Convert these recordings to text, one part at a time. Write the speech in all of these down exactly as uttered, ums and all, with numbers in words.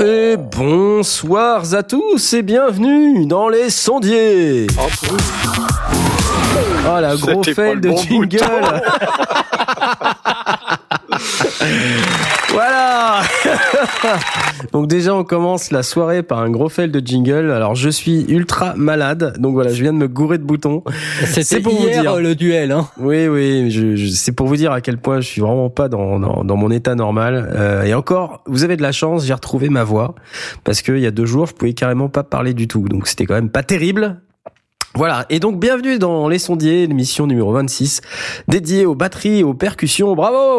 Et bonsoir à tous et bienvenue dans les sondiers. Oh la gros fail de bon jingle. Voilà. Donc déjà on commence la soirée par un gros fail de jingle. Alors je suis ultra malade, donc voilà, je viens de me gourer de boutons. C'était c'est pour hier vous dire le duel, hein. Oui, oui, je, je, c'est pour vous dire à quel point je suis vraiment pas dans dans, dans mon état normal. Euh, et encore, vous avez de la chance, j'ai retrouvé ma voix parce que il y a deux jours, je pouvais carrément pas parler du tout, donc c'était quand même pas terrible. Voilà, et donc bienvenue dans Les Sondiers, l'émission numéro vingt-six, dédiée aux batteries et aux percussions. Bravo!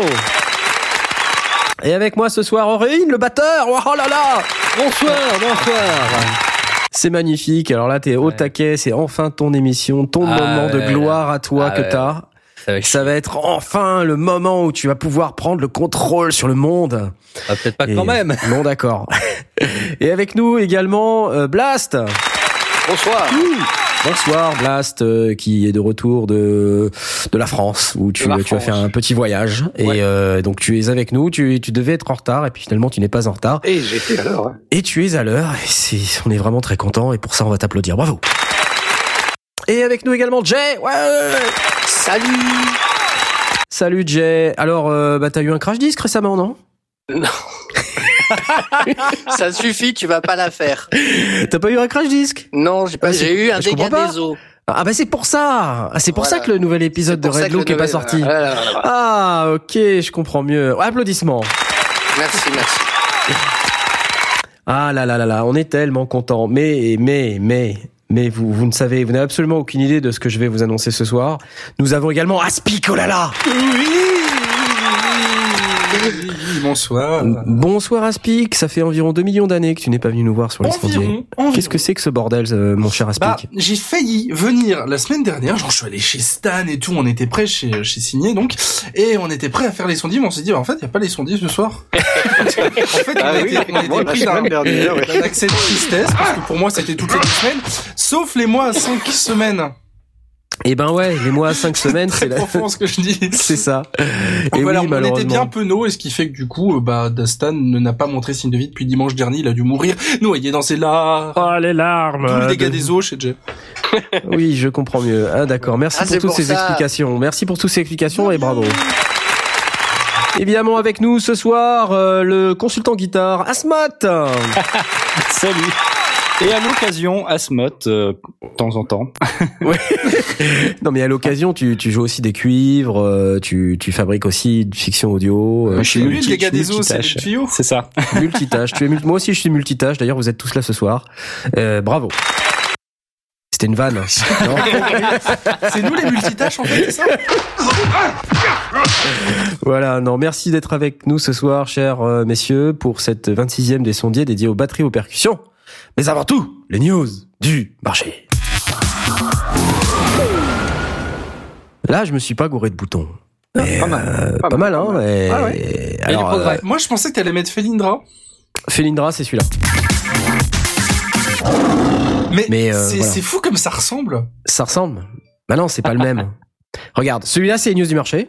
Et avec moi ce soir, Aurélien, le batteur. Oh là là! Bonsoir, bonsoir. C'est magnifique. Alors là, t'es au ouais. taquet. C'est enfin ton émission, ton ah moment ouais, de gloire à toi ah que ouais. t'as. Ça va, Ça va être enfin le moment où tu vas pouvoir prendre le contrôle sur le monde. Ah, peut-être pas et... quand même. Non, d'accord. Et avec nous également, euh, Blast. Bonsoir. Ouh. Bonsoir Blast, euh, qui est de retour de de la France, où tu, tu as fait un petit voyage. Ouais. Et euh, donc tu es avec nous, tu, tu devais être en retard, et puis finalement tu n'es pas en retard. Et j'étais à l'heure. Hein. Et tu es à l'heure, et c'est, on est vraiment très contents, et pour ça on va t'applaudir. Bravo. Et avec nous également Jay. Ouais. Salut. Salut Jay. Alors, euh, bah t'as eu un crash disc récemment, non? Non. Ça suffit, tu vas pas la faire. T'as pas eu un crash disc? Non, j'ai pas. Ah, j'ai eu un dégât des eaux. Ah bah c'est pour ça. Ah, c'est pour voilà. ça que le nouvel épisode de Red Look est pas sorti. Voilà, voilà, voilà. Ah ok, je comprends mieux. Applaudissements. Merci, merci. Ah là là là là, on est tellement contents. Mais mais mais mais vous vous ne savez, vous n'avez absolument aucune idée de ce que je vais vous annoncer ce soir. Nous avons également Aspic. Oh là là. Oui. Bonsoir. Bonsoir Aspic, ça fait environ deux millions d'années que tu n'es pas venu nous voir sur les sondiers. Qu'est-ce que c'est que ce bordel, euh, mon cher Aspic? Bah, j'ai failli venir la semaine dernière, genre je suis allé chez Stan et tout, on était prêts chez, chez Signé donc, et on était prêts à faire les sondiers, mais on s'est dit, bah, en fait, il n'y a pas les sondiers ce soir. En fait, on, ah était, oui, on était bon, pris d'un, dernière, ouais. d'un accès de tristesse, parce que pour moi c'était toutes les deux semaines, sauf les mois à cinq semaines. Eh ben ouais, les mois à cinq semaines, c'est, c'est la profond ce que je dis. C'est ça. Donc et voilà, oui, on était bien penauds, et ce qui fait que du coup, bah, Dastan ne n'a pas montré signe de vie depuis dimanche dernier, il a dû mourir noyé dans ses larmes. Oh, les larmes. Tous les dégâts de... des eaux chez Jay. Oui, je comprends mieux. Ah, d'accord. Merci ah, pour toutes pour ces ça. explications. Merci pour toutes ces explications et bravo. Évidemment, avec nous ce soir, euh, le consultant guitare, Asmot. Salut. Et à l'occasion, Asmot, euh, de temps en temps. Ouais. Non, mais à l'occasion, tu, tu joues aussi des cuivres, euh, tu, tu fabriques aussi de fiction audio. Euh, je suis multi, les gars des eaux, c'est le tuyau. C'est ça. Multitâche. Tu es multi, moi aussi, je suis multitâche. D'ailleurs, vous êtes tous là ce soir. Euh, bravo. C'était une vanne. Non c'est nous les multitâches, en fait, c'est ça? Voilà, non, merci d'être avec nous ce soir, chers euh, messieurs, pour cette vingt-sixième des sondiers dédiée aux batteries aux percussions. Mais avant tout, les news du marché. Là, je me suis pas gouré de boutons. Mais, pas mal, euh, pas, pas mal, mal, hein. Mal. Et... Ah ouais. Alors, euh... moi, je pensais que t'allais mettre Felindra. Felindra, c'est celui-là. Mais, Mais euh, c'est, voilà. c'est fou comme ça ressemble. Ça ressemble. Bah non, c'est pas le même. Regarde, celui-là, c'est les news du marché.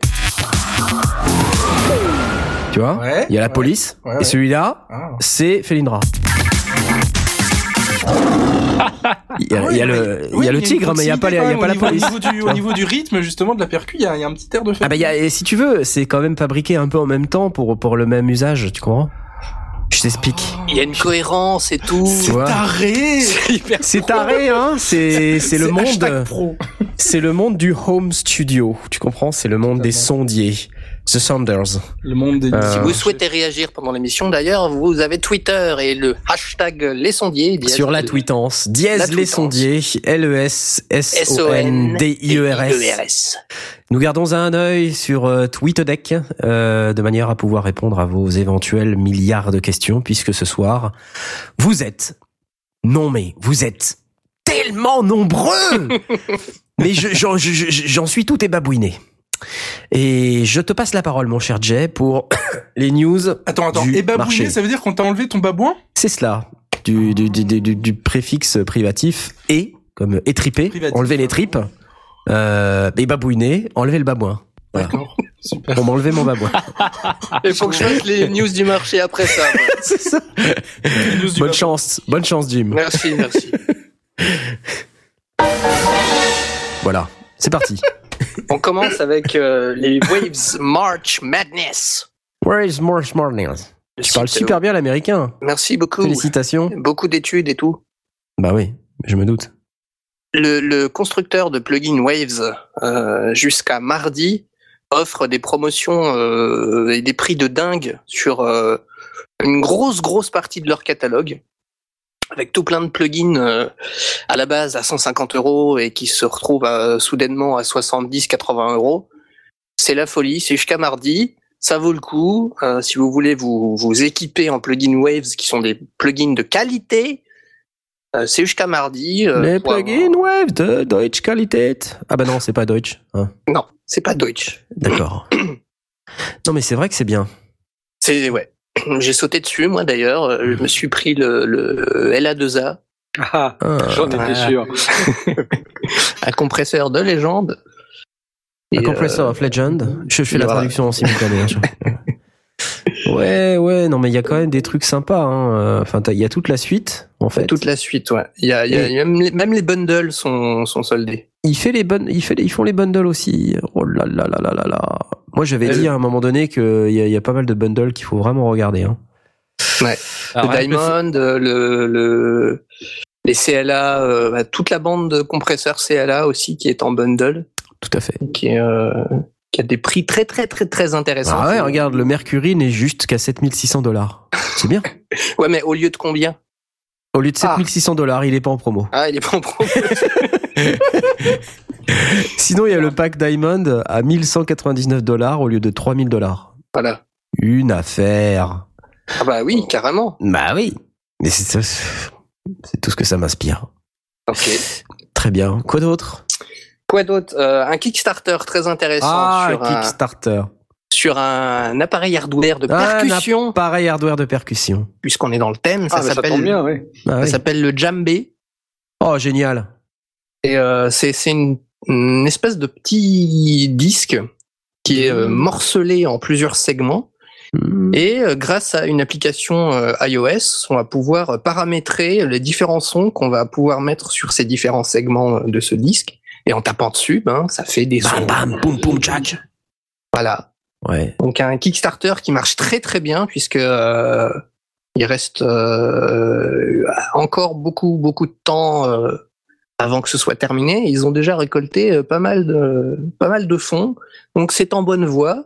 Tu vois, ouais, il y a la ouais, police. Ouais, ouais. Et celui-là, ah. c'est Felindra. Il y a, il y a le, il y a le tigre, mais il y a pas, il y a pas la police. Au niveau du, au niveau du rythme, justement, de la percu, il y a, il y a un petit air de fait. Ah bah, il y a, et si tu veux, c'est quand même fabriqué un peu en même temps pour, pour le même usage, tu comprends? Je t'explique. Il y a une cohérence et tout. C'est taré. C'est hyper C'est taré, hein. C'est, c'est le monde. Pro. C'est le monde du home studio. Tu comprends? C'est le monde des sondiers. The Sounders. Le monde des... Euh... Si vous souhaitez réagir pendant l'émission, d'ailleurs, vous avez Twitter et le hashtag les sondiers. Sur la tweetance. Dièse les sondiers. L E S S O N D I E R S. Nous gardons un œil sur euh, TweetDeck, euh, de manière à pouvoir répondre à vos éventuels milliards de questions, puisque ce soir, vous êtes, non mais, vous êtes tellement nombreux! Mais je, j'en, je, j'en suis tout ébabouiné. Et je te passe la parole, mon cher Jay, pour les news. Attends, attends, du ébabouiné, marché. Ça veut dire qu'on t'a enlevé ton babouin? C'est cela. Du, du, du, du, du préfixe privatif et, comme étripé, privatif, enlever les tripes, euh, et babouiner, enlever le babouin. Voilà. D'accord. Super. On m'a enlevé mon babouin. Il faut que je fasse les news du marché après ça. C'est ça. Bonne chance, bonne chance, Jim. Merci, merci. Voilà, c'est parti. On commence avec euh, les Waves March Madness. Where is March Madness? Tu parles super bien l'américain. Merci beaucoup. Félicitations. Beaucoup d'études et tout. Bah oui, je me doute. Le, le constructeur de plugins Waves, euh, jusqu'à mardi, offre des promotions euh, et des prix de dingue sur euh, une grosse, grosse partie de leur catalogue, avec tout plein de plugins euh, à la base à cent cinquante euros et qui se retrouvent à, soudainement à soixante-dix à quatre-vingts euros. C'est la folie, c'est jusqu'à mardi. Ça vaut le coup. Euh, si vous voulez vous, vous équiper en plugins Waves, qui sont des plugins de qualité, euh, c'est jusqu'à mardi. Euh, Les pour plugins avoir... Waves de Deutsche Qualität. Ah bah non, c'est pas Deutsch. Hein. Non, c'est pas Deutsch. D'accord. Non mais c'est vrai que c'est bien. C'est, ouais. J'ai sauté dessus, moi d'ailleurs. Je me suis pris le, le L A deux A. Ah, Ah. j'en étais Ah. sûr. Un compresseur de légende. A Et, Compressor euh, of Legend. Je fais la voilà. traduction en simultané. hein, je- Ouais, ouais, non mais il y a quand même des trucs sympas. Hein. Enfin, il y a toute la suite, en fait. Toute la suite, ouais. Il y a, il y a, Et- même, les, même les bundles sont, sont soldés. Il fait les bonnes, il fait, les- ils font les bundles aussi. Oh là là là là là là. Moi, j'avais Euh, dit à un moment donné qu'il y a, il y a pas mal de bundles qu'il faut vraiment regarder. Hein. Alors, le avec le- Diamond, le, le, les C L A, euh, bah, toute la bande de compresseurs C L A aussi qui est en bundle, Tout à fait. qui, est, euh, qui a des prix très très très très intéressants. Ah ouais, regarde, le Mercury n'est juste qu'à sept mille six cents dollars. C'est bien. Ouais, mais au lieu de combien? Au lieu de sept mille six cents dollars, il est pas en promo. Ah, il est pas en promo. Sinon, il y a le pack Diamond à mille cent quatre-vingt-dix-neuf dollars au lieu de trois mille dollars. Voilà. Une affaire. Ah bah oui, carrément. Bah oui. Mais c'est, c'est tout ce que ça m'inspire. Ok. Très bien. Quoi d'autre? Quoi d'autre? Euh, un Kickstarter très intéressant Ah, sur, un, Kickstarter. sur un appareil hardware de Ah, percussion, Pareil hardware de percussion. puisqu'on est dans le thème. Ça Ah, mais ça s'appelle tombe bien, oui. Ah ça oui. s'appelle le Djembé. Oh, génial. Et euh, c'est c'est une, une espèce de petit disque qui est euh, morcelé en plusieurs segments. Hmm. Et euh, grâce à une application euh, iOS, on va pouvoir paramétrer les différents sons qu'on va pouvoir mettre sur ces différents segments de ce disque. Et en tapant dessus, ben, ça fait des sons. Bam, bam, boum, boum, jack. Voilà. Ouais. Donc un Kickstarter qui marche très très bien puisque euh, il reste euh, encore beaucoup beaucoup de temps euh, avant que ce soit terminé. Ils ont déjà récolté euh, pas mal de pas mal de fonds, donc c'est en bonne voie.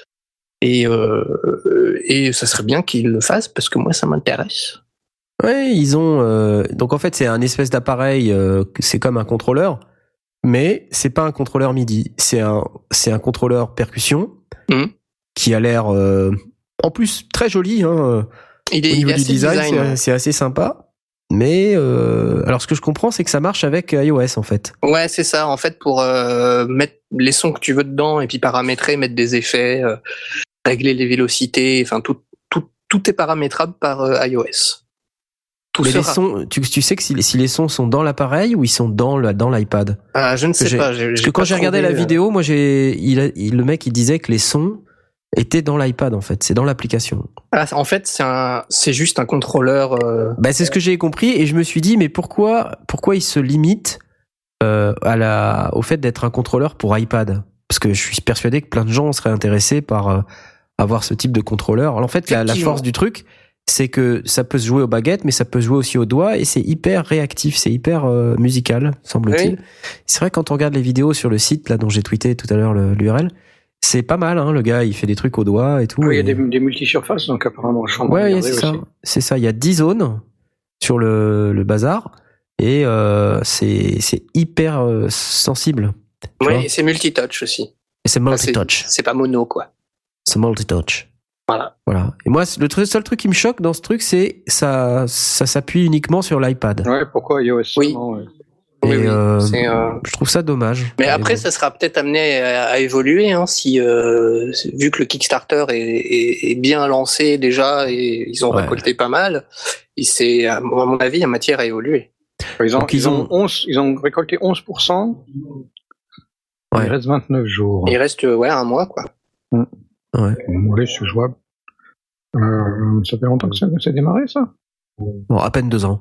Et euh, et ça serait bien qu'ils le fassent parce que moi ça m'intéresse. Ouais, ils ont. Euh, donc en fait, c'est un espèce d'appareil. Euh, c'est comme un contrôleur, mais c'est pas un contrôleur MIDI. C'est un, c'est un contrôleur percussion Mhm. qui a l'air, euh, en plus, très joli. Hein. Il Au est, il niveau est du assez design, design, c'est, ouais. c'est assez sympa. Mais euh, alors, ce que je comprends, c'est que ça marche avec iOS en fait. Ouais, c'est ça. En fait, pour euh, mettre les sons que tu veux dedans et puis paramétrer, mettre des effets, euh, régler les vélocités, enfin tout, tout, tout est paramétrable par euh, iOS. Tout Mais les sera. sons, tu, tu sais que si, si les sons sont dans l'appareil ou ils sont dans, le, dans l'iPad. Ah, je ne sais j'ai- pas. j'ai- Parce j'ai que quand pas j'ai regardé trouvé, la euh, vidéo, moi, j'ai, il, a- il- le mec, il disait que les sons étaient dans l'iPad en fait. C'est dans l'application. Ah, en fait, c'est un, c'est juste un contrôleur. Euh... Bah, c'est ce que j'ai compris et je me suis dit mais pourquoi pourquoi il se limite euh, à la au fait d'être un contrôleur pour iPad, parce que je suis persuadé que plein de gens seraient intéressés par euh, avoir ce type de contrôleur. Alors, en fait, la, la Effectivement. force du truc, c'est que ça peut se jouer aux baguettes, mais ça peut se jouer aussi aux doigts et c'est hyper réactif, c'est hyper euh, musical, semble-t-il. Oui. C'est vrai, quand on regarde les vidéos sur le site là dont j'ai tweeté tout à l'heure le- l'U R L, c'est pas mal, hein, le gars, il fait des trucs aux doigts et tout. Oui, il y a et- des, des multi-surfaces, donc apparemment, je Ouais, ouais, c'est ça. C'est ça. Il y a dix zones sur le, le bazar et euh, c'est c'est hyper euh, sensible. Tu vois. Oui, c'est multitouch aussi. Et c'est Enfin, c'est- multi-touch. C'est pas mono, quoi. C'est multi-touch. Voilà. Voilà. Et moi, le tr- seul truc qui me choque dans ce truc, c'est ça, ça s'appuie uniquement sur l'iPad. Ouais, pourquoi iOS Oui. seulement, ouais. Et Oui, oui, euh, c'est, euh, je trouve ça dommage. Mais Et après, bon. ça sera peut-être amené à, à évoluer, hein, si euh, vu que le Kickstarter est, est, est bien lancé déjà et ils ont Ouais. récolté pas mal. Et c'est, à mon avis, en matière à évoluer. Ils ont, Donc, ils, ils ont ont- onze, ils ont récolté onze pour cent. Ouais. Il reste vingt-neuf jours. Il reste euh, ouais un mois, quoi. Ouais. Bon, allez, c'est jouable. Euh, ça fait longtemps que ça, ça a démarré, ça Bon, à peine deux ans.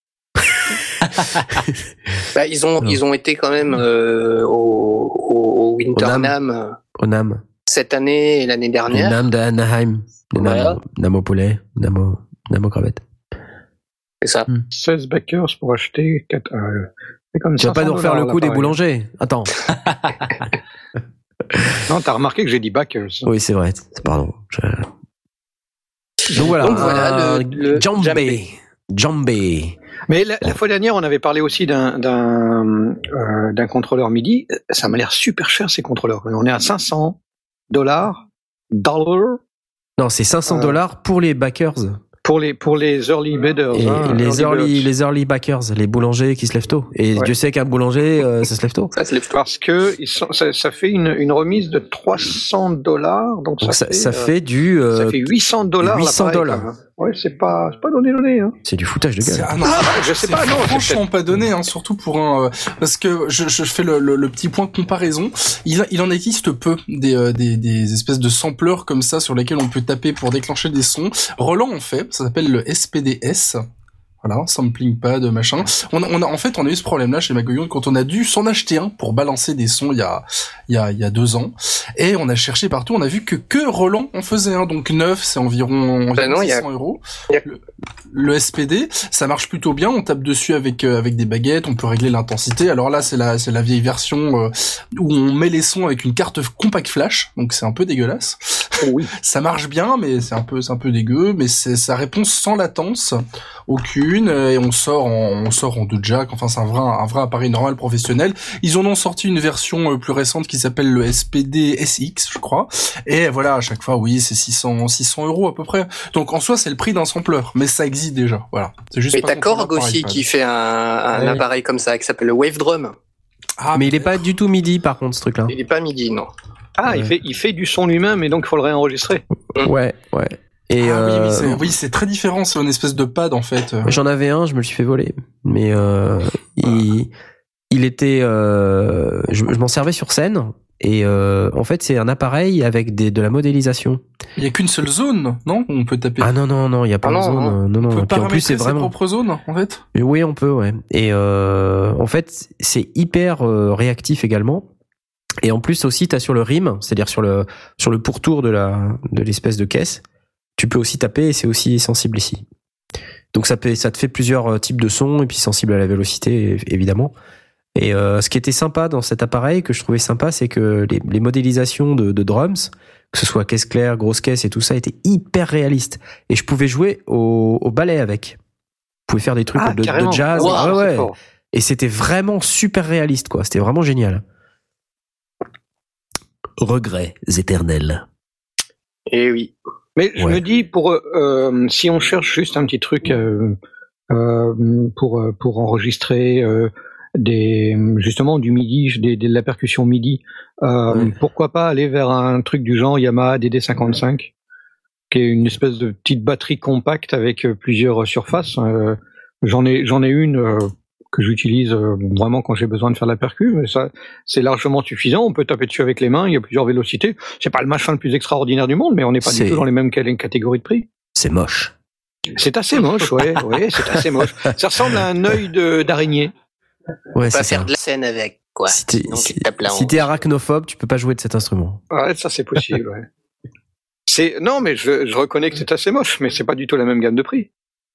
Bah, ils ont, Non. ils ont été quand même euh, au, au, au Winter Au NAM. NAM Au NAM. cette année et l'année Le dernière. NAM de Anaheim. Le Voilà. NAM, NAM au poulet, NAM au, NAM au crevette. C'est ça. seize backers pour acheter quatre, euh, c'est comme Tu vas pas nous refaire le coup des l'appareil. boulangers. Attends. Non, t'as remarqué que j'ai dit backers. Oui, c'est vrai. Pardon. Je- Donc voilà. Donc voilà, un le- le Jambé. Jambé. Mais la, la fois dernière, on avait parlé aussi d'un d'un euh, d'un contrôleur MIDI. Ça m'a l'air super cher ces contrôleurs. On est à cinq cents dollars, dollars Non, c'est cinq cents Euh, dollars pour les backers. pour les pour les early bidders. Et hein, les early, birds. les early backers, les boulangers qui se lèvent tôt. Et Ouais. Dieu sait qu'un boulanger, euh, ça se lève tôt. Ça, c'est les Parce que ils sont, ça, ça fait une, une remise de trois cents dollars, donc, Donc ça, ça, ça fait, euh, fait du, euh, ça fait huit cents dollars. huit cents l'appareil, dollars. quand même. Ouais, c'est pas c'est pas donné donné. Hein. c'est du foutage de C'est- gueule. ah non, je sais c'est pas, non, c'est franchement pas donné, hein, surtout pour un, euh, parce que je, je fais le, le, le petit point de comparaison. Il, il en existe peu des, euh, des, des espèces de sampleurs comme ça sur lesquels on peut taper pour déclencher des sons. Roland en fait, ça s'appelle le S P D S. Voilà, sampling pad, machin. On a, on a, en fait, on a eu ce problème-là chez Magoyon quand on a dû s'en acheter un pour balancer des sons il y a, il y a, il y a deux ans. Et on a cherché partout, on a vu que que Roland en faisait un. Donc neuf, c'est environ, Bah environ non, il y a- six cents euros. il y a- Le, le S P D, ça marche plutôt bien. On tape dessus avec euh, avec des baguettes. On peut régler l'intensité. Alors là, c'est la c'est la vieille version euh, où on met les sons avec une carte compact flash. Donc c'est un peu dégueulasse. Oui. Ça marche bien, mais c'est un peu c'est un peu dégueu. Mais c'est ça répond sans latence aucune, euh, et on sort en on sort en deux jack. Enfin, c'est un vrai un vrai appareil normal professionnel. Ils en ont sorti une version euh, plus récente qui s'appelle le S P D S X, je crois. Et voilà, à chaque fois, oui, c'est six cents six cents euros à peu près. Donc en soi, c'est le prix d'un sampleur, mais ça existe déjà. Voilà. C'est juste. Et pas t'as contrôlable Korg par aussi iPad. qui fait un, un Ouais. appareil comme ça, qui s'appelle le Wave Drum. Ah, Mais il est pas du tout midi, par contre, ce truc-là. Il est pas midi, non. Ah, Ouais. il fait il fait du son lui-même, et donc il faut le réenregistrer. Ouais, ouais. Et ah oui, euh, oui, c'est, oui, c'est très différent. C'est une espèce de pad en fait. j'en avais un, je me le suis fait voler. Mais euh, il, il était, euh, je, je m'en servais sur scène. Et euh, en fait, c'est un appareil avec des, de la modélisation. Il y a qu'une seule zone, non? Où on peut taper. Ah non non non, il y a pas Ah de non, zone. non. Non non. on peut Et puis en plus, c'est paramétrer ses vraiment. propres zones en fait. Oui, on peut, ouais. Et euh, en fait, c'est hyper euh, réactif également. Et en plus aussi, t'as sur le rim, c'est-à-dire sur le sur le pourtour de la de l'espèce de caisse, tu peux aussi taper et c'est aussi sensible ici. Donc ça peut, ça te fait plusieurs euh, types de sons et puis sensible à la vélocité évidemment. Et euh, ce qui était sympa dans cet appareil, que je trouvais sympa, c'est que les, les modélisations de, de drums, que ce soit caisse claire, grosse caisse et tout ça, étaient hyper réalistes. Et je pouvais jouer au, au ballet avec. Je pouvais faire des trucs Ah, de, carrément. de jazz. Wow, ouais, c'est ouais. fort. Et c'était vraiment super réaliste, quoi. C'était vraiment génial. Regrets éternels. Et oui. Mais je Ouais. me dis, pour euh, euh, si on cherche juste un petit truc euh, euh, pour euh, pour enregistrer euh, des justement du MIDI, des, de la percussion MIDI, euh, Ouais. pourquoi pas aller vers un truc du genre Yamaha D D cinquante-cinq, qui est une espèce de petite batterie compacte avec euh, plusieurs surfaces. Euh, j'en ai j'en ai une euh, que j'utilise euh, vraiment quand j'ai besoin de faire de la percu, mais ça c'est largement suffisant. On peut taper dessus avec les mains, il y a plusieurs vélocités. C'est pas le machin le plus extraordinaire du monde, mais on n'est pas C'est- du tout dans les mêmes cal- catégories de prix. C'est moche. C'est assez moche, ouais, ouais, c'est assez moche. Ça ressemble à un œil de- d'araignée. Ouais, On c'est va ça. faire de la scène avec, quoi. Si t'es, Sinon, tu si, tapes la si honte. t'es arachnophobe, tu peux pas jouer de cet instrument. Ouais, ça c'est possible, ouais. C'est non, mais je, je reconnais que c'est assez moche, mais c'est pas du tout la même gamme de prix.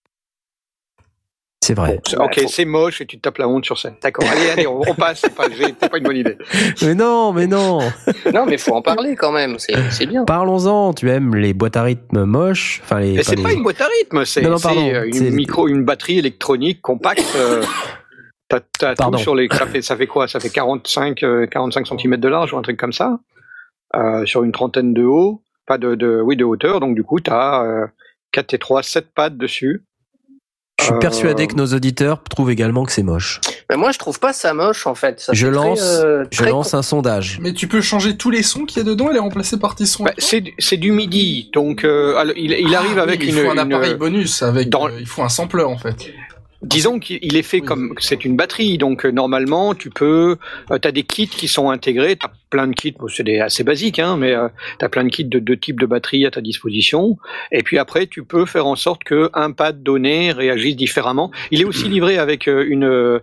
C'est vrai. C'est- Ouais, ok, faut- c'est moche et tu te tapes la honte sur scène. D'accord. Allez, allez, on, on passe. C'est pas, j'ai- c'est pas une bonne idée. Mais non, mais non. Non, mais faut en parler quand même. C'est, c'est bien. Parlons-en. Tu aimes les boîtes à rythme moches. Enfin, les, Mais c'est les- pas une boîte à rythme, c'est Non, non, c'est, pardon, euh, une c'est- micro, une batterie électronique compacte. Euh, t'as, t'as Pardon. tout sur les. Ça fait, ça fait quoi? Ça fait quarante-cinq, euh, quarante-cinq centimètres de large ou un truc comme ça, euh, sur une trentaine de haut, pas de, de, oui, de hauteur. Donc du coup, t'as euh, quatre T trois, sept pads dessus. Je suis Euh, persuadé que nos auditeurs trouvent également que c'est moche. Mais moi, je trouve pas ça moche, en fait. Ça Je fait très, lance, euh, je très lance un sondage. Mais tu peux changer tous les sons qu'il y a dedans et les remplacer par tes sons. Bah, c'est, du- c'est du MIDI, donc euh, alors, il, il arrive Ah, avec oui, une. Il faut un une- appareil bonus avec. dans- euh, il faut un sampler en fait. disons qu'il est fait oui. comme c'est une batterie, donc euh, normalement tu peux, euh, t'as des kits qui sont intégrés, t'as plein de kits, bon, c'est des, assez basique, hein, mais euh, t'as plein de kits de deux types de batteries à ta disposition, et puis après tu peux faire en sorte que un pad donné réagisse différemment. Il est aussi livré avec euh, une euh,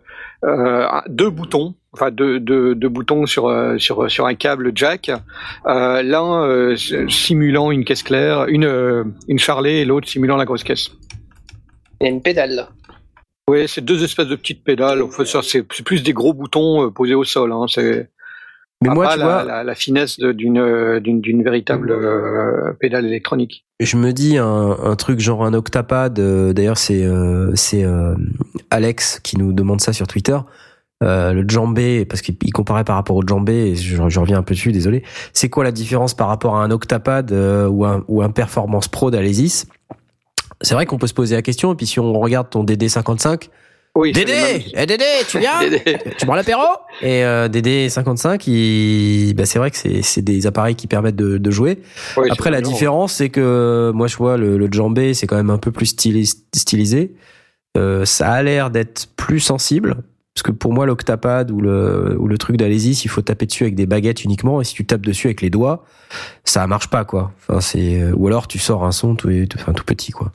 deux boutons. Enfin, deux, deux, deux boutons sur euh, sur sur un câble jack, euh, l'un euh, simulant une caisse claire, une euh, une charlet, et l'autre simulant la grosse caisse. Il y a une pédale. Oui, c'est deux espèces de petites pédales. En fait, ça, c'est, c'est plus des gros boutons euh, posés au sol. Hein. C'est mais moi, pas tu la, vois, la, la finesse de, d'une d'une d'une véritable euh, pédale électronique. Je me dis un, un truc genre un octapad. Euh, d'ailleurs, c'est euh, c'est euh, Alex qui nous demande ça sur Twitter. Euh, le djembé, parce qu'il comparait par rapport au djembé, et je, je reviens un peu dessus, désolé. C'est quoi la différence par rapport à un octapad euh, ou un ou un Performance Pro d'Alesis? C'est vrai qu'on peut se poser la question, et puis si on regarde ton D D cinquante-cinq, oui, Dédé, eh Dédé, tu viens? Tu prends l'apéro? Et euh, D D cinquante-cinq, il, bah c'est vrai que c'est c'est des appareils qui permettent de, de jouer. Oui, après la différence, c'est que moi je vois le, le djembé, c'est quand même un peu plus stylis, stylisé. Euh, ça a l'air d'être plus sensible. Parce que pour moi, l'octapad ou le, ou le truc d'Alesis, il faut taper dessus avec des baguettes uniquement, et si tu tapes dessus avec les doigts, ça marche pas, quoi. Enfin, c'est, ou alors tu sors un son tout, tout, enfin, tout petit, quoi.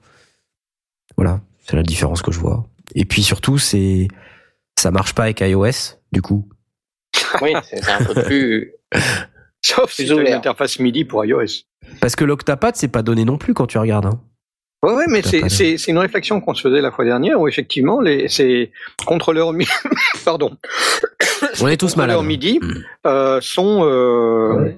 Voilà. C'est la différence que je vois. Et puis surtout, c'est, ça marche pas avec iOS, du coup. Oui, c'est un peu plus, sauf si tu as une interface MIDI pour iOS. Parce que l'octapad, c'est pas donné non plus quand tu regardes, hein. Ouais, ouais, mais c'est, c'est, c'est une réflexion qu'on se faisait la fois dernière où effectivement les, ces contrôleurs MIDI, pardon, on est tous malades. MIDI euh, sont euh, ouais.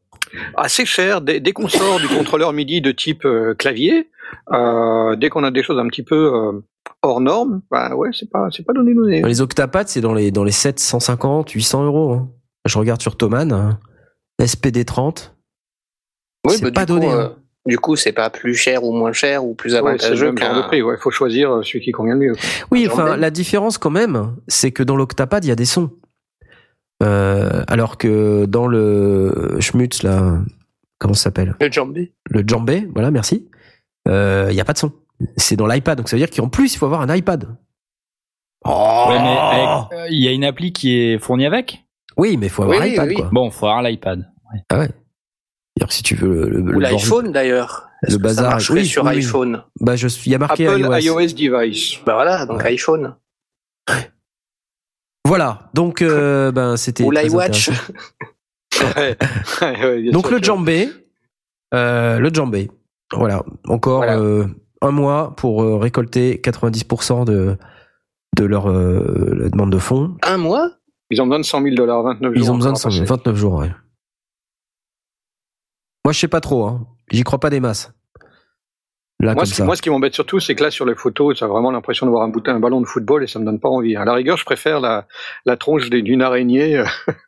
assez chers. Dès, dès qu'on sort du contrôleur MIDI de type euh, clavier, euh, dès qu'on a des choses un petit peu euh, hors normes, bah ouais, c'est pas, c'est pas donné donné. Les octapads, c'est dans les dans les sept cent cinquante, huit cents euros. Hein. Je regarde sur Thomann, hein. S P D trente. Oui, c'est bah, pas du donné. Coup, hein. euh... Du coup, c'est pas plus cher ou moins cher ou plus avantageux ouais, qu'un... de prix. Ouais, faut choisir celui qui convient le mieux. Quoi. Oui, enfin, la différence quand même, c'est que dans l'octapad, il y a des sons. Euh, alors que dans le Schmutz, là, comment ça s'appelle? Le djembé. Le djembé, voilà, merci. Euh, il y a pas de son. C'est dans l'iPad, donc ça veut dire qu'en plus, il faut avoir un iPad. Oh ouais, mais avec, il y a une appli qui est fournie avec? Oui, mais il faut avoir oui, l'iPad, oui, oui. quoi. Bon, il faut avoir l'iPad. Ouais. Ah ouais. Alors, si tu veux le, le ou le l'iPhone d'ailleurs. Est-ce le que bazar ça marcherait oui, sur oui, iPhone. Bah je suis il y a marqué Apple iOS. iOS device. Bah voilà, donc ouais. iPhone. Voilà, donc euh, ben c'était ou l'iWatch. ouais. ouais, donc le djembé euh, le djembé. Voilà, encore voilà. Euh, un mois pour euh, récolter quatre-vingt-dix pour cent de de leur euh, la demande de fonds. Un mois? Ils ont besoin de cent mille dollars, vingt-neuf jours. Ils ont besoin de cent mille, vingt-neuf jours, ouais. Moi, je sais pas trop, hein. J'y crois pas des masses. Là, moi, comme ce, ça. moi, ce qui m'embête surtout, c'est que là, sur les photos, tu as vraiment l'impression de voir un, bouton, un ballon de football et ça me donne pas envie. À la rigueur, je préfère la, la tronche d'une araignée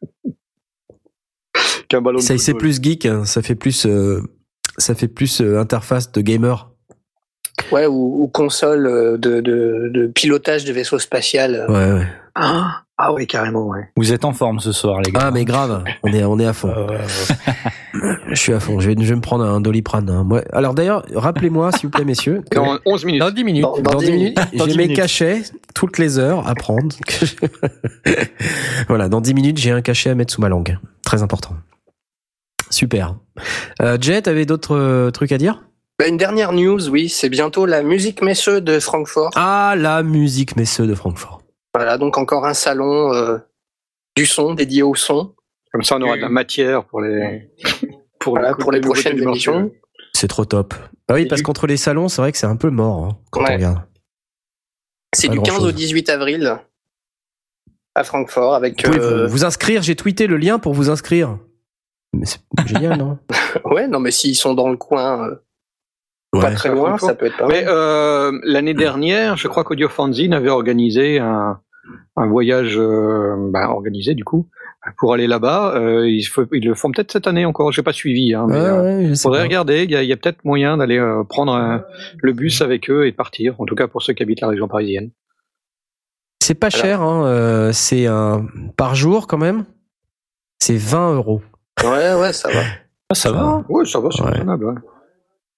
qu'un ballon ça, de football. C'est plus geek, hein. Ça fait plus, euh, ça fait plus euh, interface de gamer. Ouais, ou, ou console de, de, de pilotage de vaisseau spatial. Ouais, ouais. Ah, ah oui, carrément, ouais. Vous êtes en forme ce soir, les gars. Ah, mais grave, on est, on est à fond. Euh, ouais, ouais. Je suis à fond. Je vais, je vais me prendre un Doliprane. Hein. Ouais. Alors d'ailleurs, rappelez-moi, s'il vous plaît, messieurs. Que dans onze minutes. Dans dix minutes. Dans, dans, dans dix minutes. minutes. J'ai mes cachets toutes les heures à prendre. Voilà, dans dix minutes, j'ai un cachet à mettre sous ma langue. Très important. Super. Euh, Jay, t'avais d'autres euh, trucs à dire? Bah, une dernière news, oui, c'est bientôt la Musique Messe de Francfort. Ah, la Musique Messe de Francfort. Voilà, donc encore un salon euh, du son, dédié au son. Comme ça, on aura de la matière pour les, pour, voilà, pour les prochaines émissions. C'est trop top. Ah oui, et parce du... qu'entre les salons, c'est vrai que c'est un peu mort hein, quand ouais. on regarde. C'est du quinze au dix-huit avril à Francfort avec. Vous pouvez euh... vous, vous inscrire. J'ai tweeté le lien pour vous inscrire. Mais c'est génial, non? Ouais, non, mais s'ils sont dans le coin. Euh... Ouais. Pas très loin, ça peut être pas mal. Mais euh, l'année dernière, je crois qu'Audio Fanzine avait organisé un, un voyage euh, bah, organisé du coup pour aller là-bas. Euh, ils, ils le font peut-être cette année encore. J'ai pas suivi. Hein, mais, ah ouais, euh, faudrait pas. regarder. Il y a, y a peut-être moyen d'aller euh, prendre un, le bus avec eux et de partir. En tout cas pour ceux qui habitent la région parisienne. C'est pas Alors. cher. Hein, euh, c'est un par jour quand même. C'est vingt euros. Ouais, ouais, ça va. Ah, ça va. Ouais, ça va. C'est ouais. raisonnable. Ouais.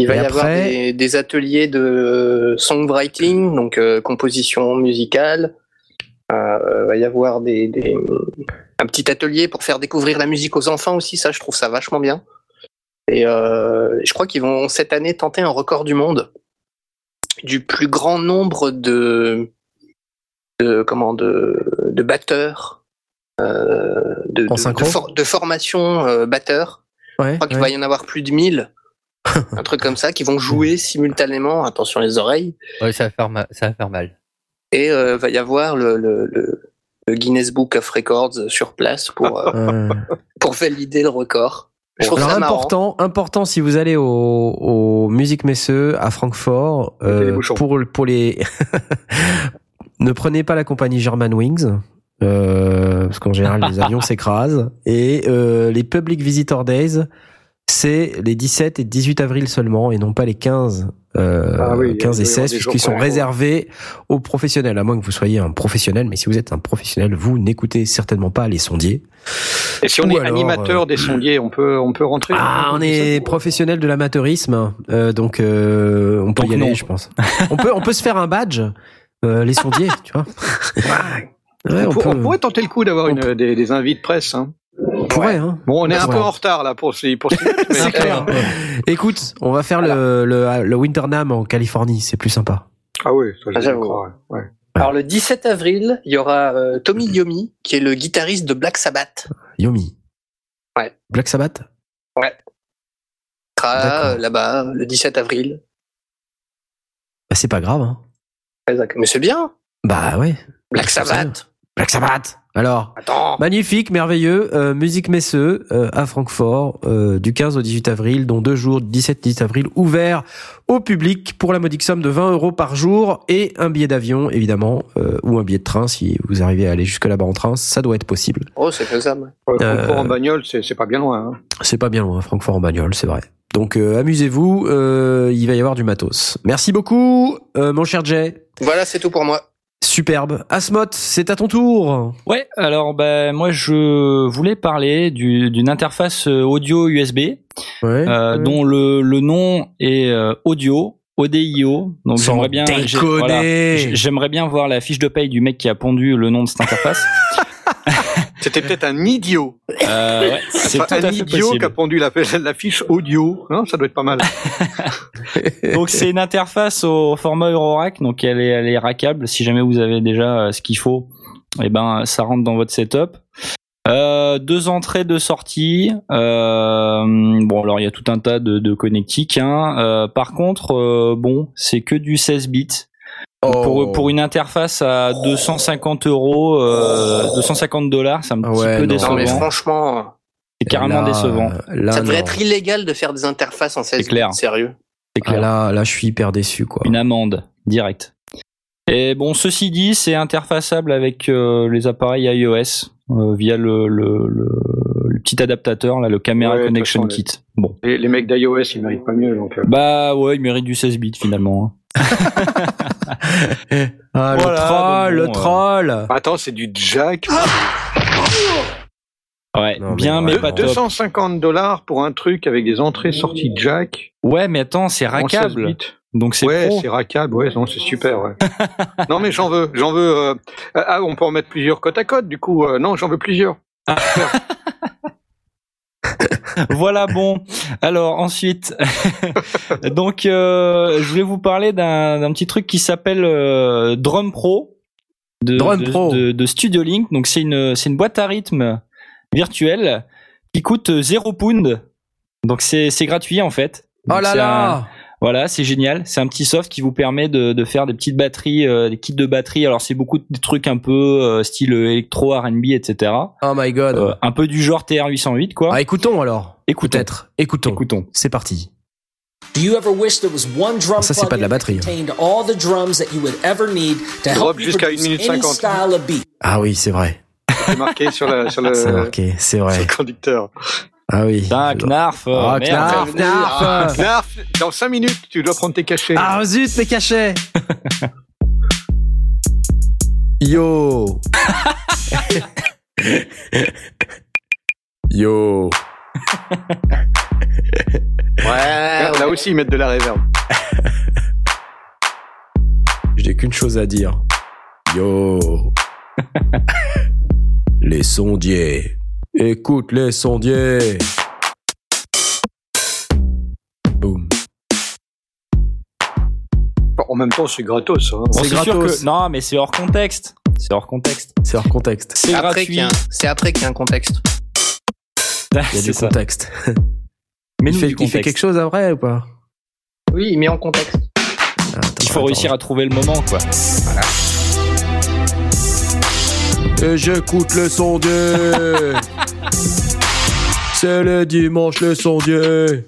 Il va Et y après... avoir des, des ateliers de songwriting, donc euh, composition musicale. Euh, il va y avoir des, des, un petit atelier pour faire découvrir la musique aux enfants aussi. Ça, je trouve ça vachement bien. Et euh, je crois qu'ils vont cette année tenter un record du monde du plus grand nombre de, de comment de, de batteurs, euh, de, En de, synchro de, for, de formation euh, batteurs. Ouais, Je crois qu'il ouais. va y en avoir plus de mille, un truc comme ça, qui vont jouer simultanément. Attention les oreilles. Ouais, ça va faire mal. Ça va faire mal. Et euh, va y avoir le, le, le, le Guinness Book of Records sur place pour euh, Euh... pour valider le record. Je trouve Alors ça marrant. important, important si vous allez au, au Musique Messeux à Francfort euh, pour pour les ne prenez pas la compagnie Germanwings euh, parce qu'en général les avions s'écrasent et euh, les Public Visitor Days c'est les dix-sept et dix-huit avril seulement et non pas les quinze euh, ah oui, quinze et seize puisqu'ils sont réservés aux professionnels à moins que vous soyez un professionnel mais si vous êtes un professionnel vous n'écoutez certainement pas les sondiers. Et si on Ou est alors, animateur euh, des sondiers, on peut on peut rentrer. Ah, on est professionnel de l'amateurisme, euh, donc euh, on peut donc y aller, non. Je pense. On peut on peut se faire un badge, euh, les sondiers, tu vois. Ouais, on, on, peut, on pourrait tenter le coup d'avoir une peut... des, des invités de presse. Hein. On pourrait. Hein. Bon, on est un ouais. peu en retard là pour ces pour ces minutes, mais c'est clair. Écoute, on va faire voilà. le, le le Winternam en Californie, c'est plus sympa. Ah oui, ça, ah, j'avoue. Crois, ouais. Ouais. Alors le dix-sept avril, il y aura euh, Tommy Yomi, qui est le guitariste de Black Sabbath. Yomi. Ouais. Black Sabbath. Ouais. Il sera euh, là-bas le dix-sept avril. Bah, c'est pas grave. Hein. Mais c'est bien. Bah ouais. Black Sabbath. Black Sabbath. Alors, Attends. magnifique, merveilleux, euh, Musique Messeux euh, à Francfort euh, du quinze au dix-huit avril, dont deux jours, dix-sept et dix-huit avril, ouvert au public pour la modique somme de vingt euros par jour et un billet d'avion, évidemment, euh, ou un billet de train si vous arrivez à aller jusque là-bas en train, ça doit être possible. Oh, c'est faisable. Ouais, Francfort euh, en bagnole, c'est, c'est pas bien loin. Hein. C'est pas bien loin, Francfort en bagnole, c'est vrai. Donc euh, amusez-vous, euh, il va y avoir du matos. Merci beaucoup, euh, mon cher Jay. Voilà, c'est tout pour moi. Superbe. Asmod, c'est à ton tour. Ouais, alors ben moi je voulais parler du, d'une interface audio U S B ouais, euh, ouais. dont le, le nom est euh, Audio, O D I O. Donc Sans j'aimerais bien j'ai, voilà, j'aimerais bien voir la fiche de paye du mec qui a pondu le nom de cette interface. C'était peut-être un idiot. Euh, ouais, c'est enfin, tout un à fait idiot possible. qui a pondu la, la fiche audio. Non, ça doit être pas mal. Donc c'est une interface au format Eurorack, donc elle est, elle est rackable. Si jamais vous avez déjà ce qu'il faut, et eh ben ça rentre dans votre setup. Euh, deux entrées, deux sorties. Euh, bon, alors il y a tout un tas de, de connectiques. Hein. Euh, par contre, euh, bon, c'est que du seize bits. Oh. Pour, pour une interface à deux cent cinquante euros, euh, deux cent cinquante dollars, c'est un petit ouais, peu non, décevant. Non mais franchement, c'est carrément là, décevant. Là, ça devrait non. être illégal de faire des interfaces en seize bits, sérieux. C'est clair. Ah, là, là, je suis hyper déçu, quoi. Une amende directe. Et bon, ceci dit, c'est interfaçable avec euh, les appareils iOS euh, via le, le, le, le petit adaptateur, là, le Camera ouais, Connection façon, Kit. Les, bon. les, les mecs d'iOS, ils méritent pas mieux, donc. Euh... Bah ouais, ils méritent du seize bits finalement. ah, voilà, le troll, bon, le troll. Euh... Attends, c'est du jack. Ouais, non, bien, mais, mais pas top. deux cent cinquante dollars pour un truc avec des entrées sorties jack. Ouais, mais attends, c'est rackable. Donc c'est ouais, pro. c'est rackable, ouais, non, c'est super, ouais. non, mais j'en veux, j'en veux. Euh... Ah, on peut en mettre plusieurs côte à côte, du coup. Euh... Non, j'en veux plusieurs. Voilà, bon. Alors ensuite, donc euh, je voulais vous parler d'un, d'un petit truc qui s'appelle euh, Drum Pro de, Drum de, Pro. de, de Studio Link. Donc c'est une c'est une boîte à rythme virtuelle qui coûte zéro pound. Donc c'est c'est gratuit en fait. Donc oh là là. Un, voilà, c'est génial. C'est un petit soft qui vous permet de, de faire des petites batteries, euh, des kits de batterie. Alors c'est beaucoup de trucs un peu euh, style électro, R and B, et cetera. Oh my god. Euh, un peu du genre T R huit cent huit, quoi. Ah, écoutons alors. Écoutons. Peut-être. Écoutons. Écoutons. C'est parti. Do you ever wish there was one drum ça c'est pas de la batterie. all the drums that you would ever need to help you jusqu'à une minute cinquante. Style of beat. Ah oui, c'est vrai. C'est marqué sur, la, sur le. C'est marqué, c'est vrai. Sur le conducteur. Ah oui. Putain, Knarf. Euh, ah, merde. Knarf, Knarf. Ah, Knarf, dans cinq minutes, tu dois prendre tes cachets. Ah zut, mes cachets. Yo. Yo. Ouais, là, là aussi, ils mettent de la reverb. J'ai qu'une chose à dire. Yo. Les sondiers. Écoute les sondiers. Boum. En même temps, c'est gratos. Hein. Bon, C'est c'est sûr gratos. que non, mais c'est hors contexte. C'est hors contexte. C'est hors contexte. C'est Après gratuit. qu'il y a un- C'est après qu'il y a un contexte. Il y a C'est du ça. contexte. Mais il, nous, fait, du il fait contexte. quelque chose après ou pas? Oui, il met en contexte. Ah, attends, Il faut attends. réussir à trouver le moment, quoi. Et j'écoute le sondier. C'est le dimanche le sondier.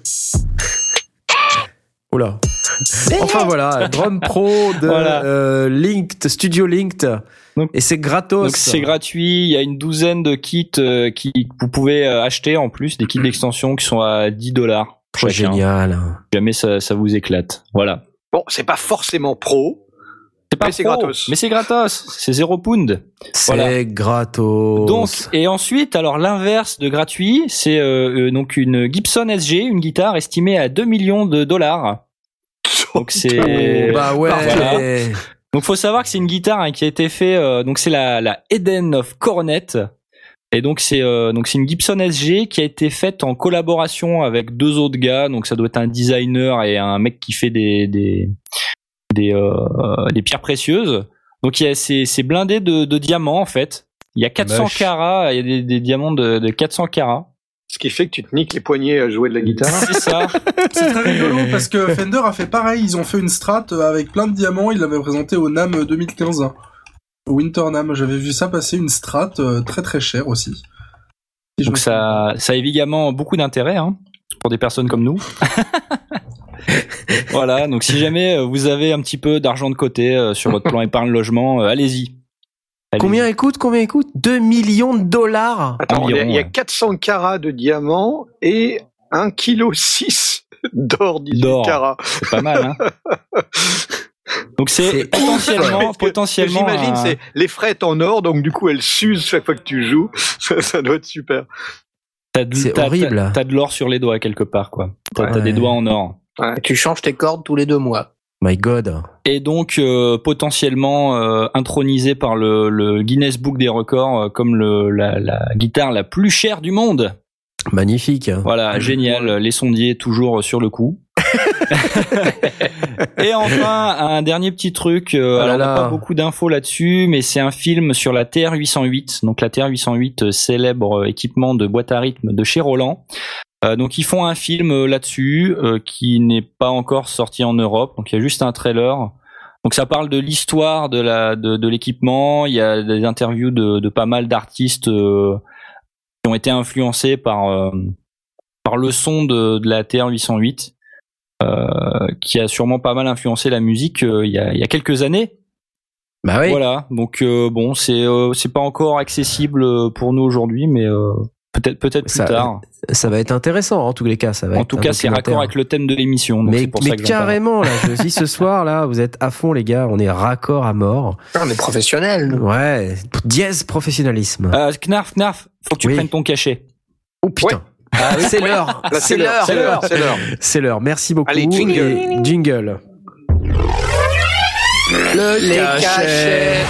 Oula. Enfin voilà, Drum Pro de Voilà. euh, Linked, Studio Linked. Donc- Et c'est gratos. Donc c'est gratuit. Il y a une douzaine de kits euh, qui que vous pouvez euh, acheter en plus, des kits d'extension qui sont à dix dollars. Trop génial. Jamais ça, ça vous éclate. Voilà. Bon, c'est pas forcément pro. C'est pas Mais c'est pro, gratos. Mais c'est gratos. C'est zéro pound. C'est Voilà. gratos. Donc, et ensuite, alors l'inverse de gratuit, c'est euh, euh, donc une Gibson S G, une guitare estimée à deux millions de dollars. Donc c'est bah ouais. Voilà. Donc faut savoir que c'est une guitare hein, qui a été fait euh, donc c'est la la Eden of Coronet et donc c'est euh, donc c'est une Gibson S G qui a été faite en collaboration avec deux autres gars, donc ça doit être un designer et un mec qui fait des des des euh, des pierres précieuses. Donc il y a c'est c'est blindé de de diamants en fait. Il y a quatre cents Moche. carats, il y a des des diamants de de quatre cents carats. Ce qui fait que tu te niques les poignets à jouer de la guitare. C'est ça. C'est très rigolo parce que Fender a fait pareil. Ils ont fait une strat avec plein de diamants. Ils l'avaient présenté au NAMM deux mille quinze. Au Winter NAMM. J'avais vu ça passer, une strat euh, très très chère aussi. Si je Donc me ça, ça a évidemment beaucoup d'intérêt hein, pour des personnes comme nous. Voilà, donc si jamais euh, vous avez un petit peu d'argent de côté euh, sur votre plan épargne logement, euh, allez-y. Allez-y. Combien écoute, combien écoute? deux millions de dollars. Attends, il y a- Environ, il y a ouais. quatre cents carats de diamants et un virgule six kilos d'or dix-huit D'or. carats. C'est pas mal, hein. Donc c'est C'est potentiellement, Ce que- potentiellement. ce que J'imagine, un- c'est les frettes en or, donc du coup, elles s'usent chaque fois que tu joues. Ça, ça doit être super. t'as de, c'est t'as- horrible. T'as, t'as de l'or sur les doigts quelque part, quoi. T'as, t'as Ouais. des doigts en or. Et tu changes tes cordes tous les deux mois. My God. Et donc euh, potentiellement euh, intronisé par le, le Guinness Book des records euh, comme le, la, la guitare la plus chère du monde. Magnifique. Voilà, génial. Les sondiers toujours sur le coup. Et enfin, un dernier petit truc. Euh, Oh là alors, on n'a là. pas beaucoup d'infos là-dessus, mais c'est un film sur la T R huit cent huit. Donc, la T R huit cent huit, euh, célèbre euh, équipement de boîte à rythme de chez Roland. Euh, donc, ils font un film euh, là-dessus euh, qui n'est pas encore sorti en Europe. Donc, il y a juste un trailer. Donc, ça parle de l'histoire de la de, de l'équipement. Il y a des interviews de, de pas mal d'artistes euh, qui ont été influencés par euh, par le son de, de la T R huit cent huit. Euh, qui a sûrement pas mal influencé la musique euh, il y a il y a quelques années. Bah oui. Voilà, donc euh, bon, c'est euh, c'est pas encore accessible pour nous aujourd'hui, mais euh, peut-être peut-être plus Ça- tard. Ça va être intéressant en tous les cas. Ça va En être tout un cas, c'est documentaire. raccord avec le thème de l'émission, donc Mais, c'est pour mais ça que j'en parle. carrément là, je dis ce soir là, vous êtes à fond les gars, on est raccord à mort. Ah, on est professionnels, nous. Ouais, dièse professionnalisme. Euh, Knarf, Knarf, faut que tu Oui. prennes ton cachet. Oh putain. Ah, c'est l'heure. Là, C'est l'heure. C'est l'heure. C'est l'heure. C'est l'heure. Merci beaucoup. Allez, jingle. Et jingle. Le Les cachets.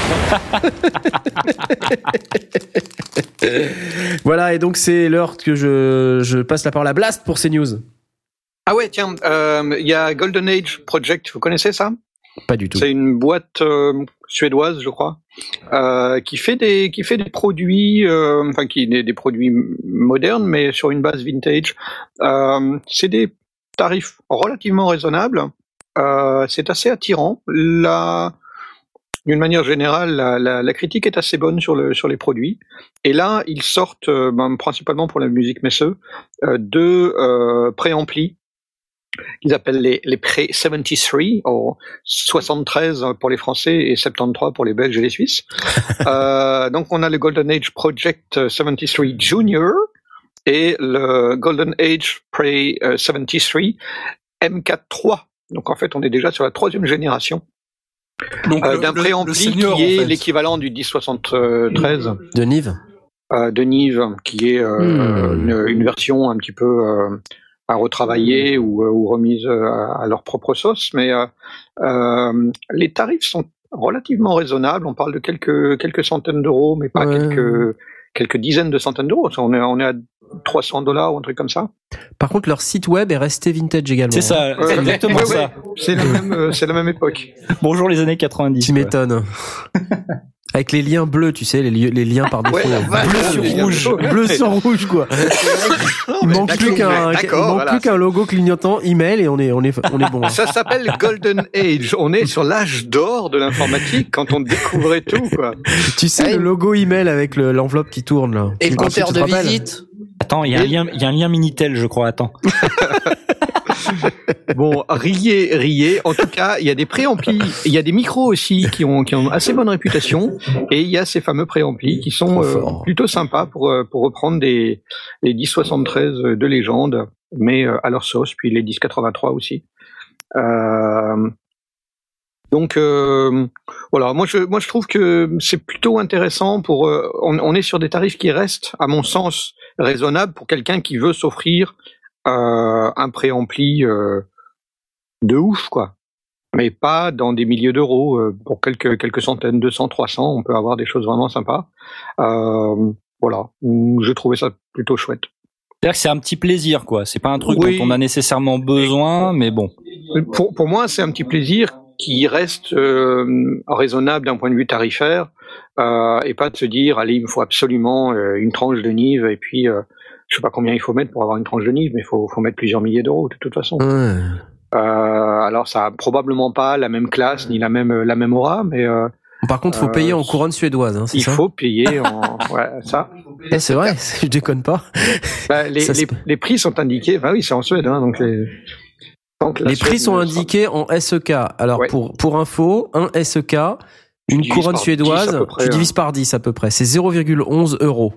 Voilà, et donc c'est l'heure que je, je passe la parole à Blast pour ces news. Ah ouais, tiens, euh, il y a Golden Age Project. Vous connaissez ça? Pas du tout. C'est une boîte euh, suédoise, je crois, euh, qui fait des qui fait des produits, euh, enfin qui des, des produits modernes, mais sur une base vintage. Euh, c'est des tarifs relativement raisonnables. Euh, c'est assez attirant. La, d'une manière générale, la, la, la critique est assez bonne sur le sur les produits. Et là, ils sortent euh, ben, principalement pour la musique messeux euh, deux euh, préamplis qu'ils appellent les, les pré soixante-treize, ou soixante-treize pour les Français et soixante-treize pour les Belges et les Suisses. euh, donc on a le Golden Age Project soixante-treize Junior et le Golden Age Pre soixante-treize M quatre trois. Donc en fait on est déjà sur la troisième génération Donc, euh, le- d'un le- préampli le senior, qui est en fait. l'équivalent du dix soixante-treize De Nive. euh, de Nive, qui est euh, Hmm. une, une version un petit peu euh, à retravailler ou, ou remises à, à leur propre sauce. Mais euh, euh, les tarifs sont relativement raisonnables. On parle de quelques quelques centaines d'euros, mais pas ouais. quelques quelques dizaines de centaines d'euros. On est on est à trois cents dollars ou un truc comme ça. Par contre, leur site web est resté vintage également. C'est ça, c'est exactement ouais, ça. Ouais. C'est la même, euh, c'est la même époque. Bonjour les années quatre-vingt-dix. Tu m'étonnes. Avec les liens bleus, tu sais, les, li- les liens par défaut. Ouais, bleu sur rouge, bleu sur rouge, quoi. Il manque plus qu'un, il manque voilà. plus qu'un logo clignotant email et on est, on est, on est bon. Ça s'appelle Golden Age. On est sur l'âge d'or de l'informatique quand on découvrait tout, quoi. Tu sais, ouais. le logo email avec le, l'enveloppe qui tourne, là. Et le compteur de visite. Attends, il y a un lien, il y a un lien Minitel, je crois, attends. Bon, riez, riez. En tout cas, il y a des préamplis, il y a des micros aussi qui ont, qui ont assez bonne réputation, et il y a ces fameux préamplis qui sont euh, plutôt sympas pour, pour reprendre des, les dix soixante-treize de légende, mais euh, à leur sauce, puis les dix quatre-vingt-trois aussi. Euh, donc euh, voilà, moi je, moi je trouve que c'est plutôt intéressant pour. Euh, on, on est sur des tarifs qui restent, à mon sens, raisonnables pour quelqu'un qui veut s'offrir euh, un préampli euh, de ouf, quoi. Mais pas dans des milliers d'euros. Euh, pour quelques quelques centaines, deux cents, trois cents, on peut avoir des choses vraiment sympas. Euh, voilà, je trouvais ça plutôt chouette. C'est-à-dire que c'est un petit plaisir, quoi. C'est pas un truc oui. dont on a nécessairement besoin, mais bon. Pour, pour moi, c'est un petit plaisir qui reste euh, raisonnable d'un point de vue tarifaire, euh, et pas de se dire, allez, il me faut absolument euh, une tranche de Nive, et puis euh, je sais pas combien il faut mettre pour avoir une tranche de Nive, mais il faut, faut mettre plusieurs milliers d'euros de toute façon. Mmh. Euh, alors ça a probablement pas la même classe ni la même la même aura, mais euh, par contre, faut euh, payer en couronne suédoise. Hein, c'est il ça faut payer en ouais, ça. Eh, c'est vrai, je déconne pas. Bah, les, les, les prix sont indiqués. Bah oui, c'est en Suède, hein, donc les. Donc, les prix sont indiqués en S E K. Alors ouais. pour pour info, un S E K, une tu couronne suédoise, près, tu divises par dix à peu près. C'est zéro virgule onze euros.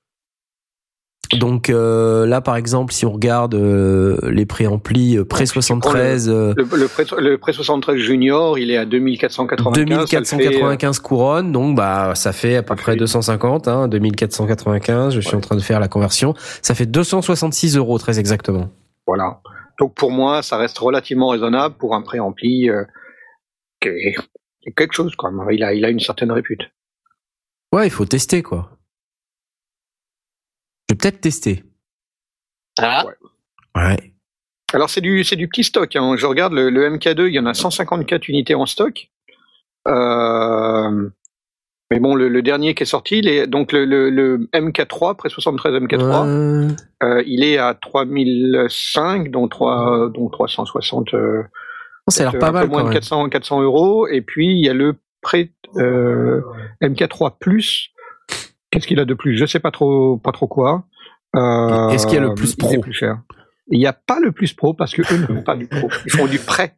Donc euh, là, par exemple, si on regarde euh, les préamplis euh, pré soixante-treize, le, le, le, pré, le pré soixante-treize junior, il est à deux mille quatre cent quatre-vingt-quinze. deux mille quatre cent quatre-vingt-quinze fait, couronnes, donc bah ça fait à peu près deux cent cinquante, hein, deux mille quatre cent quatre-vingt-quinze. Je suis ouais. en train de faire la conversion. Ça fait deux cent soixante-six euros très exactement. Voilà. Donc pour moi, ça reste relativement raisonnable pour un préampli euh, qui est quelque chose, quoi. Il a, il a une certaine répute. Ouais, il faut tester, quoi. Je vais peut-être tester. Ah. Ouais. Ouais. Alors c'est du, c'est du petit stock. Hein. Je regarde le, le M K deux, il y en a cent cinquante-quatre unités en stock. Euh, mais bon, le, le dernier qui est sorti, les, donc le, le, le M K trois, pré soixante-treize M K trois, euh... Euh, il est à trois mille cinq, dont trois, dont trois cent soixante. Euh, oh, ça a l'air pas mal. Un peu moins de quatre cents, quatre cents euros. Et puis il y a le pré euh, M K trois Plus. Qu'est-ce qu'il a de plus ? Je sais pas trop, pas trop quoi. Euh, Est-ce qu'il y a le plus pro ? Il est plus cher. Il n'y a pas le plus pro parce que eux ne font pas du pro. Ils font du prêt.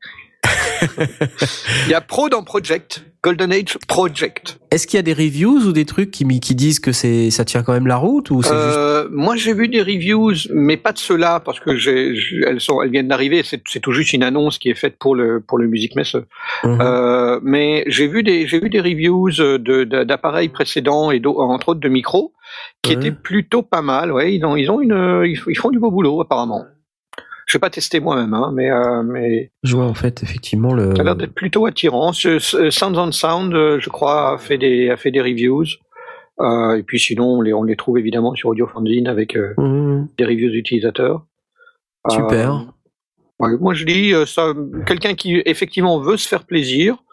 Il y a pro dans Project, Golden Age Project. Est-ce qu'il y a des reviews ou des trucs qui, qui disent que c'est, ça tient quand même la route ou c'est euh, juste... Moi, j'ai vu des reviews, mais pas de ceux-là parce que j'ai, elles sont, elles viennent d'arriver. C'est, c'est tout juste une annonce qui est faite pour le pour le Music Messe. Mm-hmm. Euh, mais j'ai vu des j'ai vu des reviews de, de d'appareils précédents et entre autres de micros qui mm-hmm. étaient plutôt pas mal. Ouais, ils ont ils ont une ils font du beau boulot apparemment. Je vais pas tester moi-même, hein, mais euh, mais. Je vois en fait effectivement le. Ça a l'air d'être plutôt attirant. Ce, ce, Sounds on Sound, je crois, a fait des a fait des reviews. Euh, et puis sinon, on les on les trouve évidemment sur Audio Fanzine avec euh, mmh. des reviews d'utilisateurs. Super. Euh, ouais, moi je dis ça, quelqu'un qui effectivement veut se faire plaisir,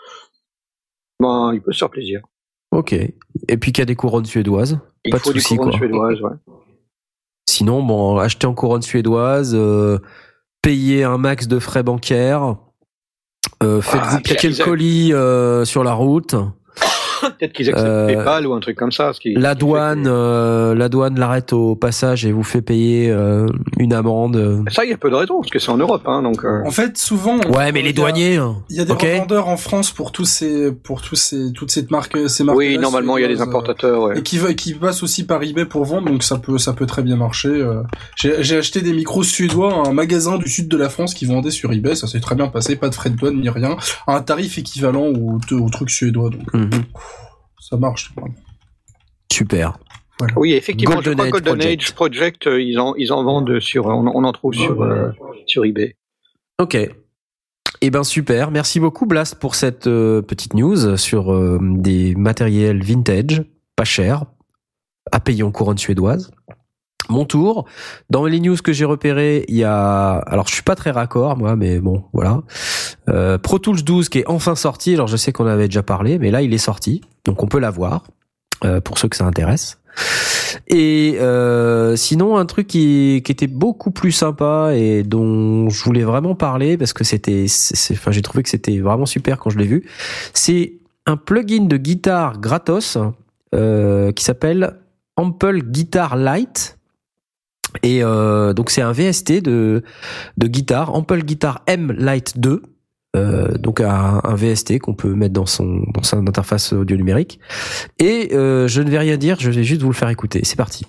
ben il peut se faire plaisir. Ok. Et puis qu'il y a des couronnes suédoises. Il pas faut de souci, des couronnes quoi. suédoises, ouais. Sinon, bon, acheter en couronne suédoise, euh, payer un max de frais bancaires, euh, faites-vous ah, claquer le colis euh, sur la route. Peut-être qu'ils acceptent euh, PayPal ou un truc comme ça. Ce qui, la ce qui douane, que... euh, la douane l'arrête au passage et vous fait payer euh, une amende. Ça, il y a peu de raison parce que c'est en Europe, hein, donc. Euh... En fait, souvent. Ouais, mais les douaniers. Il y a des okay. revendeurs en France pour tous ces, pour tous ces, toutes ces marques, ces marques. Oui, normalement, il y a des importateurs. Ouais. Et qui qui passent aussi par eBay pour vendre, donc ça peut, ça peut très bien marcher. J'ai, j'ai acheté des micros suédois à un magasin du sud de la France qui vendait sur eBay, ça s'est très bien passé, pas de frais de douane ni rien, à un tarif équivalent au, au truc suédois. Donc. Mm-hmm. Ça marche. Super. Voilà. Oui, effectivement, Golden je crois Age que Golden Project. Age Project, euh, ils en, ils en vendent sur, on, on en trouve sur, euh, sur eBay. Ok. Eh ben super, merci beaucoup Blast pour cette euh, petite news sur euh, des matériels vintage, pas cher, à payer en couronne suédoise. Mon tour. Dans les news que j'ai repérées, il y a, alors je suis pas très raccord moi, mais bon voilà. Euh, Pro Tools douze qui est enfin sorti. Alors je sais qu'on avait déjà parlé, mais là il est sorti, donc on peut l'avoir euh, pour ceux que ça intéresse. Et euh, sinon un truc qui, qui était beaucoup plus sympa et dont je voulais vraiment parler parce que c'était, c'est, enfin j'ai trouvé que c'était vraiment super quand je l'ai vu. C'est un plugin de guitare gratos euh, qui s'appelle Ample Guitar Lite. Et euh, donc c'est un V S T de de guitare, Ample Guitar M Lite deux. Euh, donc un, un V S T qu'on peut mettre dans son dans son interface audio numérique. Et euh, je ne vais rien dire, je vais juste vous le faire écouter. C'est parti.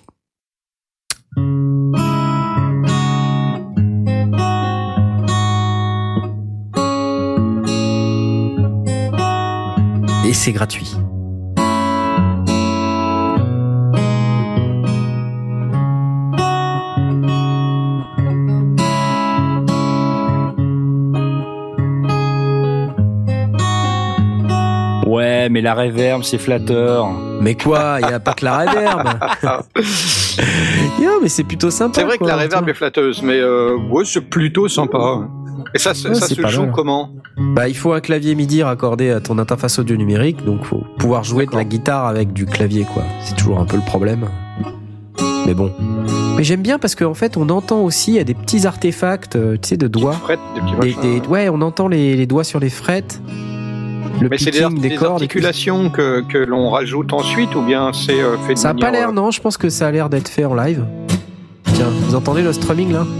Et c'est gratuit. Ouais, mais la reverb, c'est flatteur. Mais quoi, il y a pas que la reverb. Yo, mais c'est plutôt sympa. C'est vrai quoi, que la reverb est flatteuse, mais euh, ouais, c'est plutôt sympa. Et ça, Ouais, ça c'est se pas joue mal. comment? Bah, il faut un clavier MIDI raccordé à ton interface audio numérique, donc faut pouvoir jouer de la guitare avec du clavier, quoi. C'est toujours un peu le problème. Mais bon. Mais j'aime bien parce qu'en fait, on entend aussi, il y a des petits artefacts, euh, tu sais, de doigts. Frettes, des petits Des, machins. des- ouais, on entend les, les doigts sur les frettes. Le Mais c'est des, picking ar- des, des cordes. et tout. articulations que, que l'on rajoute ensuite ou bien c'est euh, fait de Ça a pas manière, l'air, non, je pense que ça a l'air d'être fait en live. Tiens, vous entendez le strumming là?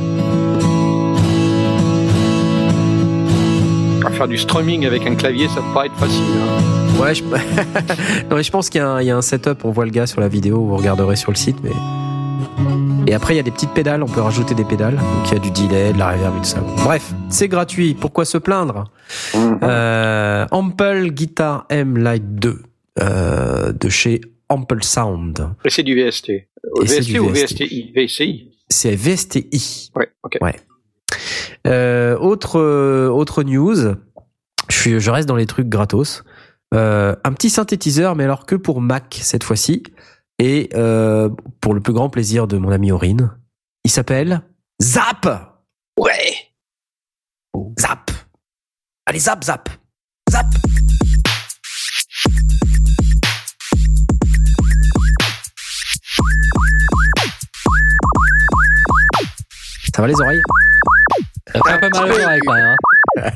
euh, à faire du strumming avec un clavier, ça peut pas être facile. Hein. Ouais, je... non, mais je pense qu'il y a, un, il y a un setup, on voit le gars sur la vidéo, vous regarderez sur le site, mais... Et après, il y a des petites pédales, on peut rajouter des pédales, donc il y a du delay, de la reverb et tout ça. Bref, c'est gratuit, pourquoi se plaindre? euh, Ample Guitar M Lite deux, euh, de chez Ample Sound. Et c'est du V S T. Et c'est V S T du ou V V S S T. T I? V S T I. C'est V S T I. Ouais, ok. Ouais. Euh, autre, euh, autre news, je, suis, je reste dans les trucs gratos. Euh, un petit synthétiseur, mais alors que pour Mac cette fois-ci. Et euh, pour le plus grand plaisir de mon ami Aurine, il s'appelle Zap. Ouais. Zap. Allez, zap, zap. Zap. Ça va les oreilles? Ça fait un peu mal aux oreilles quand même. Hein.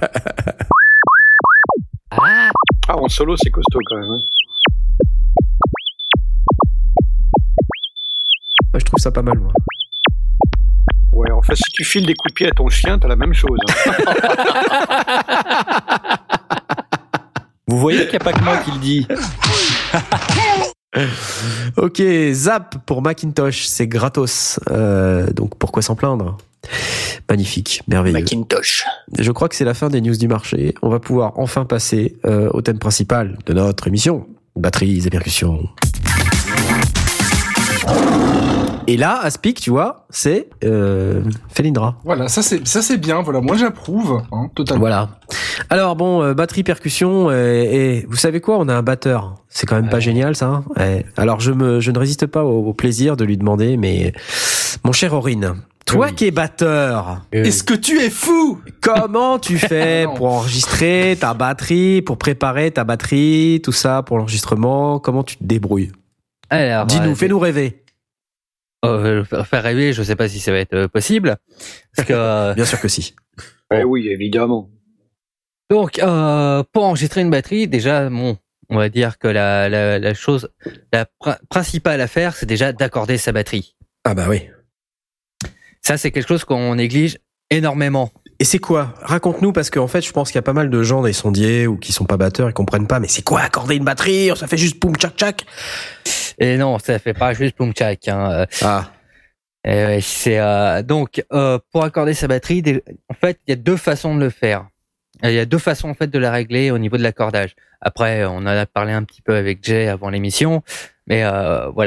Ah, Ah, en solo, c'est costaud quand même. Hein. Moi, je trouve ça pas mal, moi. Ouais, en fait, si tu files des coups de pied à ton chien, t'as la même chose. Hein. Vous voyez qu'il n'y a pas que moi qui le dis. Ok, Zap pour Macintosh, c'est gratos. Euh, donc pourquoi s'en plaindre? Magnifique, merveilleux. Macintosh. Je crois que c'est la fin des news du marché. On va pouvoir enfin passer euh, au thème principal de notre émission. Batteries et percussions. Et là, Aspic, tu vois, c'est euh, Felindra. Voilà, ça c'est ça c'est bien. Voilà, moi j'approuve, hein, totalement. Voilà. Alors bon, euh, batterie, percussion, euh, et vous savez quoi? On a un batteur. C'est quand même pas Ouais. génial, ça. Hein, ouais. Alors je me, je ne résiste pas au, au plaisir de lui demander, mais mon cher Aurine, toi Oui. qui es batteur, Est-ce que tu es fou? comment tu fais Non. pour enregistrer ta batterie, pour préparer ta batterie, tout ça pour l'enregistrement? Comment tu te débrouilles? alors, Dis-nous, euh, fais-nous rêver. euh, faire rêver, je sais pas si ça va être euh, possible. Parce que, euh, Bien sûr que si. Eh oui, évidemment. donc, euh, pour enregistrer une batterie, déjà, bon, on va dire que la, la, la chose la pr- principale à faire, c'est déjà d'accorder sa batterie. Ah bah oui. Ça, c'est quelque chose qu'on néglige énormément. Et c'est quoi? Raconte-nous, parce qu'en fait, je pense qu'il y a pas mal de gens, des sondiers ou qui sont pas batteurs, ils comprennent pas. Mais c'est quoi accorder une batterie? Ça fait juste poum tchac tchac. Et non, ça fait pas juste poum tchac. Hein. Euh, Ah. Et ouais, c'est euh, donc euh, pour accorder sa batterie, des- en fait, il y a deux façons de le faire. Il y a deux façons en fait de la régler au niveau de l'accordage. Après, on en a parlé un petit peu avec Jay avant l'émission, mais euh, voilà.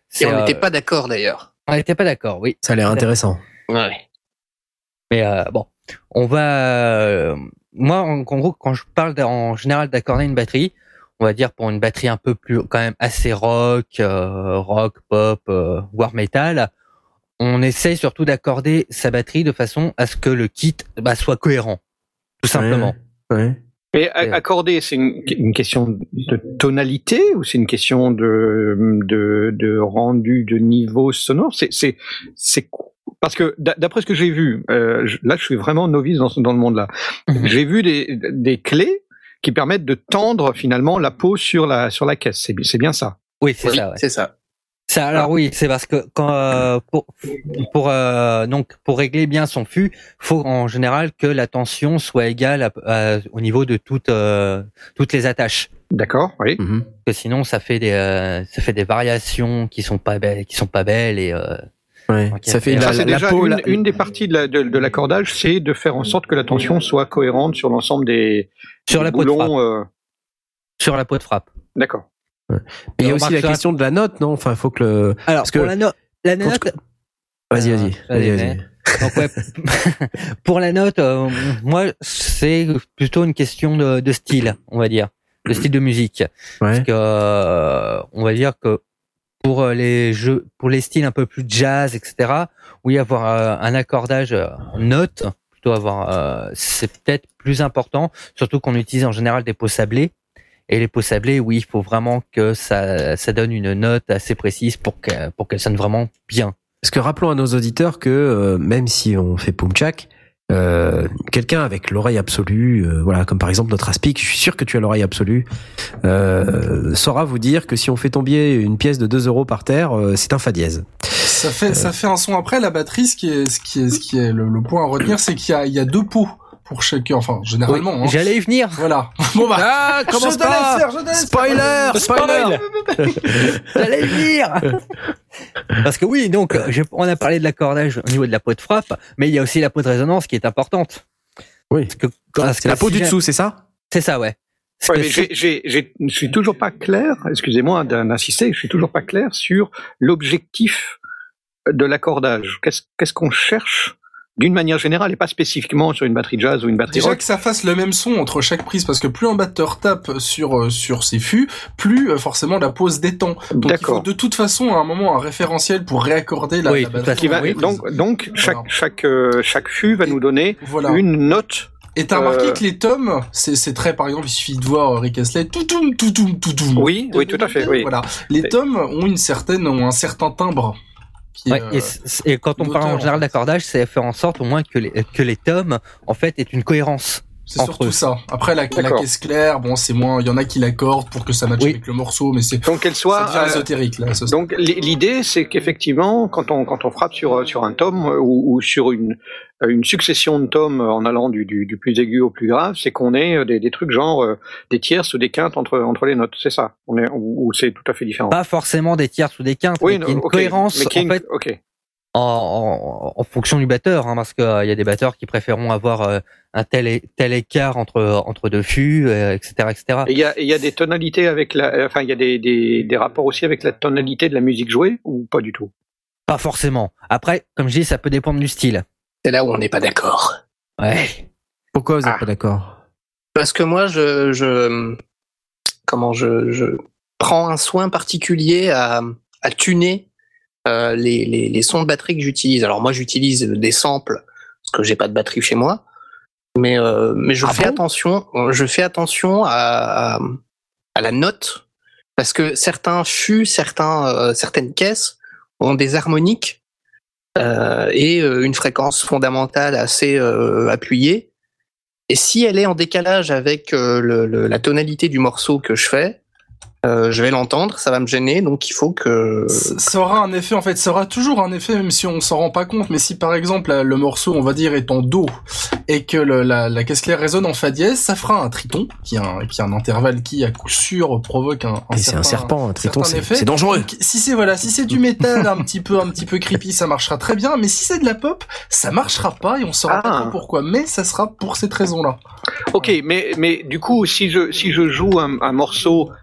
Et on n'était euh... pas d'accord d'ailleurs. On n'était pas d'accord, oui. Ça a l'air intéressant. Ouais. Mais euh, bon, on va. Euh, moi, en, en gros, quand je parle en général d'accorder une batterie, on va dire pour une batterie un peu plus, quand même assez rock, euh, rock, pop, euh, voire metal, on essaye surtout d'accorder sa batterie de façon à ce que le kit bah, soit cohérent, tout simplement. Ouais. ouais. Mais accorder, c'est une, une question de tonalité ou c'est une question de, de, de rendu de niveau sonore? C'est, c'est, c'est parce que d'après ce que j'ai vu, euh, là, je suis vraiment novice dans, dans le monde-là. Mm-hmm. J'ai vu des, des clés qui permettent de tendre finalement la peau sur la sur la caisse. C'est, c'est bien ça. Oui, c'est oui, ça. Ouais. C'est ça. Ça, alors oui, c'est parce que quand euh, pour pour euh, donc pour régler bien son fût, faut en général que la tension soit égale à, à, au niveau de toutes euh, toutes les attaches. D'accord, oui. Mm-hmm. Parce que sinon ça fait des euh, ça fait des variations qui sont pas belles, qui sont pas belles et euh, ouais, ça fait la, ça, c'est la, déjà la peau, une, la... une des parties de, la, de, de l'accordage, c'est de faire en sorte que la tension soit cohérente sur l'ensemble des sur des la boulons, peau de frappe. Euh... sur la peau de frappe. D'accord. Ouais. Mais il y a aussi la question de la note, non? Enfin, il faut que le. Alors, Parce que pour la, no- la note. Que... Vas-y, vas-y. vas-y, vas-y. Donc, ouais, pour la note, euh, moi, c'est plutôt une question de, de style, on va dire, de style de musique. Ouais. Parce que, euh, on va dire que pour les jeux, pour les styles un peu plus jazz, et cetera, oui, avoir euh, un accordage en note, plutôt avoir, euh, c'est peut-être plus important, surtout qu'on utilise en général des pots sablés. Et les pots sablés, oui, il faut vraiment que ça, ça donne une note assez précise pour que, pour qu'elle sonne vraiment bien. Parce que rappelons à nos auditeurs que euh, même si on fait Pumchak, euh, quelqu'un avec l'oreille absolue, euh, voilà, comme par exemple notre Aspic, je suis sûr que tu as l'oreille absolue, euh, saura vous dire que si on fait tomber une pièce de deux euros par terre, euh, c'est un fa dièse. Ça fait, euh... ça fait un son après. La batterie, ce qui est, ce qui est, ce qui est le, le point à retenir, c'est qu'il y a, il y a deux pots. Pour chacun, enfin généralement. Oui, hein. J'allais y venir. Voilà. Bon bah. Ah, commence je pas. Faire, je spoiler, spoiler. J'allais y venir. Parce que oui, donc on a parlé de l'accordage au niveau de la peau de frappe, mais il y a aussi la peau de résonance qui est importante. Oui. Parce que, parce c'est que la peau si du dessous, c'est ça? C'est ça, ouais. ouais mais j'ai, j'ai, j'ai, je suis toujours pas clair. Excusez-moi d'insister. Je suis toujours pas clair sur l'objectif de l'accordage. Qu'est-ce, qu'est-ce qu'on cherche? D'une manière générale et pas spécifiquement sur une batterie jazz ou une batterie Déjà rock. que ça fasse le même son entre chaque prise, parce que plus un batteur tape sur euh, sur ses fûts, plus euh, forcément la pause détend. Donc D'accord. il faut de toute façon à un moment un référentiel pour réaccorder la, oui, la batterie. Va, oui, donc donc chaque voilà. chaque euh, chaque fût va et nous donner voilà. une note. Et t'as remarqué euh... que les tomes, c'est c'est très, par exemple, il suffit de voir Rick Astley, toutoum, toutoum, toutoum. Oui, oui, tout à fait, oui. Voilà. Les tomes ont une certaine, ont un certain timbre. Ouais, euh, et, et quand on parle en général d'accordage, c'est faire en sorte au moins que les, que les tomes, en fait, aient une cohérence. C'est surtout eux. Ça. Après, la, la caisse claire, bon, c'est moins, il y en a qui l'accordent pour que ça matche oui. avec le morceau, mais c'est, donc qu'elle soit, ça devient ésotérique, là. Ça, donc, l'idée, c'est qu'effectivement, quand on, quand on frappe sur, sur un tome, ou, ou sur une, une succession de tomes en allant du, du, du plus aigu au plus grave, c'est qu'on ait des, des trucs genre, euh, des tierces ou des quintes entre, entre les notes. C'est ça. On est, ou, ou c'est tout à fait différent. Pas forcément des tierces ou des quintes, oui, mais qu'il y a une okay. cohérence, mais en une... fait. Okay. En, en, en fonction du batteur, hein, parce qu'il euh, y a des batteurs qui préféreront avoir euh, un tel, tel écart entre, entre deux fûts, euh, et cetera, et cetera. Et il y a, y a des tonalités avec la, enfin, il y a des, des, des rapports aussi avec la tonalité de la musique jouée, ou pas du tout? Pas forcément. Après, comme je dis, ça peut dépendre du style. C'est là où on n'est pas d'accord. Ouais. Pourquoi vous n'êtes ah. pas d'accord? Parce que moi, je, je, comment je, je prends un soin particulier à, à tuner Euh, les, les, les sons de batterie que j'utilise. Alors moi j'utilise des samples parce que j'ai pas de batterie chez moi, mais euh, mais je ah fais bon attention, je fais attention à, à à la note parce que certains fûts, certains euh, certaines caisses ont des harmoniques euh, et euh, une fréquence fondamentale assez euh, appuyée. Et si elle est en décalage avec euh, le, le, la tonalité du morceau que je fais, Euh, je vais l'entendre, ça va me gêner, donc il faut que... Ça, ça aura un effet, en fait, ça aura toujours un effet, même si on s'en rend pas compte, mais si par exemple le morceau, on va dire, est en Do, et que le, la, la caisse claire résonne en Fa dièse, ça fera un triton, qui a un, qui a un intervalle qui, à coup sûr, provoque un, un et certain, c'est un serpent, un triton, c'est, effet. C'est dangereux. Donc, si c'est, voilà, si c'est du métal un petit peu, un petit peu creepy, ça marchera très bien, mais si c'est de la pop, ça marchera pas, et on saura ah. pas trop pourquoi, mais ça sera pour cette raison-là. Ok, mais, mais du coup, si je, si je joue un, un morceau,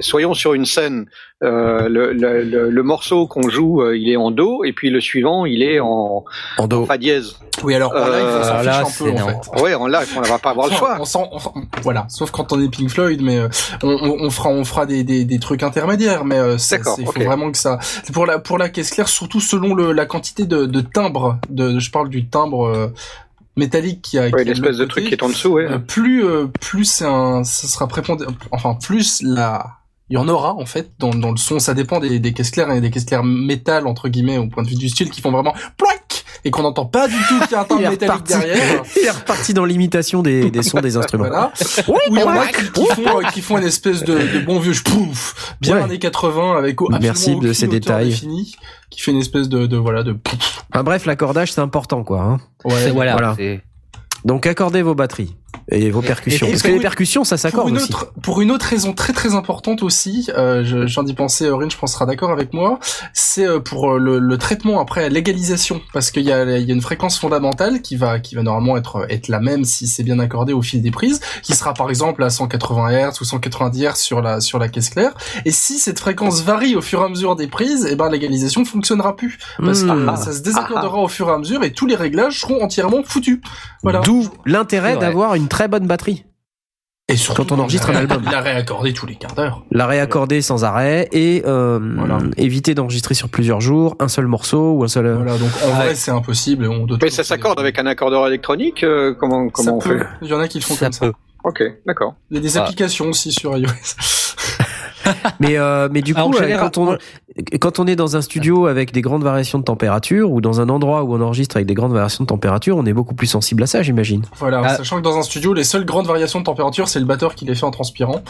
soyons sur une scène, euh, le, le, le, le morceau qu'on joue, euh, il est en do, et puis le suivant, il est en, en do, en fa dièse. Oui, alors en live, on s'en euh, là, fiche un peu, en fait. Ouais, en live, on va pas avoir le choix. On s'en, on, voilà, sauf quand on est Pink Floyd, mais euh, on, on, on fera, on fera des, des, des trucs intermédiaires, mais euh, c'est, c'est, il faut okay. vraiment que ça. Pour la, pour la caisse claire, surtout selon le, la quantité de, de timbres, de, je parle du timbre. Euh, métallique qui a ouais, l'espèce de truc qui est en dessous ouais. euh, plus euh, plus c'est un ça sera prépondérant, enfin plus la il y en aura en fait dans dans le son, ça dépend des des caisses claires et des caisses claires métal entre guillemets au point de vue du style qui font vraiment ploic et qu'on n'entend pas du tout qu'il y a un timbre métallique derrière. Il est reparti dans l'imitation des des sons des instruments. Voilà. Ou il y en a qui, qui font qui font une espèce de de bon vieux pouf bien ouais. années quatre-vingts avec merci de ces détails défini, qui fait une espèce de de voilà de enfin, bref, l'accordage c'est important quoi hein. Ouais, c'est, voilà, voilà. C'est... Donc accordez vos batteries et vos percussions. Et, et parce que les percussions, ça s'accorde aussi. Autre, pour une autre raison très très importante aussi, euh, je, je viens d'y penser, Aurine, je pense sera d'accord avec moi, c'est pour le, le traitement après l'égalisation, parce qu'il y a, il y a une fréquence fondamentale qui va qui va normalement être être la même si c'est bien accordé au fil des prises, qui sera par exemple à cent quatre-vingts hertz ou cent quatre-vingt-dix hertz sur la sur la caisse claire. Et si cette fréquence varie au fur et à mesure des prises, et ben l'égalisation fonctionnera plus, parce mmh. que ah, ça se désaccordera ah, au fur et à mesure et tous les réglages seront entièrement foutus. Voilà. D'où l'intérêt d'avoir une très bonne batterie. Et surtout quand on enregistre un album. La réaccorder tous les quarts d'heure. La réaccorder sans arrêt et euh, voilà. éviter d'enregistrer sur plusieurs jours un seul morceau ou un seul. Voilà, donc en ouais. vrai c'est impossible. On doit mais ça s'accorde des... avec un accordeur électronique. Euh, comment comment ça on peut. fait? Il y en a qui le font ça comme peut. ça. Ok, d'accord. Il y a des ah. applications aussi sur iOS. mais euh, mais du coup, Alors, euh, général... quand on quand on est dans un studio avec des grandes variations de température ou dans un endroit où on enregistre avec des grandes variations de température, on est beaucoup plus sensible à ça, j'imagine. Voilà, ah. sachant que dans un studio, les seules grandes variations de température, c'est le batteur qui les fait en transpirant.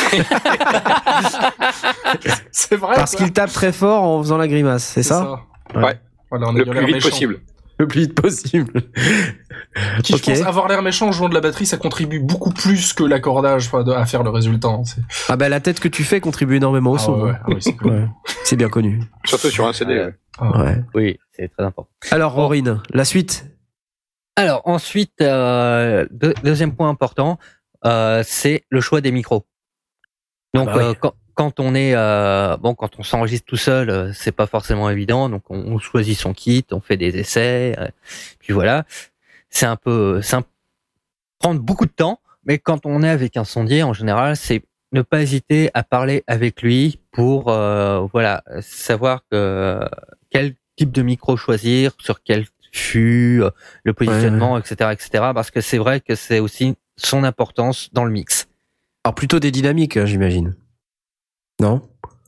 C'est vrai. Parce ça. qu'il tape très fort en faisant la grimace, c'est, c'est ça, ça. Ouais. ouais. Voilà, on le plus vite méchant. possible. Le plus vite possible. Qui, okay. Je pense, avoir l'air méchant en jouant de la batterie, ça contribue beaucoup plus que l'accordage à faire le résultat. C'est... Ah bah la tête que tu fais contribue énormément au ah, son. Ouais, ah, oui, c'est, ouais. c'est bien connu. Surtout sur un C D. Euh, ouais. Ouais. Oui, c'est très important. Alors, Aurine, la suite. Alors ensuite, euh, deux, deuxième point important, euh, c'est le choix des micros. Donc ah bah oui. euh, quand Quand on est euh, bon, quand on s'enregistre tout seul, euh, c'est pas forcément évident. Donc on, on choisit son kit, on fait des essais, euh, puis voilà. C'est un peu, c'est un, prendre beaucoup de temps. Mais quand on est avec un sondier, en général, c'est ne pas hésiter à parler avec lui pour euh, voilà savoir que, quel type de micro choisir, sur quel fût, euh, le positionnement, ouais, ouais. et cetera, et cetera. Parce que c'est vrai que c'est aussi son importance dans le mix. Alors plutôt des dynamiques, j'imagine. Non?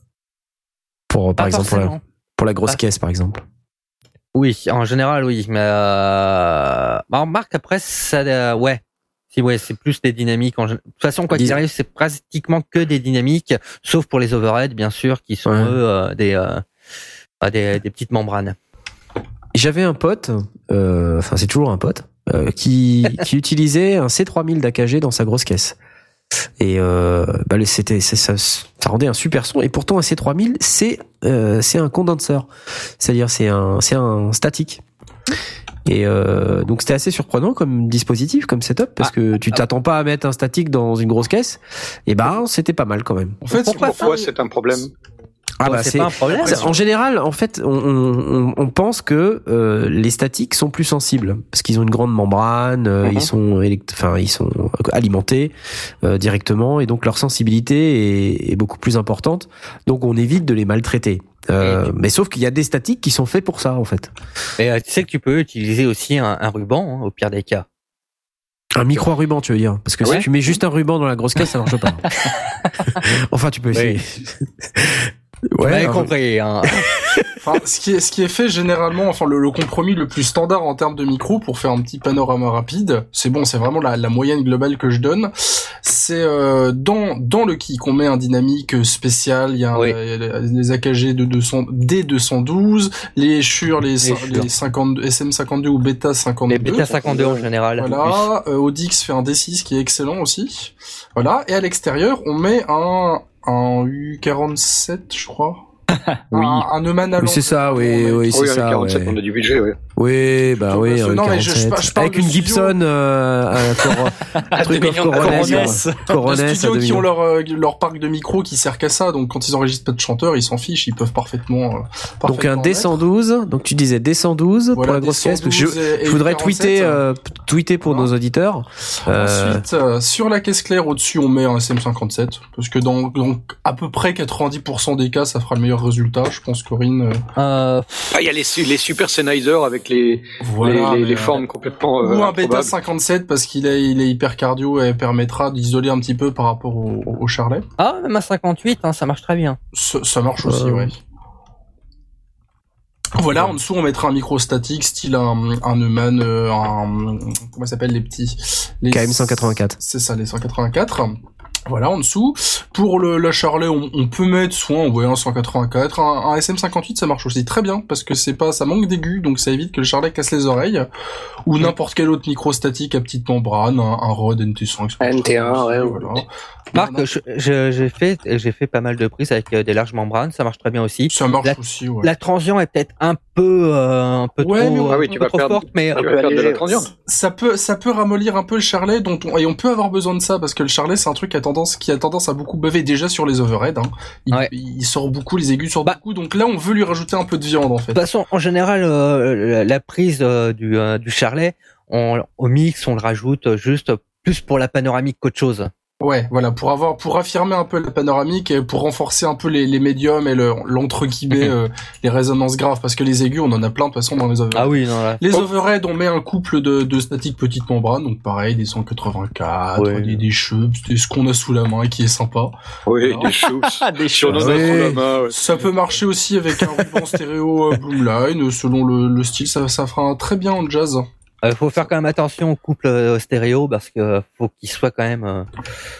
Pour, par Pas exemple, pour la, pour la grosse ah. caisse, par exemple. Oui, en général, oui. Mais, euh, bah, on remarque après, ça, euh, ouais. Si, ouais, c'est plus des dynamiques. En... De toute façon, quoi qu'il arrive, c'est pratiquement que des dynamiques, sauf pour les overheads, bien sûr, qui sont, ouais. eux, euh, des, euh, des, des petites membranes. J'avais un pote, euh, enfin, c'est toujours un pote, euh, qui, qui utilisait un C trois mille d'A K G dans sa grosse caisse. Et euh, bah c'était c'est, ça, ça rendait un super son. Et pourtant un C trois mille c'est euh, c'est un condenseur, c'est-à-dire c'est un c'est un statique. Et euh, donc c'était assez surprenant comme dispositif, comme setup, parce ah, que tu t'attends pas à mettre un statique dans une grosse caisse. Et bah c'était pas mal quand même. En fait, pourquoi, pourquoi c'est un problème? Ah bah c'est, c'est pas un problème. En général, en fait, on, on, on pense que euh, les statiques sont plus sensibles parce qu'ils ont une grande membrane, euh, mm-hmm. ils sont, élect- enfin ils sont alimentés euh, directement et donc leur sensibilité est, est beaucoup plus importante. Donc on évite de les maltraiter. Euh, tu... Mais sauf qu'il y a des statiques qui sont faits pour ça en fait. Et euh, tu sais que tu peux utiliser aussi un, un ruban hein, au pire des cas. Un micro ruban, tu veux dire? Parce que ouais. si tu mets juste un ruban dans la grosse caisse, ça marche pas. Enfin, tu peux essayer. Oui. Vous ouais, m'avez compris. Hein. Enfin, ce qui est ce qui est fait généralement, enfin le, le compromis le plus standard en termes de micro pour faire un petit panorama rapide, c'est bon, c'est vraiment la, la moyenne globale que je donne. C'est euh, dans dans le kit qu'on met un dynamique spécial. Il y a, oui. un, il y a les A K G de deux cents, D deux cent douze, les Shure, les, les, les cinquante-deux, S M cinquante-deux ou Beta cinquante-deux. Les Beta cinquante-deux en général. Voilà. Euh, Audix fait un D six qui est excellent aussi. Voilà. Et à l'extérieur, on met un un U quarante-sept, je crois. Oui. Un, un Neumann à oui, c'est ça, oui, oui, c'est oui, ça. quarante-sept, ouais. on a du budget, oui. Oui, bah plutôt oui, basseux. euh, Non, mais je- je- quarante-sept. je parle avec de une studio. Gibson, euh, un, cor- un truc deux en millions de Coronet, Coronet. euh, Coronet, Les à studios deux qui ont millions. leur euh, leur parc de micros qui sert qu'à ça, donc quand ils enregistrent pas de chanteurs, ils s'en fichent, ils peuvent parfaitement. Euh, Donc parfaitement un D mettre. cent douze, donc tu disais D cent douze Voilà, pour la D grosse cent caisse. douze Je, et- et je voudrais quarante-sept, tweeter, hein. euh, tweeter pour Voilà. nos auditeurs. Euh, Ensuite, euh, sur la caisse claire au-dessus, on met un S M cinquante-sept, parce que dans, dans à peu près quatre-vingt-dix pour cent des cas, ça fera le meilleur résultat. Je pense, Corinne. euh, Euh, Ah, il y a les, su- les super Sennheiser avec les, Voilà, les, les, mais, les euh, formes complètement. Euh, ou un Beta improbables. cinquante-sept parce qu'il est, il est hyper cardio et permettra d'isoler un petit peu par rapport au, au Charlet. Ah, même à cinquante-huit, hein, ça marche très bien. Ça, ça marche aussi, Euh. ouais. Voilà, en dessous on mettra un micro statique, style un, un Neumann, euh, un comment ça s'appelle les petits, les K M cent quatre-vingt-quatre. C'est ça, les cent quatre-vingt-quatre. Voilà, en dessous. Pour le, la Charlet, on, on peut mettre soit on voit un cent quatre-vingt-quatre, un, un S M cinquante-huit, ça marche aussi très bien parce que c'est pas, ça manque d'aigus, donc ça évite que le Charlet casse les oreilles. Ou n'importe quel autre micro statique à petite membrane, un, un Rode N T cinq. N T un, ouais, voilà. Marc, Voilà. je- je- j'ai fait, j'ai fait pas mal de prises avec euh, des larges membranes, ça marche très bien aussi. Ça marche La- aussi, ouais. La transient est peut-être un peu, euh, un peu Ouais, trop, mais on- un Ah oui, peu tu vas trop perdre- forte, mais Tu vas perdre de la transiente. Ça peut, ça peut ramollir un peu le Charlet, dont on, et on peut avoir besoin de ça parce que le Charlet c'est un truc qui a tendance, qui a tendance à beaucoup buffer déjà sur les overheads. Hein. Il, Ouais. il sort beaucoup, les aigus sortent Bah. beaucoup, donc là on veut lui rajouter un peu de viande en fait. de toute façon, en général, euh, la- la prise euh, du, euh, du Charlet, on, au mix, on le rajoute juste plus pour la panoramique qu'autre chose. Ouais, voilà, pour avoir, pour affirmer un peu la panoramique et pour renforcer un peu les, les médiums et le, l'entre guillemets, euh, les résonances graves, parce que les aigus on en a plein de toute façon dans les overheads. Ah oui, non, là. Les overheads, on met un couple de, de statiques petites membranes, donc pareil, des cent quatre-vingt-quatre, Ouais. des, des cheveux, c'est ce qu'on a sous la main et qui est sympa. Oui, Voilà. des choses. Ah, des Sur nos Ah oui. sous la main, ouais. Ça peut marcher aussi avec un ruban stéréo euh, Bloomline, euh, selon le, le style, ça, ça fera un très bien en jazz. Il faut faire quand même attention au couple euh, stéréo parce que faut qu'il soit quand même euh,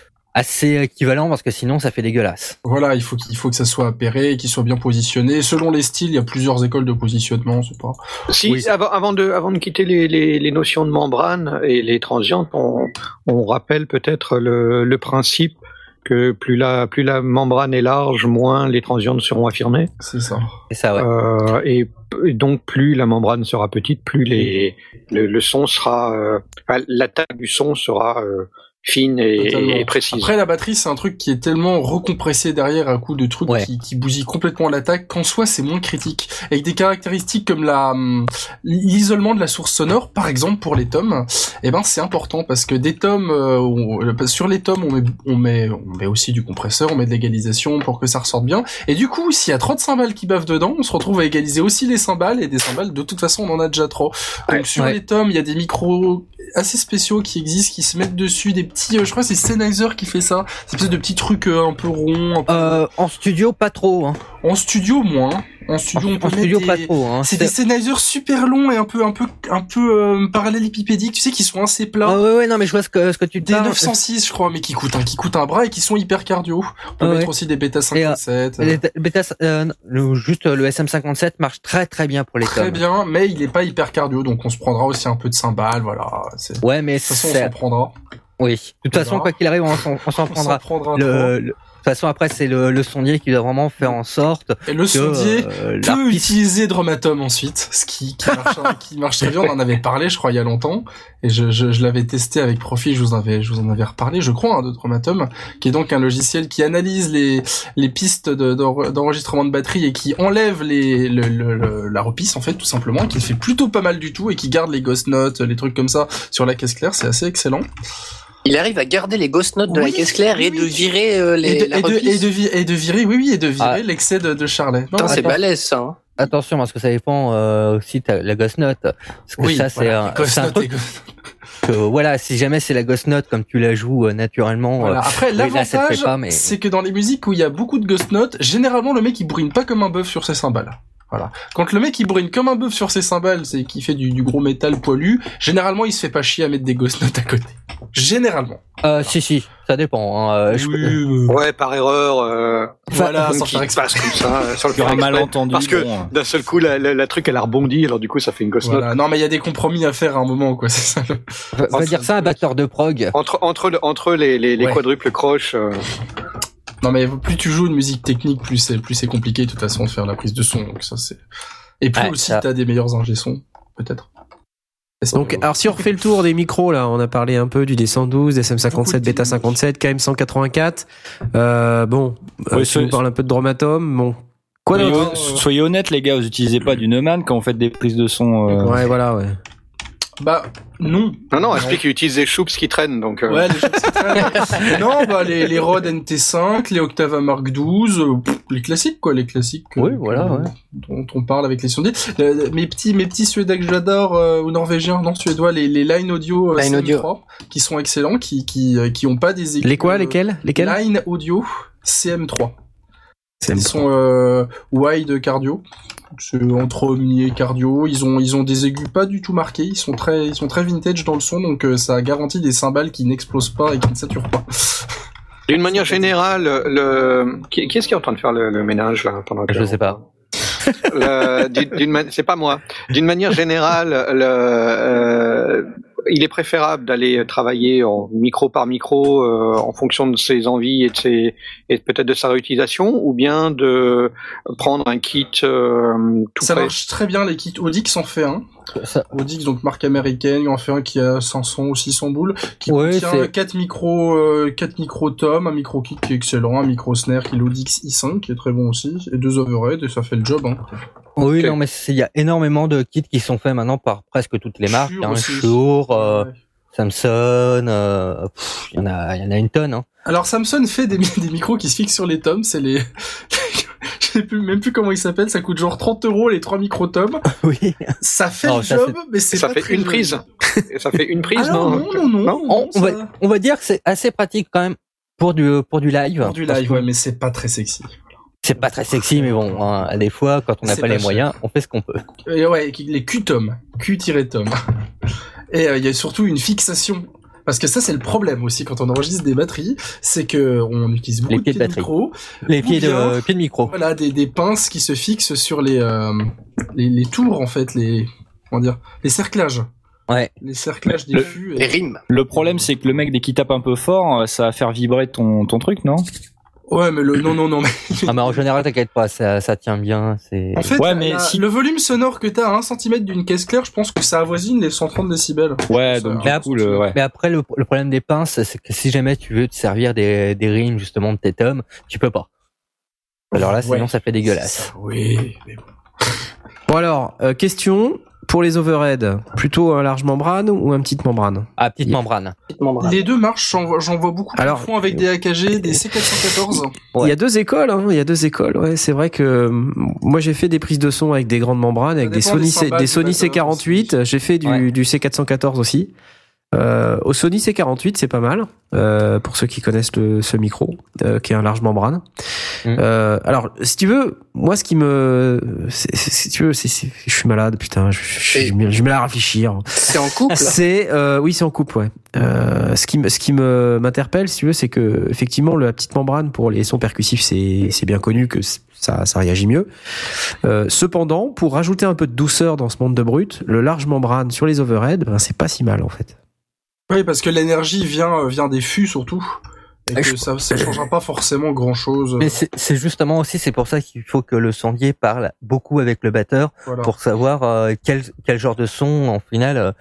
assez équivalent parce que sinon ça fait dégueulasse. Voilà, il faut qu'il faut que ça soit appairé, qu'il soit bien positionné. Selon les styles, il y a plusieurs écoles de positionnement, c'est pas. Si, Oui. avant, avant de, avant de quitter les, les, les notions de membrane et les transientes, on, on rappelle peut-être le, le principe que plus la, plus la membrane est large, moins les transientes seront affirmées. C'est ça. C'est ça, ouais. Euh, et, et donc plus la membrane sera petite, plus les, le, le son sera, euh, enfin, l'attaque du son sera euh, fine et, Totalement. et précise. Après, la batterie, c'est un truc qui est tellement recompressé derrière à coup de trucs Ouais. qui, qui bousillent complètement l'attaque qu'en soi, c'est moins critique. Avec des caractéristiques comme la, hum, l'isolement de la source sonore, par exemple, pour les tomes, eh ben, c'est important parce que des tomes, euh, on- sur les tomes, on met, on met, on met aussi du compresseur, on met de l'égalisation pour que ça ressorte bien. Et du coup, s'il y a trop de cymbales qui bavent dedans, on se retrouve à égaliser aussi les cymbales et des cymbales, de toute façon, on en a déjà trop. Donc, Ouais. sur Ouais. les tomes, il y a des micros assez spéciaux qui existent, qui se mettent dessus, des petits, euh, je crois que c'est Sennheiser qui fait ça, ces espèces de petits trucs euh, un peu ronds, un peu- Euh, en studio, pas trop. Hein. en studio moins, en studio on En, peut en studio, mettre pas des... trop. Hein. C'est des Sennheiser super longs et un peu, un peu, un peu euh, parallélépipédiques, tu sais, qui sont assez plats. Ah ouais, ouais, non, mais je vois ce que ce que tu te Des parles. neuf cent six, je crois, mais qui coûtent un, qui coûtent un bras et qui sont hyper cardio. On peut Ah mettre ouais. aussi des Beta cinquante-sept. Les bêta, euh, le, juste le S M cinquante-sept marche très très bien pour les Très tomes. bien, mais il est pas hyper cardio, donc on se prendra aussi un peu de cymbales, voilà. C'est... De Ouais, mais toute façon, on c'est, s'en prendra. oui. De toute façon, verra. quoi qu'il arrive, on s'en, on s'en On s'en prendra. prendra Le, trop. le- de toute façon, après, c'est le, le sondier qui doit vraiment faire en sorte Et le que sondier euh, peut l'artiste- utiliser Dromatom ensuite, ce qui, qui, marche, qui marche très bien. On en avait parlé, je crois, il y a longtemps, et je, je, je l'avais testé avec profit. Je vous en avais, je vous en avais reparlé, je crois, hein, de Dromatom, qui est donc un logiciel qui analyse les les pistes de, d'en- d'enregistrement de batterie et qui enlève les le, le, le- la repisse en fait, tout simplement, qui fait plutôt pas mal du tout et qui garde les ghost notes, les trucs comme ça sur la caisse claire. C'est assez excellent. Il arrive à garder les ghost notes de Oui, la caisse claire et oui, de oui. virer euh, les, Et de, la et, de, reprise. et, de, vi- et de virer, oui, oui, et de virer Ah. l'excès de, de Charlet. Non, Putain, c'est attends. balèze ça. Hein. Attention, parce que ça dépend euh, aussi de la ghost note. Parce que oui, ça, c'est voilà, un, les ghost c'est un notes, truc les ghost- que, voilà, si jamais c'est la ghost note comme tu la joues euh, naturellement, Voilà. euh, Après, oui, là, ça le l'avantage, fait pas, mais- c'est que dans les musiques où il y a beaucoup de ghost notes, généralement, le mec, il brûle pas comme un bœuf sur ses cymbales. Voilà. Quand le mec, il brûle comme un bœuf sur ses cymbales, c'est qu'il fait du, du gros métal poilu, généralement, il se fait pas chier à mettre des ghost notes à côté. Généralement. euh, si, si, ça dépend. Hein, euh, je- Oui, euh, Ouais, par erreur. Euh, voilà, donc sans il faire exprès. passe comme ça, euh, sans le Il y aura faire un exprès. malentendu. Parce que bon. d'un seul coup, la, la, la truc, elle a rebondi, alors du coup, ça fait une ghost note. Voilà. Non, mais il y a des compromis à faire à un moment, quoi, c'est ça. le- va, va dire ça, un batteur de prog. Entre, entre, le- entre les, les, les Ouais. quadruples croches, euh, Non, mais plus tu joues une musique technique, plus c'est, plus c'est compliqué, de toute façon, de faire la prise de son, donc ça, c'est... Et plus Ouais, aussi, ça. t'as des meilleurs ingé sons. peut-être. Donc, alors si on refait le tour des micros, là, on a parlé un peu du D cent douze, D S M cinquante-sept, Beta cinquante-sept, K M cent quatre-vingt-quatre. Euh, bon, ouais, euh, si on parle un peu de Dromatom, bon. Quoi soyez, d'autre hon- soyez honnêtes, les gars, vous utilisez pas du Neumann quand vous faites des prises de son. Euh... Ouais, voilà, ouais. Bah, non. Non, non, explique qu'il utilise des choups qui traînent, donc... Euh... Ouais, les choups qui traînent. Non, bah, les, les Rode N T cinq, les Octava Mark douze, euh, pff, les classiques, quoi, les classiques. Oui, euh, voilà, que- ouais. Dont on parle avec les sondiers. Euh, mes petits, mes petits suédois que j'adore, euh, ou norvégiens, non, suédois, les, les Line Audio, euh, Line C M Audio. trois, qui sont excellents, qui, qui, euh, qui ont pas des aiguilles. Les quoi, euh, lesquels Lesquels Line Audio, C M trois. C M Ils trois. sont euh, wide cardio, c'est entre omni et cardio. Ils ont ils ont des aigus pas du tout marqués. Ils sont très ils sont très vintage dans le son, donc euh, ça garantit des cymbales qui n'explosent pas et qui ne saturent pas. D'une manière générale, le... qui, qui est-ce qui est en train de faire le, le ménage, là, pendant que Je sais pas. Le- d'une, d'une ma- c'est pas moi. D'une manière générale, le, euh, il est préférable d'aller travailler en micro par micro euh, en fonction de ses envies et de ses et peut-être de sa réutilisation, ou bien de prendre un kit euh, tout Ça prêt. marche très bien, les kits Audix en fait un. Ça- Audix, donc marque américaine, il en fait un qui a cinq cents ou six cents boules, qui Ouais, contient c'est- quatre micros, euh, quatre micros toms, un micro kick qui est excellent, un micro snare qui est l'Audix i cinq qui est très bon aussi, et deux overhead, et ça fait le job, hein. Oui, Ok. non, mais c'est- il y a énormément de kits qui sont faits maintenant par presque toutes les marques. Shure Hein, aussi. Shure, euh, Ouais. Samsung, euh, pff, il y en a, il y en a une tonne. Hein. Alors Samsung fait des, mi- des micros qui se fixent sur les toms, c'est les... Je sais plus, même plus comment ils s'appellent, ça coûte genre trente euros les trois micro-toms. Oui. Ça fait Non, le ça, job, mais c'est Ça pas fait très une joli. prise. Et ça fait une prise, Alors, non non, non, non, Non non, On, on ça- va, on va dire que c'est assez pratique quand même pour du pour du live. Pour du Parce live, que ouais, mais c'est pas très sexy. C'est pas très sexy, mais bon, hein, des fois, quand on n'a C'est pas pas les cher. moyens, on fait ce qu'on peut. Et ouais, les Q-toms, Q-tom. Et euh, il y a surtout une fixation. Parce que ça, c'est le problème aussi quand on enregistre des batteries, c'est que on utilise beaucoup Les de pieds de pieds de batterie. micro. Les Ou pieds bien- de pieds de micro. Voilà, des, des pinces qui se fixent sur les, euh, les, les tours, en fait, les, comment dire, les cerclages. Ouais. Les cerclages des Le- fûts. Les Et... rimes. Le problème, c'est que le mec, dès qu'il tape un peu fort, euh, ça va faire vibrer ton, ton truc, non? Ouais, mais le, non, non, non, mais... Ah, mais en général, t'inquiète pas, ça, ça tient bien. C'est. En fait, Ouais, la- mais la- si- le volume sonore que t'as à un centimètre d'une caisse claire, je pense que ça avoisine les cent trente décibels. Ouais, Ça, donc un du coup, le, ouais. Mais après, le, le problème des pinces, c'est que si jamais tu veux te servir des, des rimes justement de tes tomes, tu peux pas. Alors là, sinon, Ouais. ça fait dégueulasse. Ça, oui, mais bon. Bon alors, euh, question pour les overhead, plutôt un large membrane ou un petite membrane? Ah, petite Yeah. membrane. Petite membrane. Les deux marchent, j'en vois, j'en vois beaucoup qui Alors- font avec des A K G, des C quatre cent quatorze. Il y a deux écoles, hein. Il y a deux écoles. Ouais, c'est vrai que euh, moi j'ai fait des prises de son avec des grandes membranes, avec des dépend des Sony, C- cymbales des du Sony batteur C quarante-huit. J'ai fait du, Ouais. du C quatre cent quatorze aussi. Euh, au Sony C quarante-huit, c'est pas mal euh, pour ceux qui connaissent le, ce micro, euh, qui est un large membrane. Mm. Euh, alors, si tu veux, moi ce qui me, c'est- c'est- si tu veux, c'est, c'est- je suis malade, putain, je, je, je, Et- je me je me mets à réfléchir. C'est en couple. C'est euh, oui, c'est en couple, ouais. Euh, ce qui me ce qui me m'interpelle, si tu veux, c'est que effectivement la petite membrane pour les sons percussifs, c'est c'est bien connu que c- ça ça réagit mieux. Euh, cependant, pour rajouter un peu de douceur dans ce monde de brut, le large membrane sur les overhead, ben c'est pas si mal en fait. Oui, parce que l'énergie vient, euh, vient des fûts surtout. Et Ah, que je- ça, ça changera pas forcément grand chose. Mais c'est c'est justement aussi, c'est pour ça qu'il faut que le sondier parle beaucoup avec le batteur Voilà. pour savoir euh, quel, quel genre de son, en final, euh,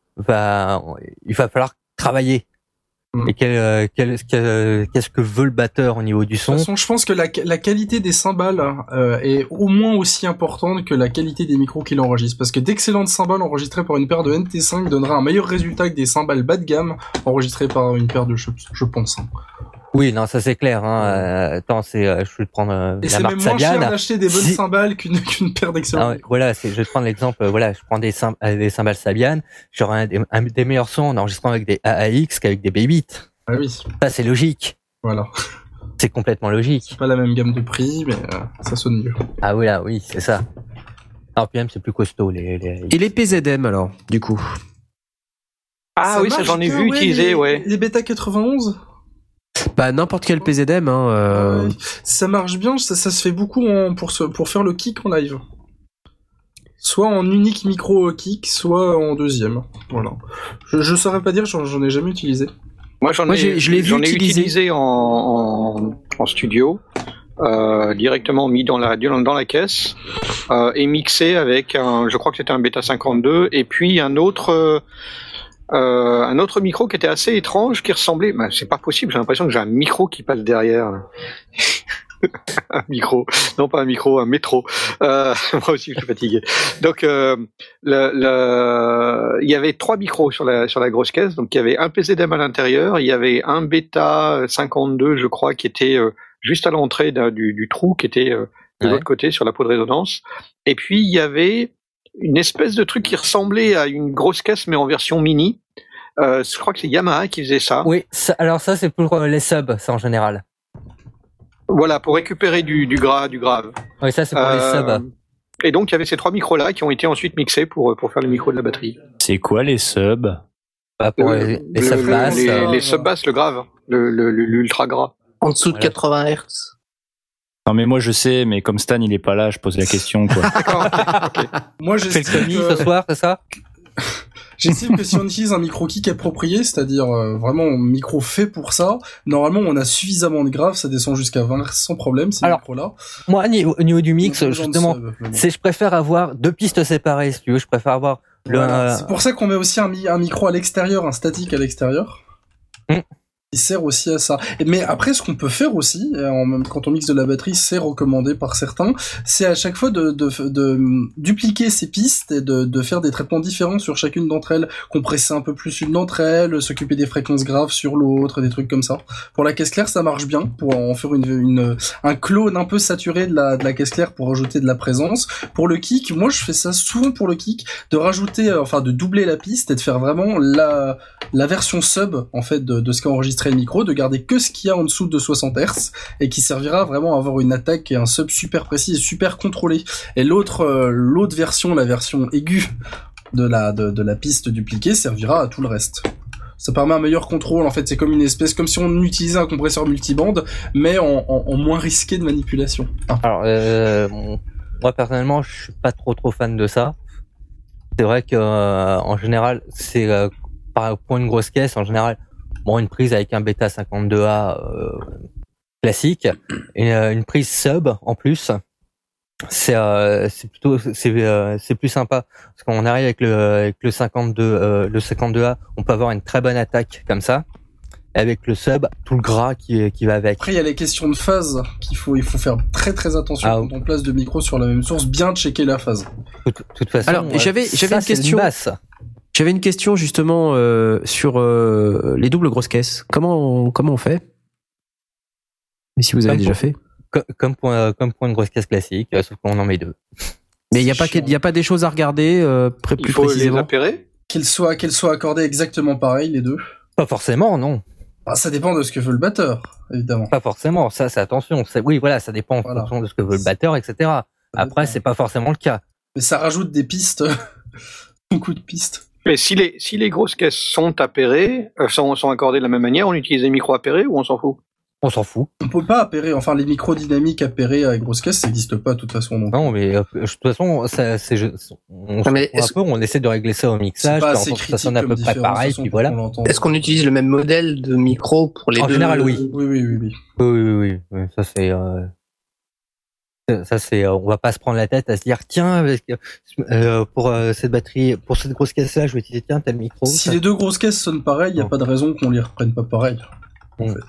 va, il va falloir travailler. Mm. Et quel, euh, quel, quel- qu'est-ce que veut le batteur au niveau du De son. toute façon, je pense que la, la qualité des cymbales euh, est au moins aussi importante que la qualité des micros qu'il enregistre. Parce que d'excellentes cymbales enregistrées par une paire de N T cinq donnera un meilleur résultat que des cymbales bas de gamme enregistrées par une paire de Schups, je pense. hein. Oui, non, ça c'est clair. Hein. Euh, attends, c'est, euh, je vais te prendre euh, Et la c'est marque même moins cher Sabian. d'acheter des bonnes Si- cymbales qu'une qu'une paire Ah d'excellentes. ouais, voilà, c'est, je vais te prendre l'exemple. euh, Voilà, je prends des, cym- euh, des cymbales Sabian. J'aurai un, des- un des meilleurs sons en enregistrant avec des A A X qu'avec des Babybeat. Ah oui, Ça, c'est logique. voilà. C'est complètement logique. C'est pas la même gamme de prix, mais euh, ça sonne mieux. Ah oui, là, oui, c'est ça. R P M, c'est plus costaud. Les, les... Et les P Z M alors, du coup. Ah oui, ça marche j'en ai que, vu utiliser, les, ouais. Les Beta quatre-vingt-onze, Bah n'importe quel P Z M, hein. Euh... ouais, ça marche bien, ça, ça se fait beaucoup en, pour, se, pour faire le kick en live. Soit en unique micro kick, soit en deuxième. Voilà. Je, je saurais pas dire, j'en, j'en ai jamais utilisé. Moi, j'en Moi, ai, j'ai- je l'ai vu j'en ai utiliser. utilisé en, en, en studio. euh, directement mis dans la dans la caisse euh, et mixé avec un, je crois que c'était un Beta cinquante-deux et puis un autre euh, euh, un autre micro qui était assez étrange, qui ressemblait, bah, c'est pas possible, j'ai l'impression que j'ai un micro qui passe derrière. Un micro, non pas un micro, un métro. Euh, moi aussi je suis fatigué. Donc euh, le, le, il y avait trois micros sur la sur la grosse caisse. Donc il y avait un P Z M à l'intérieur, il y avait un Beta cinquante-deux, je crois, qui était euh, juste à l'entrée du, du trou, qui était euh, de ouais. l'autre côté sur la peau de résonance. Et puis il y avait une espèce de truc qui ressemblait à une grosse caisse mais en version mini. Euh, je crois que c'est Yamaha qui faisait ça. Oui, ça, alors ça c'est pour les subs, ça en général. Voilà, pour récupérer du, du gras, du grave. Oui, ça c'est pour euh, les subs. Et donc il y avait ces trois micros-là qui ont été ensuite mixés pour pour faire le micro de la batterie. C'est quoi les subs? Bah, pour le, les, les sub basses. Les, euh... les sub basses, le grave, le, le, le, l'ultra gras. En dessous de voilà. quatre-vingts hertz. Non mais moi je sais, mais comme Stan il est pas là, je pose la question quoi. D'accord. Okay, okay. Moi je sais que... ce soir, c'est ça? J'estime que si on utilise un micro kick approprié, c'est-à-dire euh, vraiment un micro fait pour ça, normalement on a suffisamment de graves, ça descend jusqu'à vingt sans problème ces Alors, micros-là. Moi au niveau, au niveau du mix, justement, c'est je préfère avoir deux pistes séparées, si tu veux, je préfère avoir le. Voilà. C'est pour ça qu'on met aussi un, un micro à l'extérieur, un statique à l'extérieur. Mmh. Il sert aussi à ça. Mais après, ce qu'on peut faire aussi, quand on mixe de la batterie, c'est recommandé par certains, c'est à chaque fois de, de, de, de dupliquer ces pistes et de, de faire des traitements différents sur chacune d'entre elles, compresser un peu plus une d'entre elles, s'occuper des fréquences graves sur l'autre, des trucs comme ça. Pour la caisse claire, ça marche bien, pour en faire une, une, un clone un peu saturé de la, de la caisse claire pour rajouter de la présence. Pour le kick, moi je fais ça souvent pour le kick, de rajouter, enfin de doubler la piste et de faire vraiment la, la version sub, en fait, de, de ce qu'a enregistré le micro, de garder que ce qu'il y a en dessous de soixante hertz et qui servira vraiment à avoir une attaque et un sub super précis et super contrôlé. Et l'autre euh, l'autre version, la version aiguë de la de, de la piste dupliquée, servira à tout le reste. Ça permet un meilleur contrôle. En fait, c'est comme une espèce, comme si on utilisait un compresseur multibande, mais en, en, en moins risqué de manipulation. Ah. Alors, euh, moi personnellement, je suis pas trop trop fan de ça. C'est vrai que euh, en général, c'est euh, pour une grosse caisse, en général. Bon, une prise avec un Beta cinquante-deux A euh, classique et euh, une prise sub en plus, c'est euh, c'est plutôt c'est euh, c'est plus sympa parce qu'on arrive avec le avec le cinquante-deux euh, le cinquante-deux A, on peut avoir une très bonne attaque comme ça. Et avec le sub, tout le gras qui qui va avec. Après, il y a les questions de phase qu'il faut il faut faire très très attention ah, quand on place deux micros sur la même source, bien checker la phase. De toute, toute façon. Alors, euh, j'avais j'avais ça, une question. Une J'avais une question justement euh, sur euh, les doubles grosses caisses. Comment on, comment on fait? Et si vous avez comme déjà pour, fait? Comme, comme pour euh, comme pour une grosse caisse classique, euh, sauf qu'on en met deux. Mais il y a pas il y a pas des choses à regarder euh, pré- plus il faut précisément. Les appairer Qu'elles soient qu'elles soient accordées exactement pareil les deux. Pas forcément, non. Ah, ça dépend de ce que veut le batteur, évidemment. Pas forcément. Ça, c'est attention. C'est, oui, voilà, ça dépend en voilà. fonction de ce que veut le batteur, et cetera. Ça Après, dépend. C'est pas forcément le cas. Mais ça rajoute des pistes, beaucoup de pistes. Mais si les, si les grosses caisses sont appairées, euh, sont, sont accordées de la même manière, on utilise des micros appairés ou on s'en fout? On s'en fout. On peut pas appairer, enfin les micros dynamiques appairés avec grosses caisses, ça n'existe pas de toute façon. Donc. Non, mais euh, de toute façon, ça, c'est, on, non, mais un peu, on essaie de régler ça au mixage, faire en sorte que ça sonne à peu près pareil, puis voilà. Est-ce qu'on utilise le même modèle de micro pour les en deux? En général, oui. Oui, oui, oui, oui. Oui, oui, oui. oui. Ça c'est. Euh... Ça c'est, on va pas se prendre la tête à se dire tiens euh, pour euh, cette batterie, pour cette grosse caisse là, je vais utiliser tiens tel micro. Si ça... les deux grosses caisses sonnent pareil, il y a non. pas de raison qu'on les reprenne pas pareil. En mmh. fait.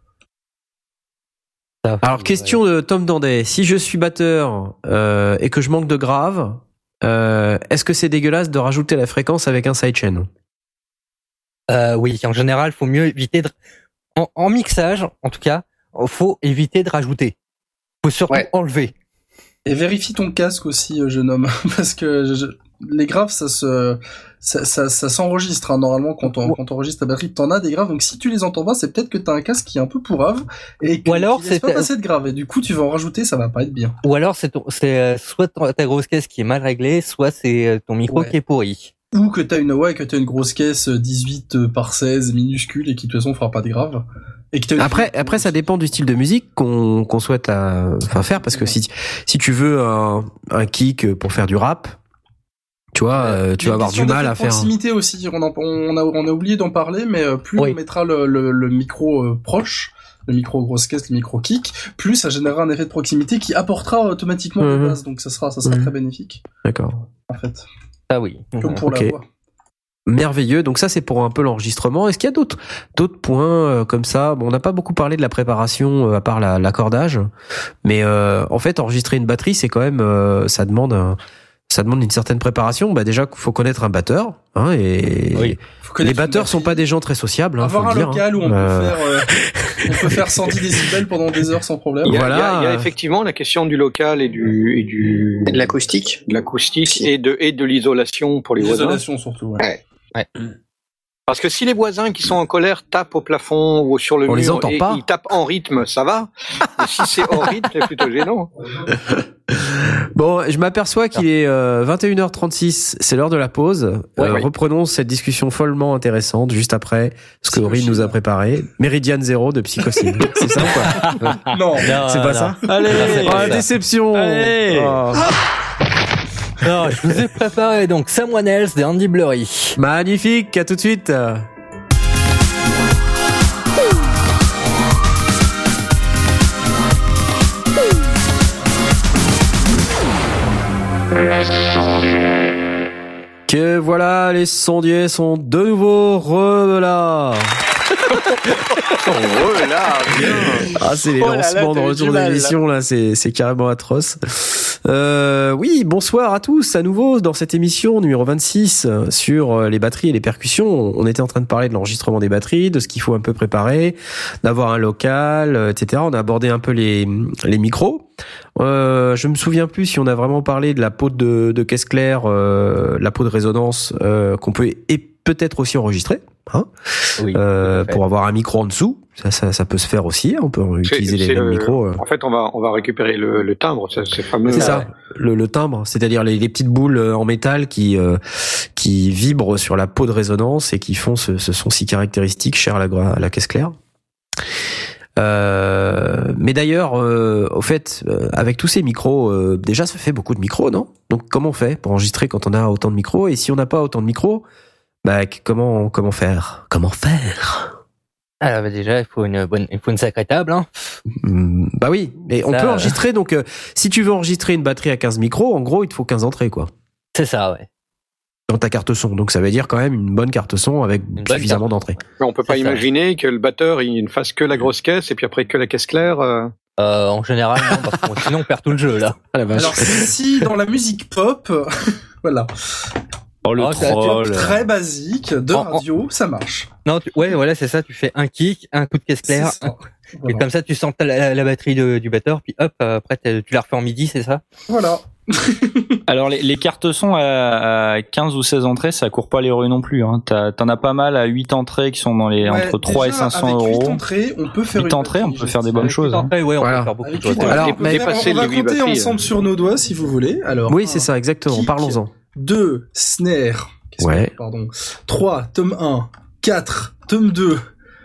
Ça, Alors question ouais. de Tom Dandet, si je suis batteur euh, et que je manque de grave, euh, est-ce que c'est dégueulasse de rajouter la fréquence avec un sidechain? euh, Oui, en général, faut mieux éviter de, en, en mixage, en tout cas, faut éviter de rajouter. Faut surtout ouais. enlever. Et vérifie ton casque aussi, jeune homme, parce que je, les graves, ça se, ça, ça, ça s'enregistre hein, normalement quand on, quand on enregistre ta batterie. T'en as des graves, donc si tu les entends pas, c'est peut-être que t'as un casque qui est un peu pourrave et que, ou alors qui laisse c'est pas passer de grave. Et du coup, tu vas en rajouter, ça va pas être bien. Ou alors c'est, ton, c'est soit ta grosse caisse qui est mal réglée, soit c'est ton micro ouais. qui est pourri. Ou que t'as une ouais, que t'as une grosse caisse dix-huit par seize minuscule et qui de toute façon fera pas de graves. Et qui après, après, ça dépend du style de musique qu'on, qu'on souhaite à, enfin, faire, parce que si, si tu veux un, un kick pour faire du rap, tu vois, euh, tu vas avoir du mal à faire. Proximité aussi, on, en, on a, on a oublié d'en parler, mais plus oui. on mettra le, le, le micro euh, proche, le micro grosse caisse, le micro kick, plus ça générera un effet de proximité qui apportera automatiquement mmh. des basses, donc ça sera, ça sera mmh. très bénéfique. D'accord. En fait. Ah oui. Comme pour okay. la voix. Merveilleux. Donc ça, c'est pour un peu l'enregistrement. Est-ce qu'il y a d'autres d'autres points euh, comme ça? Bon, on n'a pas beaucoup parlé de la préparation euh, à part la, l'accordage, mais euh, en fait, enregistrer une batterie, c'est quand même, euh, ça demande, un, ça demande une certaine préparation. Bah déjà, faut connaître un batteur, hein, et oui. les batteurs sont pas des gens très sociables. Hein, avoir faut un le dire, local hein. où on euh... peut faire, euh, on peut faire cent dix décibels pendant des heures sans problème. Il y a, voilà. il y a, il y a effectivement la question du local et du et du et de l'acoustique, de l'acoustique et de et de l'isolation pour les voisins. L'isolation surtout. Ouais. ouais. ouais. Parce que si les voisins qui sont en colère tapent au plafond ou sur le on mur les entend et pas. ils tapent en rythme, ça va. Mais si c'est hors rythme, c'est plutôt gênant. Bon, je m'aperçois qu'il est euh, vingt et une heures trente-six, c'est l'heure de la pause. Ouais, euh, ouais. Reprenons cette discussion follement intéressante juste après ce que Aurine nous a préparé. Meridian Zero de Psychocine. C'est ça ou quoi? Non, non, c'est pas non. ça. Allez, oh, la déception. Allez. Oh. Non, je vous ai préparé donc Someone Else de Andy Blurry. Magnifique, à tout de suite. Que voilà, les sondiers sont de nouveau re-là. Oh là, bien. Ah, c'est les oh là lancements là, de retour d'émission, là, c'est, c'est carrément atroce. Euh, oui, bonsoir à tous, à nouveau, dans cette émission numéro vingt-six, sur les batteries et les percussions. On était en train de parler de l'enregistrement des batteries, de ce qu'il faut un peu préparer, d'avoir un local, et cetera. On a abordé un peu les, les micros. Euh, je me souviens plus si on a vraiment parlé de la peau de, de caisse claire, euh, la peau de résonance, euh, qu'on peut et peut-être aussi enregistrer. Hein oui, euh, pour avoir un micro en dessous, ça, ça, ça peut se faire aussi. On peut utiliser c'est, les c'est mêmes le, micros. En fait, on va, on va récupérer le, le timbre, c'est, c'est fameux. C'est ça, le, le timbre, c'est-à-dire les, les petites boules en métal qui, euh, qui vibrent sur la peau de résonance et qui font ce, ce son si caractéristique cher à la, à la caisse claire. Euh, mais d'ailleurs, euh, au fait, euh, avec tous ces micros, euh, déjà, ça fait beaucoup de micros, non? Donc, comment on fait pour enregistrer quand on a autant de micros? Et si on n'a pas autant de micros, bah, comment, comment faire? Comment faire? Alors, bah, déjà, il faut une bonne, il faut une sacrée table, hein. Mmh, bah oui, mais on ça, peut enregistrer, donc, euh, si tu veux enregistrer une batterie à quinze micros, en gros, il te faut quinze entrées, quoi. C'est ça, ouais. Dans ta carte son, donc ça veut dire quand même une bonne carte son avec une suffisamment d'entrées. On peut pas c'est imaginer ça. Que le batteur il ne fasse que la grosse caisse et puis après que la caisse claire. Euh... Euh, en général, non, parce que sinon on perd tout le jeu là. Ah, la vache. Alors si dans la musique pop, voilà. Oh le oh, troll. Très basique de en, radio, en... ça marche. Non, tu... ouais, voilà, c'est ça. Tu fais un kick, un coup de caisse claire, un... voilà. Et comme ça, tu sens la, la batterie de, du batteur, puis hop, après tu la refais en midi, c'est ça? Voilà. Alors les, les cartes son à, à quinze ou seize entrées, ça court pas les rues non plus. Hein. T'as, t'en as pas mal à huit entrées qui sont dans les ouais, entre trois et cinq cents euros. huit entrées, on peut faire huit entrées, on peut faire des bonnes choses. Hein. Ouais, on voilà. peut faire beaucoup de choses. Alors, on, mais on va compter batteries, ensemble sur nos doigts si vous voulez. Alors, oui, c'est ça, exactement. Kick, parlons-en. deux snare. Ouais. Pardon. trois tome un, quatre tome deux,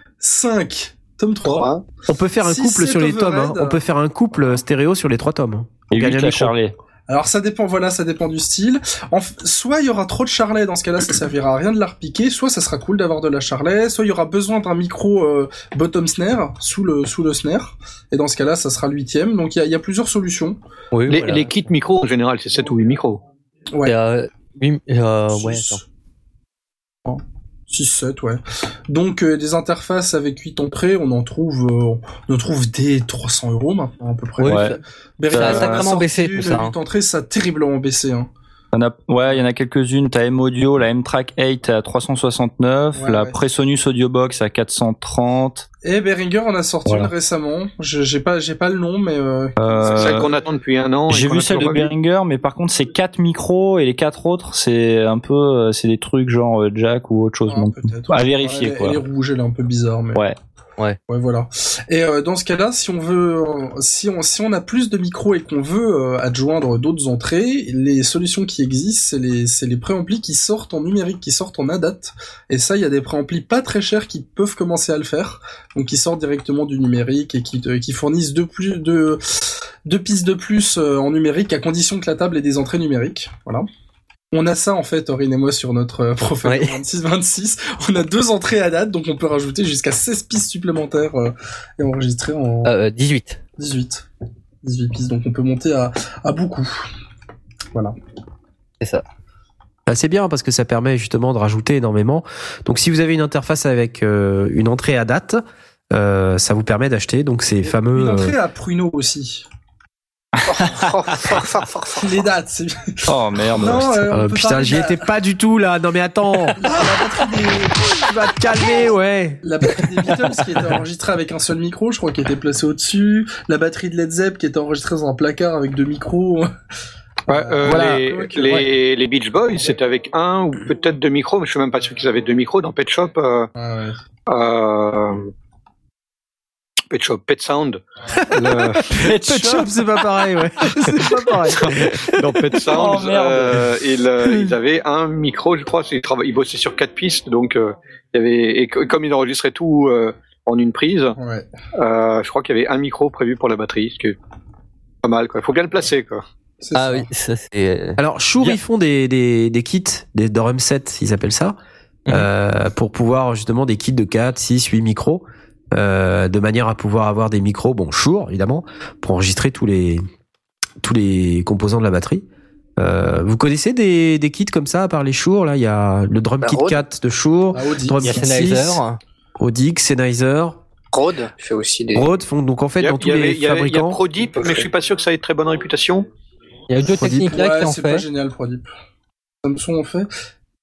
cinq tome trois. On peut faire un couple sur les tomes. Hein. On peut faire un couple stéréo sur les trois tomes. Et huit la charlet. Alors ça dépend, voilà, ça dépend du style. En, soit il y aura trop de charlet, dans ce cas-là, ça servira à rien de la repiquer. Soit ça sera cool d'avoir de la charlet. Soit il y aura besoin d'un micro euh, bottom snare sous le sous le snare. Et dans ce cas-là, ça sera le huitième. Donc il y a, y a plusieurs solutions. Oui, les, voilà. les kits micros en général, c'est sept ou huit micros. Ouais. Euh, oui, euh, ouais. Attends. six sept, ouais. Donc euh, des interfaces avec huit entrées, on en trouve, euh, on en trouve des trois cents euros maintenant à peu près. Ouais. ouais. Ça a sacrément baissé tout ça. huit entrées, ça a terriblement baissé. Hein. Il y en a, ouais, il y en a quelques-unes. T'as M-Audio, la M-Track huit à trois cent soixante-neuf, ouais, la ouais. Presonus Audio Box à quatre cent trente. Et Behringer en a sorti voilà. une récemment. Je, j'ai pas, j'ai pas le nom, mais euh... Euh, c'est celle qu'on attend depuis un an. J'ai vu celle de Behringer, mais par contre c'est quatre micros et les quatre autres c'est un peu, c'est des trucs genre jack ou autre chose. Ah, donc, à vérifier ouais, quoi. Elle est rouge, elle est un peu bizarre, mais. Ouais. Ouais. Ouais, voilà. Et euh, dans ce cas-là, si on veut, euh, si on si on a plus de micros et qu'on veut euh, adjoindre d'autres entrées, les solutions qui existent, c'est les c'est les préamplis qui sortent en numérique, qui sortent en A D A T. Et ça, il y a des préamplis pas très chers qui peuvent commencer à le faire, donc qui sortent directement du numérique et qui qui fournissent deux plus de deux pistes de plus euh, en numérique à condition que la table ait des entrées numériques. Voilà. On a ça en fait, Aurine et moi, sur notre profil ouais. vingt-six vingt-six. On a deux entrées à date, donc on peut rajouter jusqu'à seize pistes supplémentaires euh, et enregistrer en euh, dix-huit. dix-huit. dix-huit pistes, donc on peut monter à, à beaucoup. Voilà. C'est ça. Bah, c'est bien parce que ça permet justement de rajouter énormément. Donc si vous avez une interface avec euh, une entrée à date, euh, ça vous permet d'acheter donc ces fameux. Une entrée à Pruno aussi. Les dates, c'est bien. Oh merde. Non, euh, euh, putain, j'y étais pas du tout là. Non mais attends. La batterie des... Tu vas te calmer, ouais. La batterie des Beatles qui était enregistrée avec un seul micro, je crois, qui était placée au-dessus. La batterie de Led Zepp qui était enregistrée dans un placard avec deux micros. Ouais, euh, voilà. les, okay, les, ouais. les Beach Boys, c'était avec un ou peut-être deux micros, mais je suis même pas sûr qu'ils avaient deux micros dans Pet Shop. Euh, ah ouais. euh, Pet Shop, Pet Sound. Le... Pet, Pet Shop, c'est pas pareil, ouais. C'est pas pareil. Dans Pet Sound, oh, euh, ils, euh, ils avaient un micro, je crois. Ils, trava... ils bossaient sur quatre pistes, donc euh, il y avait et comme ils enregistraient tout euh, en une prise, ouais. euh, je crois qu'il y avait un micro prévu pour la batterie, ce qui est pas mal, quoi. Il faut bien le placer, quoi. C'est ah ça. Oui, ça c'est. Alors Shure, yeah. ils font des des des kits, des drum sets, ils appellent ça, mmh. euh, pour pouvoir justement des kits de quatre, six, huit micros. Euh, de manière à pouvoir avoir des micros, bon, Shure évidemment, pour enregistrer tous les tous les composants de la batterie. Euh, vous connaissez des des kits comme ça à part les Shure là, il y a le Drum bah, Kit Rode. quatre de Shure, ah, Drum Kit six, Audix, Sennheiser. Rode fait aussi des. Rode font donc en fait a, dans tous les y avait, fabricants. Il y a Prodip, mais je suis pas sûr que ça ait très bonne réputation. Il y a deux techniques là ouais, qui en c'est fait. C'est pas génial Prodip. Samsung en fait.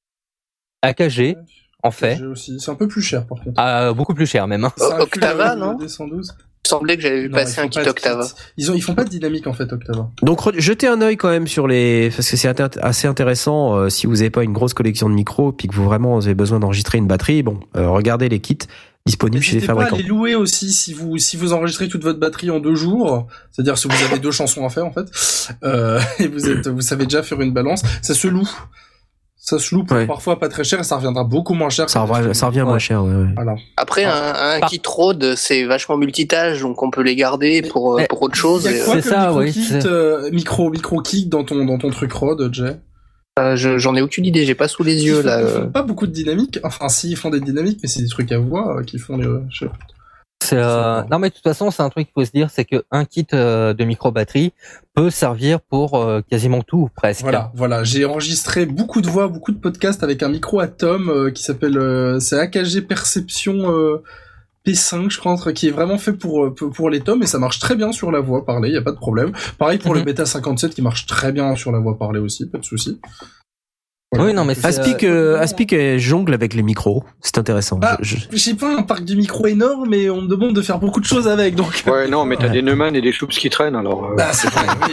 A K G. En fait. Aussi. C'est un peu plus cher par contre. Ah, beaucoup plus cher même. Hein. Octava, non D cent douze. Il semblait que j'avais vu non, passer un kit Octava. Ils ont, ils font pas de dynamique en fait Octava. Donc jetez un œil quand même sur les, parce que c'est assez intéressant euh, si vous avez pas une grosse collection de micros puis que vous vraiment avez besoin d'enregistrer une batterie. Bon, euh, regardez les kits disponibles chez les fabricants. N'hésitez pas à les louer aussi si vous si vous enregistrez toute votre batterie en deux jours, c'est-à-dire si vous avez deux chansons à faire en fait, euh, et vous êtes vous savez déjà faire une balance, ça se loue. Ça se loue pour ouais. parfois pas très cher et ça reviendra beaucoup moins cher. Ça, revient, ça revient moins ouais. cher, ouais, ouais. Voilà. Après, un, un kit Rode, c'est vachement multitâche, donc on peut les garder pour, mais, pour autre chose. Il y a quoi comme ça, micro, oui, kit, euh, micro, micro kick dans ton, dans ton truc Rode, Jay? Euh, je, j'en ai aucune idée, j'ai pas sous les yeux, ils là. Font, ils font pas beaucoup de dynamique. Enfin, si, ils font des dynamiques, mais c'est des trucs à voix euh, qui font les, je sais pas. C'est euh... Non mais de toute façon c'est un truc qu'il faut se dire, c'est que un kit euh, de micro batterie peut servir pour euh, quasiment tout presque. Voilà, voilà. J'ai enregistré beaucoup de voix, beaucoup de podcasts avec un micro Atom euh, qui s'appelle euh, c'est A K G Perception euh, P cinq je crois, qui est vraiment fait pour pour les toms et ça marche très bien sur la voix parlée, y a pas de problème. Pareil pour mm-hmm. le Beta cinquante-sept qui marche très bien sur la voix parlée aussi, pas de souci. Voilà. Oui, non, mais Aspic, euh, Aspic jongle avec les micros. C'est intéressant. Bah, je, je... J'ai pas un parc de micros énorme, mais on me demande de faire beaucoup de choses avec, donc. Ouais, non, mais t'as ouais. des Neumann et des Schoops qui traînent, alors. Euh... Bah, c'est vrai, oui.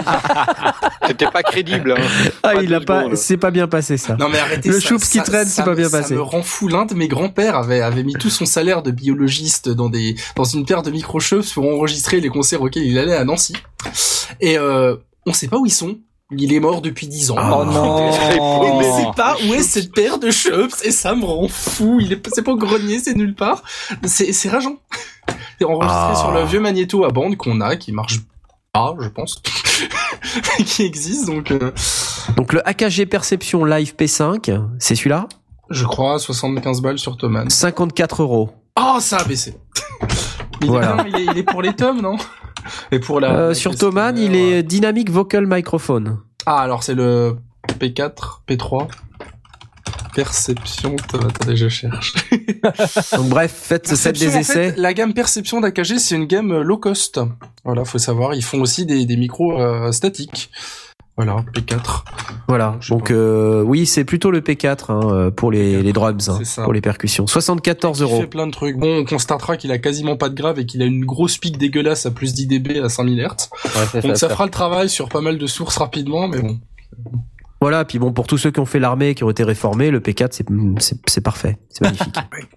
C'était pas crédible, hein. Ah, pas il a pas, secondes. C'est pas bien passé, ça. Non, mais arrêtez. Le Schoops qui traîne, c'est pas bien ça passé. Ça me rend fou. L'un de mes grands-pères avait, avait mis tout son salaire de biologiste dans des, dans une paire de micro-chefs pour enregistrer les concerts auxquels il allait à Nancy. Et, euh, on sait pas où ils sont. Il est mort depuis dix ans. Oh non. On ne sait pas où est cette paire de cheveux et ça me rend fou. Il est, c'est pas au grenier, c'est nulle part. C'est, c'est rageant. C'est enregistré ah. sur le vieux magnéto à bande qu'on a, qui marche pas, je pense, qui existe donc. Euh... Donc le A K G Perception Live P cinq, c'est celui-là? Je crois, soixante-quinze balles sur Thomann. cinquante-quatre euros. Oh, ça a baissé. il, voilà. est, non, il, est, il est pour les tomes, non? Et pour la, euh, sur Thomann, il est ouais. Dynamic Vocal Microphone. Ah, alors c'est le P quatre, P trois. Perception, attendez, je cherche. Donc bref, faites faites des essais. En fait, la gamme Perception d'A K G, c'est une gamme low cost. Voilà, faut savoir, ils font aussi des, des micros euh, statiques. Voilà, P quatre. Voilà, donc euh, oui, c'est plutôt le P quatre hein, pour les, les drums, hein, pour les percussions. soixante-quatorze euros. Il fait plein de trucs. Bon, on constatera qu'il a quasiment pas de grave et qu'il a une grosse pique dégueulasse à plus dix décibels à cinq mille hertz. Ouais, donc ça, ça fera le travail sur pas mal de sources rapidement, mais bon. Voilà, puis bon, pour tous ceux qui ont fait l'armée, qui ont été réformés, le P quatre, c'est, c'est, c'est parfait. C'est magnifique.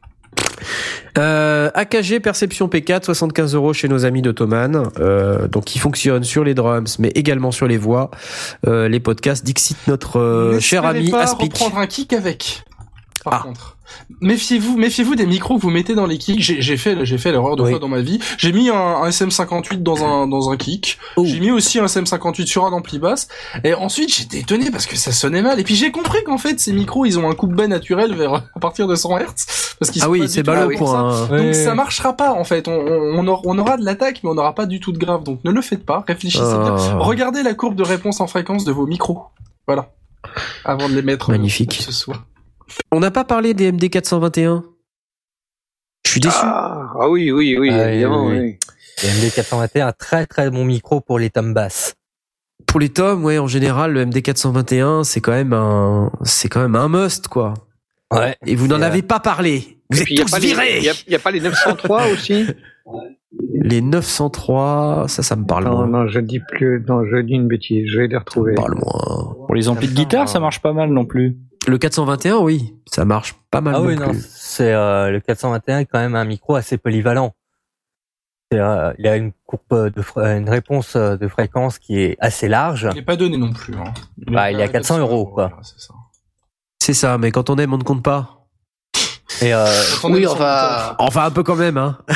Euh, A K G Perception P quatre, soixante-quinze euros chez nos amis de Thomann, euh, donc qui fonctionne sur les drums, mais également sur les voix, euh, les podcasts. Dixit, notre euh, cher ami pas Aspic. Reprendre un kick avec. par ah. contre. Méfiez-vous, méfiez-vous des micros que vous mettez dans les kicks. J'ai, j'ai fait, j'ai fait l'erreur deux oui. fois dans ma vie. J'ai mis un, un S M cinquante-huit dans un, dans un kick. Oh. J'ai mis aussi un S M cinquante-huit sur un ampli basse. Et ensuite, j'étais étonné parce que ça sonnait mal. Et puis, j'ai compris qu'en fait, ces micros, ils ont un coup de baie naturel vers, à partir de cent hertz. Parce qu'ils ah sont oui, pas c'est du tout ballot là pour ça. un... Donc, oui, ça oui. marchera pas, en fait. On, on, aura, on aura de l'attaque, mais on n'aura pas du tout de grave. Donc, ne le faites pas. Réfléchissez oh. bien. Regardez la courbe de réponse en fréquence de vos micros. Voilà. Avant de les mettre. Magnifique. Euh, ce soir. On n'a pas parlé des M D quatre cent vingt et un. Je suis déçu. Ah, ah oui, oui, oui, Ah, évidemment, oui, oui. oui. Le M D quatre cent vingt et un, un très très bon micro pour les tomes basses. Pour les tomes, ouais, en général, le M D quatre cent vingt et un, c'est quand même un, c'est quand même un must, quoi. Ouais. Et vous n'en euh... avez pas parlé. Vous Et êtes puis, tous virés. Il n'y a, y a pas les neuf cent trois aussi? Les neuf cent trois, ça, ça me parle Non, moins. non, je dis plus, non, je dis une bêtise, je vais les retrouver. Ça me parle moins. Pour les amplis de guitare, ça marche pas mal non plus. Le quatre cent vingt et un, oui, ça marche pas mal Ah non oui, plus. non, c'est euh, le quatre cent vingt et un est quand même un micro assez polyvalent. C'est, euh, il a une courbe de fr- une réponse de fréquence qui est assez large. Il n'est pas donné non plus. Hein. Il, bah, il est à quatre cents euros, quoi. Voilà, c'est ça. C'est ça, mais quand on aime, on ne compte pas. Et euh, oui, on va. Enfin, un peu quand même, hein.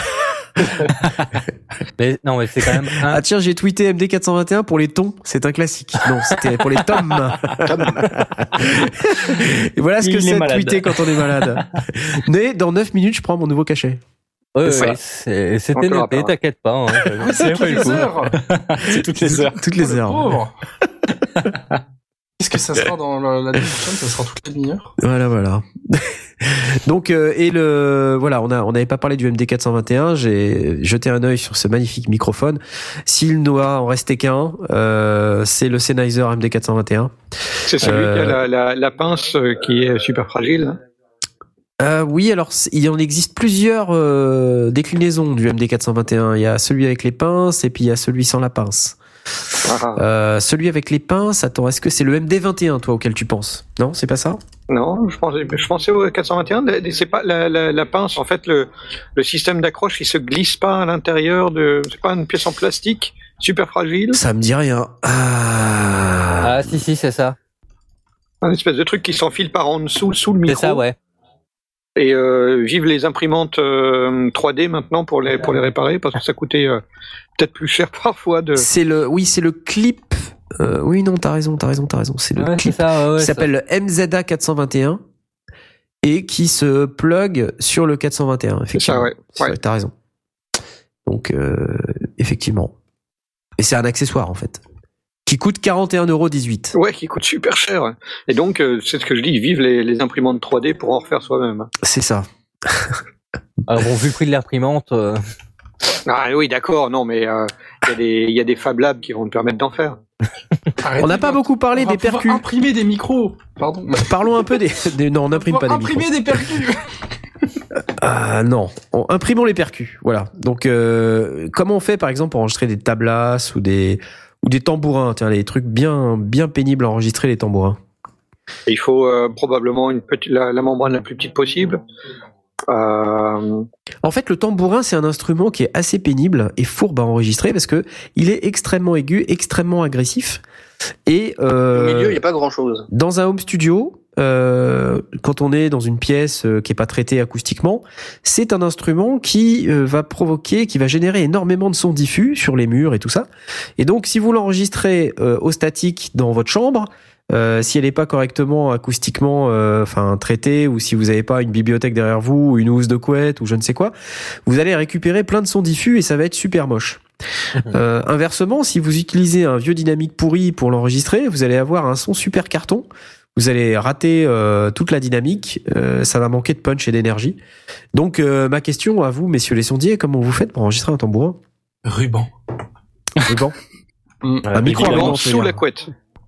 mais non, mais c'est quand même. Un... Ah tiens, j'ai tweeté M D quatre cent vingt et un pour les tons. C'est un classique. Non, c'était pour les tomes. Et voilà ce que Il est c'est de malade. tweeter quand on est malade. Mais dans neuf minutes, je prends mon nouveau cachet. Ouais, C'est ouais, c'est, c'était Encore noté, pas. t'inquiète pas. Hein, Oui, c'est toutes les heures. C'est toutes les heures. Toutes les heures. Pauvre. Qu'est-ce que ça sera dans la, la prochaine? Ça sera toutes les demi-heures. Voilà, voilà. Donc euh, et le voilà, on a on n'avait pas parlé du M D quatre cent vingt et un. J'ai jeté un œil sur ce magnifique microphone. S'il doit en rester qu'un, euh, c'est le Sennheiser M D quatre cent vingt et un. C'est celui Euh, qui a la, la, la pince euh, qui est super fragile. Euh, oui, alors c- il en existe plusieurs euh, déclinaisons du M D quatre cent vingt et un. Il y a celui avec les pinces et puis il y a celui sans la pince. Ah, Euh, celui avec les pinces, attends, est-ce que c'est le M D vingt et un, toi, auquel tu penses? Non, c'est pas ça? non, je pensais, je pensais au quatre cent vingt et un. C'est pas la, la, la pince. En fait, le, le système d'accroche, il se glisse pas à l'intérieur de. C'est pas une pièce en plastique super fragile. Ça me dit rien. Ah. Ah, si, si, c'est ça. Un espèce de truc qui s'enfile par en dessous, sous le C'est micro. ça, ouais. Et euh, vive les imprimantes euh, trois D maintenant pour les pour les réparer parce que ça coûtait euh, peut-être plus cher parfois de. C'est le, oui, c'est le clip. Euh, oui, non, t'as raison, t'as raison, t'as raison. C'est le Ouais, c'est clip ça, ouais, ouais, qui ça. s'appelle le M Z A quatre cent vingt et un et qui se plug sur le quatre cent vingt et un. Effectivement. ouais. C'est Ouais. vrai, t'as raison. Donc, euh, effectivement. Et c'est un accessoire, en fait. Qui coûte quarante et un euros dix-huit. Ouais, qui coûte super cher. Et donc euh, c'est ce que je dis, vive les, les imprimantes trois D pour en refaire soi-même. C'est ça. Alors bon, vu le prix de l'imprimante, euh, Ah oui, d'accord, non, mais il euh, y a des il y a des Fab Labs qui vont te permettre d'en faire. Arrêtez On n'a pas de- beaucoup parlé on va des pouvoir percus. imprimer des micros. Pardon. Parlons un peu des, des- non, on n'imprime On pas va des micros. imprimer des percus. Ah non, on, imprimons les percus. Voilà. Donc, euh, comment on fait, par exemple, pour enregistrer des tablasses ou des ou des tambourins, tiens, les trucs bien bien pénibles à enregistrer les tambourins. Et il faut euh, probablement une petite la, la membrane la plus petite possible. Euh, En fait, le tambourin, c'est un instrument qui est assez pénible et fourbe à enregistrer parce que il est extrêmement aigu, extrêmement agressif. Et euh, Au milieu, il n'y a pas grand-chose. dans un home studio, euh, quand on est dans une pièce euh, qui est pas traitée acoustiquement, c'est un instrument qui euh, va provoquer, qui va générer énormément de sons diffus sur les murs et tout ça. Et donc, si vous l'enregistrez euh, au statique dans votre chambre, euh, si elle n'est pas correctement acoustiquement, euh, enfin traitée, ou si vous n'avez pas une bibliothèque derrière vous, ou une housse de couette, ou je ne sais quoi, vous allez récupérer plein de sons diffus et ça va être super moche. Euh, inversement, si vous utilisez un vieux dynamique pourri pour l'enregistrer, vous allez avoir un son super carton. Vous allez rater euh, toute la dynamique, euh, ça va manquer de punch et d'énergie. Donc euh, ma question à vous, messieurs les sondiers, comment vous faites pour enregistrer un tambourin? Ruban. Ruban. Mm. Un micro à Ruban ruban, sous c'est-à-dire. la couette.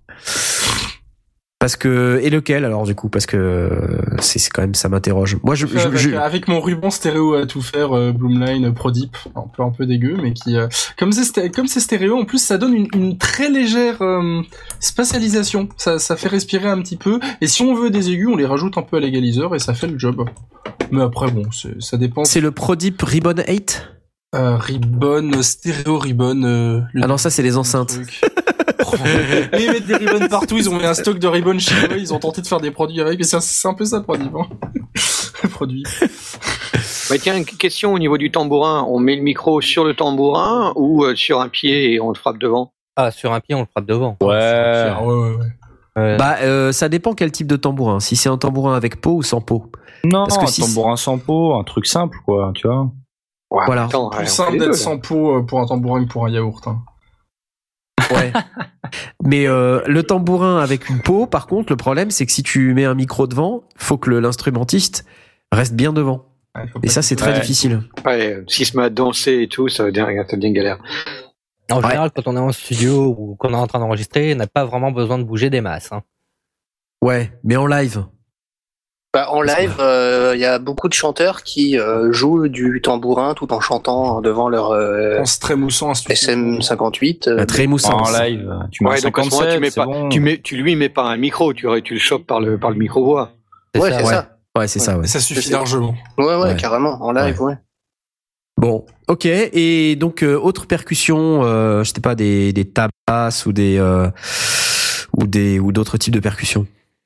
Parce que et lequel alors du coup parce que euh, c'est c'est quand même ça m'interroge. Moi je, je, avec, je- avec mon ruban stéréo à tout faire, euh, Bloomline, euh, Prodip, un peu un peu dégueu, mais qui euh, comme c'est sté- comme c'est stéréo, en plus ça donne une, une très légère euh, spatialisation. Ça ça fait respirer un petit peu. Et si on veut des aigus, on les rajoute un peu à l'égaliseur et ça fait le job. Mais après bon, c'est, ça dépend. c'est le Prodip Ribbon huit. Euh, ribbon, stéréo ribbon. Euh, le- Ah non, ça c'est les enceintes. truc. Et ils mettent des ribbons partout, ils ont mis un stock de ribbons chez eux, ils ont tenté de faire des produits avec, mais c'est un, c'est un peu ça le produit. Bon. Le produit. Bah tiens, une question au niveau du tambourin. On met le micro sur le tambourin ou euh, sur un pied et on le frappe devant? Ah, sur un pied, on le frappe devant. Ouais. ouais, ouais, ouais. Euh, Bah, euh, ça dépend quel type de tambourin. Si c'est un tambourin avec pot ou sans pot. Non, Parce que un si tambourin sans pot, un truc simple, quoi, tu vois. Ouais, Voilà. Attends, Plus ouais, on fait simple les d'être deux, sans pot euh, pour un tambourin que pour un yaourt. Hein. Ouais. Mais euh, le tambourin avec une peau, par contre, le problème, c'est que si tu mets un micro devant, faut que le, l'instrumentiste reste bien devant. Ouais, faut Et pas ça, que- c'est très Ouais. difficile. là. Ouais, euh, s'il se met à danser et tout, ça devient, ça devient galère. En Ouais. général, quand on est en studio ou qu'on est en train d'enregistrer, on n'a pas vraiment besoin de bouger des masses. Hein. Ouais, mais en live. Bah, en live, il euh, y a beaucoup de chanteurs qui euh, jouent du tambourin tout en chantant devant leur euh, En se trémoussant un studio. S M cinquante-huit. euh, Très émoussant. En live, tu mets Ouais, un donc à ce moment-là, cinquante-sept, tu mets c'est pas, bon. tu mets, tu lui mets pas un micro, tu, tu le chopes par le, par le micro-voix. C'est Ouais, ça, c'est ouais. ça. Ouais, c'est ça, ouais. Ça suffit C'est- largement. Ouais, ouais, Ouais. carrément. En live, ouais. Bon, ok. Et donc, euh, autre percussion, euh, je sais pas, des, des tabasses ou des, euh, ou des, ou d'autres types de percussions.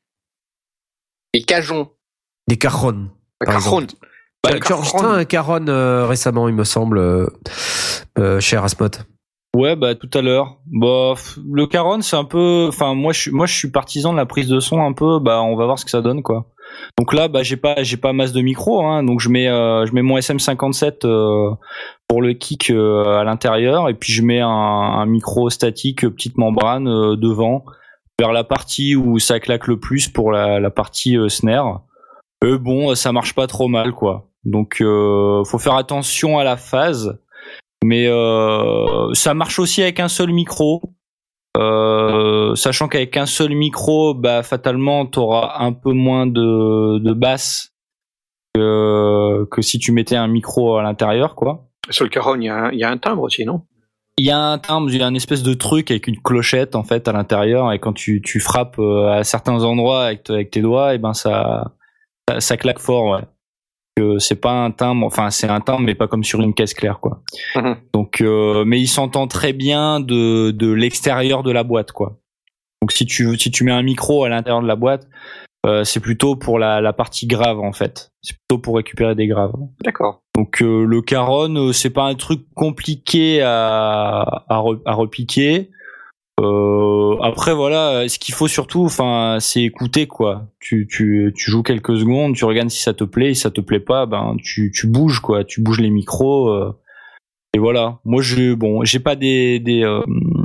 Les cajons. Des cajonnes. Le Par cajon. exemple. Bah, Tu le as enregistré cajon. un caron euh, récemment, il me semble, euh, euh, cher Asmod. Ouais, bah tout à l'heure. Bah f- le caron, c'est un peu, enfin moi je suis, moi je suis partisan de la prise de son un peu. Bah on va voir ce que ça donne quoi. Donc là, bah j'ai pas, j'ai pas masse de micro, hein. Donc je mets, euh, je mets mon S M cinquante-sept euh, pour le kick euh, à l'intérieur, et puis je mets un, un micro statique, euh, petite membrane euh, devant, vers la partie où ça claque le plus pour la, la partie euh, snare. Euh, bon, ça marche pas trop mal quoi. Donc euh, faut faire attention à la phase. Mais euh, ça marche aussi avec un seul micro, euh, sachant qu'avec un seul micro, bah fatalement, t'auras un peu moins de, de basse que, que si tu mettais un micro à l'intérieur, quoi. Sur le caron, il y, a un- il y a un timbre aussi, non? Il y a un timbre, il y a une espèce de truc avec une clochette en fait à l'intérieur, et quand tu, tu frappes euh, à certains endroits avec, avec tes doigts, et ben ça, ça, ça claque fort, ouais. Que c'est pas un timbre, enfin c'est un timbre mais pas comme sur une caisse claire quoi. Mhm. Donc euh, mais il s'entend très bien de de l'extérieur de la boîte quoi. Donc si tu si tu mets un micro à l'intérieur de la boîte, euh, c'est plutôt pour la la partie grave en fait. C'est plutôt pour récupérer des graves. D'accord. Donc euh, le caron, euh, c'est pas un truc compliqué à à, re- à repiquer. Euh, après voilà, ce qu'il faut surtout, enfin, c'est écouter quoi. Tu tu tu joues quelques secondes, tu regardes si ça te plaît, si ça te plaît pas, ben tu tu bouges quoi, tu bouges les micros euh, et voilà. Moi je bon, j'ai pas des des, euh,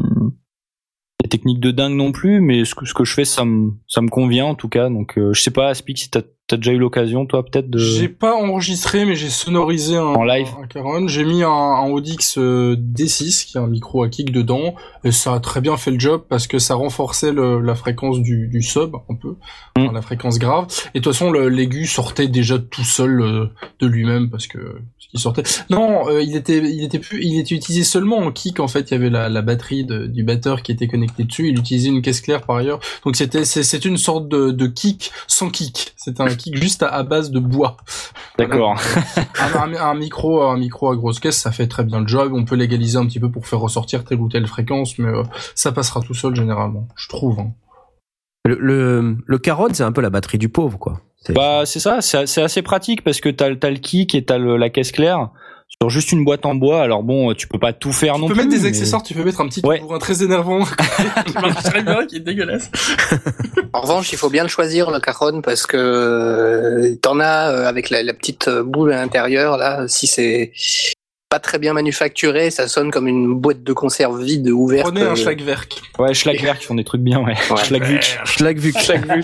des techniques de dingue non plus, mais ce que ce que je fais ça me ça me convient en tout cas. Donc euh, je sais pas, Aspic, si t'as t'as déjà eu l'occasion toi peut-être de. J'ai pas enregistré, mais j'ai sonorisé un, En live. un caron. J'ai mis un, un Audix euh, D six, qui a un micro à kick dedans, et ça a très bien fait le job parce que ça renforçait le, la fréquence du, du sub, un peu, Mm. enfin, la fréquence grave. Et de toute façon, le- l'aigu sortait déjà tout seul euh, de lui-même parce que parce qu'il sortait. Non, euh, il était, il était plus, il était utilisé seulement en kick. En fait, il y avait la, la batterie de- du batteur qui était connectée dessus. Il utilisait une caisse claire par ailleurs. Donc c'était, c'est, c'est une sorte de, de kick sans kick. C'était un kick juste à, à base de bois. D'accord. un, un, un micro, un micro à grosse caisse, ça fait très bien le job. On peut l'égaliser un petit peu pour faire ressortir telle ou telle fréquence, mais euh, ça passera tout seul généralement, je trouve. Hein. Le, le, le caron, c'est un peu la batterie du pauvre, quoi. C'est- Bah c'est ça, c'est c'est assez pratique parce que t'as le t'as le kick et t'as le, la caisse claire sur juste une boîte en bois. Alors bon, tu peux pas tout faire Tu non peux plus. mettre des mais- accessoires, tu peux mettre un petit Ouais. tambourin très énervant qui marche très bien, qui est dégueulasse. En revanche, il faut bien le choisir, le cajon, parce que euh, t'en as euh, avec la, la petite euh, boule à l'intérieur, là, si c'est pas très bien manufacturé, ça sonne comme une boîte de conserve vide ouverte. Prenez un euh, Schlagwerk. Ouais, Schlagwerk qui font des trucs bien, ouais. Ouais. Schlagvuk. Schlagvuk. Schlagvuk.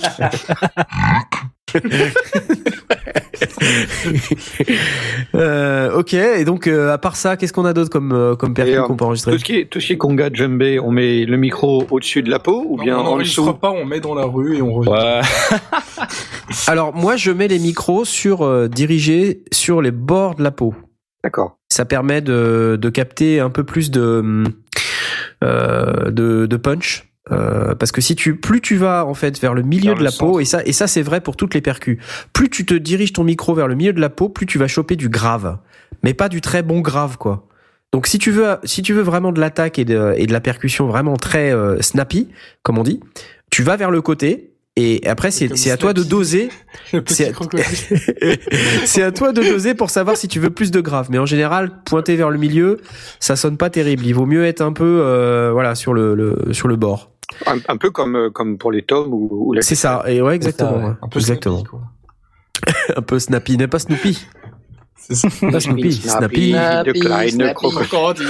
euh, ok, et donc euh, à part ça, qu'est-ce qu'on a d'autre comme euh, comme percu Et, euh, qu'on peut enregistrer? Tout ce qui est, tout ce qui est conga, djembé, on met le micro au-dessus de la peau ou bien on en n'enregistre dessous? pas, on met dans la rue et on revient. Ouais. Alors moi, je mets les micros sur euh, dirigés sur les bords de la peau. D'accord. Ça permet de de capter un peu plus de euh, de, de punch. Euh, parce que si tu plus tu vas en fait vers le milieu Vers de le la centre. peau, et ça et ça c'est vrai pour toutes les percus, plus tu te diriges ton micro vers le milieu de la peau, plus tu vas choper du grave, mais pas du très bon grave quoi. Donc si tu veux, si tu veux vraiment de l'attaque et de, et de la percussion vraiment très euh, snappy, comme on dit, tu vas vers le côté. Et après, c'est, c'est à toi de doser. C'est à... c'est à toi de doser pour savoir si tu veux plus de grave. Mais en général, pointer vers le milieu, ça sonne pas terrible. Il vaut mieux être un peu, euh, voilà, sur le, le sur le bord. Un, un peu comme comme pour les tomes ou, ou la. C'est ça. Et ouais, exactement. Ça, ouais. Un peu exactement. Snappy, quoi. Un peu snappy, n'est pas Snoopy. C'est ça. Pas Snoopy, Snappy. De Klein crocodile.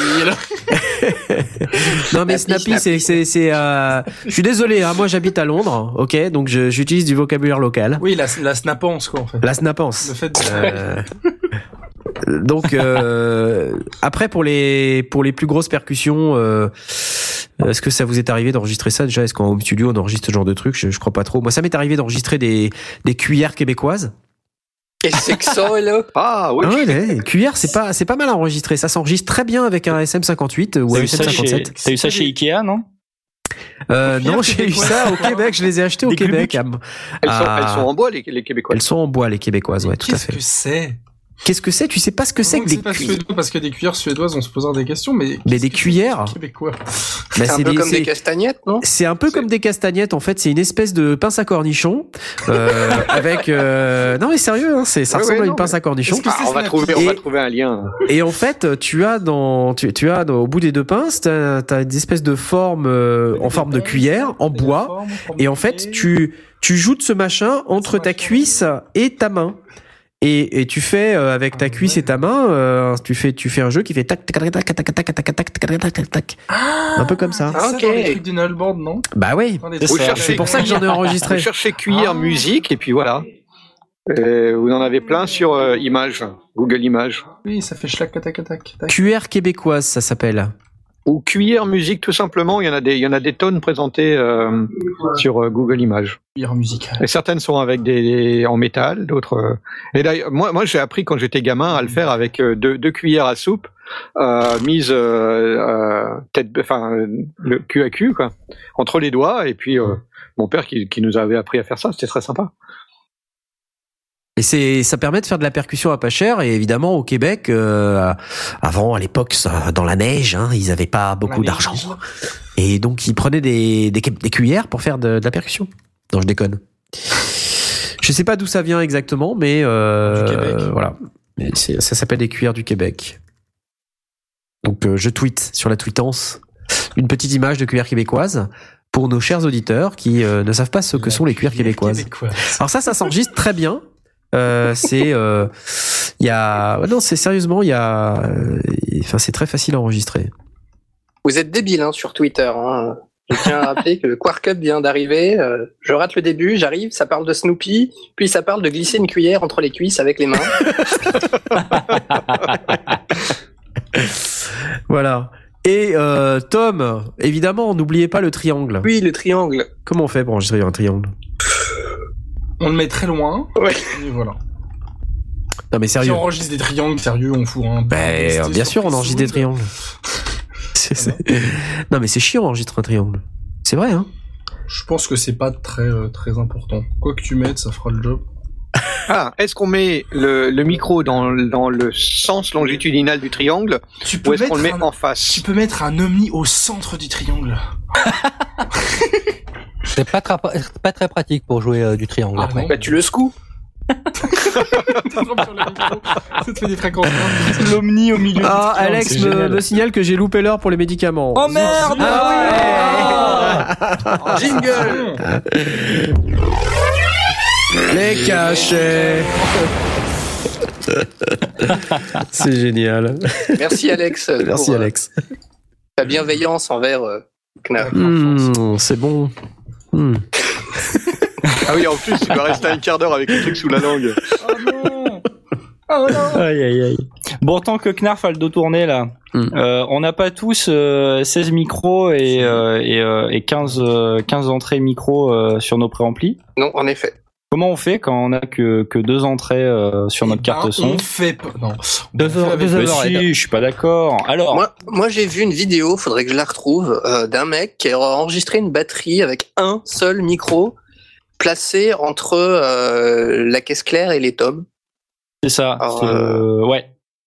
Non mais Snappy, Snappy. c'est c'est c'est. Euh... Je suis désolé, hein, moi j'habite à Londres, ok, donc je, j'utilise du vocabulaire local. Oui, la la snappance quoi en fait. La snappance. Le fait. De... Euh... Donc euh... après pour les pour les plus grosses percussions, euh... est-ce que ça vous est arrivé d'enregistrer ça déjà? Est-ce qu'en home studio on enregistre ce genre de truc? je, je crois pas trop. Moi ça m'est arrivé d'enregistrer des des cuillères québécoises. Qu'est-ce que c'est que ça, là? Ah, oui. Ah ouais, les cuillères, c'est pas, c'est pas mal enregistré. Ça s'enregistre très bien avec un S M cinquante-huit ou un S M cinquante-sept. T'as eu ça chez Ikea, non? Euh, non, j'ai eu ça au Québec. Je les ai achetés au Des Québec. Elles, ah. sont, elles sont en bois, les, les Québécoises. Elles sont en bois, les Québécoises, ouais, tout à fait. Qu'est-ce que c'est? Qu'est-ce que c'est? Tu sais pas ce que c'est que des cuillères? Parce que des cuillères suédoises, on se posera des questions, mais. Mais des cuillères? Québécois. Bah, c'est un peu des, comme des castagnettes, non? C'est un peu c'est... comme des castagnettes, en fait. C'est une espèce de pince à cornichon, euh, avec, euh... non mais sérieux, hein, c'est, ça ouais, ressemble ouais, à une non, pince à cornichon. Ah, on va trouver, on va trouver un lien. Et en fait, tu as dans, tu, tu as dans, au bout des deux pinces, t'as, t'as une espèce de forme, euh, en forme de cuillère, en bois. Et en fait, tu, tu joues de ce machin entre ta cuisse et ta main. Et, et tu fais euh, avec ta cuisse et ta main, euh, tu fais tu fais un jeu qui fait tac tac tac tac tac tac tac tac tac tac tac tac, un peu comme ça. Ah, ok. Dans les trucs du nullboard, non? Bah oui. C'est pour ça que j'en ai enregistré. Vous cherchez cuillère musique et puis voilà. Euh, vous en avez plein sur euh, Images, Google Images. Oui, ça fait schlac tac tac tac. Cuillère québécoise, ça s'appelle. Ou cuillère musique, tout simplement. Il y en a des, il y en a des tonnes présentées euh, sur euh, Google Images. Cuillère musicale. Et certaines sont avec des, des en métal, d'autres. Euh... Et d'ailleurs, moi, moi, j'ai appris quand j'étais gamin à le faire avec euh, deux, deux cuillères à soupe euh, mises euh, euh, tête, enfin, le cul à cul, quoi, entre les doigts. Et puis euh, mon père qui, qui nous avait appris à faire ça, c'était très sympa. Et c'est, ça permet de faire de la percussion à pas cher. Et évidemment, au Québec, euh, avant, à l'époque, ça, dans la neige, hein, ils avaient pas beaucoup la d'argent. Neige. Et donc, ils prenaient des, des, des cuillères pour faire de, de la percussion. Non, je déconne. Je sais pas d'où ça vient exactement, mais euh, du Québec. Voilà. Mais c'est, ça s'appelle des cuillères du Québec. Donc, euh, je tweete sur la tweetance une petite image de cuillère québécoise pour nos chers auditeurs qui euh, ne savent pas ce que la sont les cuillères québécoises. québécoises. Alors ça, ça s'enregistre très bien. Euh, c'est, il euh, y a, non, c'est sérieusement, il y a, enfin, c'est très facile à enregistrer. Vous êtes débile hein, sur Twitter. Hein. Je tiens à rappeler que le Quark Up vient d'arriver. Euh, je rate le début, j'arrive, ça parle de Snoopy, puis ça parle de glisser une cuillère entre les cuisses avec les mains. Voilà. Et euh, Tom, évidemment, n'oubliez pas le triangle. Oui, le triangle. Comment on fait pour enregistrer un triangle? On le met très loin. Ouais. Et voilà. Non mais sérieux. Si on enregistre des triangles, sérieux, on fout un. Ben, bien sûr, on enregistre des triangles. c'est, c'est... Non mais c'est chiant d'enregistrer un triangle. C'est vrai, hein. Je pense que c'est pas très euh, très important. Quoi que tu mettes, ça fera le job. Ah, est-ce qu'on met le, le micro dans, dans le sens longitudinal du triangle tu peux ou est-ce qu'on le met un, en face? Tu peux mettre un omni au centre du triangle. C'est pas, tra- pas très pratique pour jouer euh, du triangle. Ah bah tu le secoues. Ça te fait des fréquences. L'omni au milieu. Ah, Alex me, me signale que j'ai loupé l'heure pour les médicaments. Oh merde! Ah oui! Oh, jingle! Les cachets. C'est génial. Merci Alex. Merci pour, Alex. Euh, ta bienveillance envers euh, Knarf. Mmh, c'est bon. Mmh. Ah oui, en plus, tu dois rester un quart d'heure avec le truc sous la langue. Oh non! Oh non! Aïe aïe aïe. Bon, tant que Knarf a le dos tourné là, mm. euh, on n'a pas tous euh, seize micros et, euh, et, euh, et quinze, euh, quinze entrées micros euh, sur nos préamplis. Non, en effet. Comment on fait quand on a que, que deux entrées euh, sur notre ben, carte son? On fait pas. Non. Deux, on heures, deux heures. Si, je suis pas d'accord. Alors. Moi, moi, j'ai vu une vidéo, faudrait que je la retrouve, euh, d'un mec qui a enregistré une batterie avec un seul micro placé entre euh, la caisse claire et les tomes. C'est ça. Alors, c'est, euh, ouais.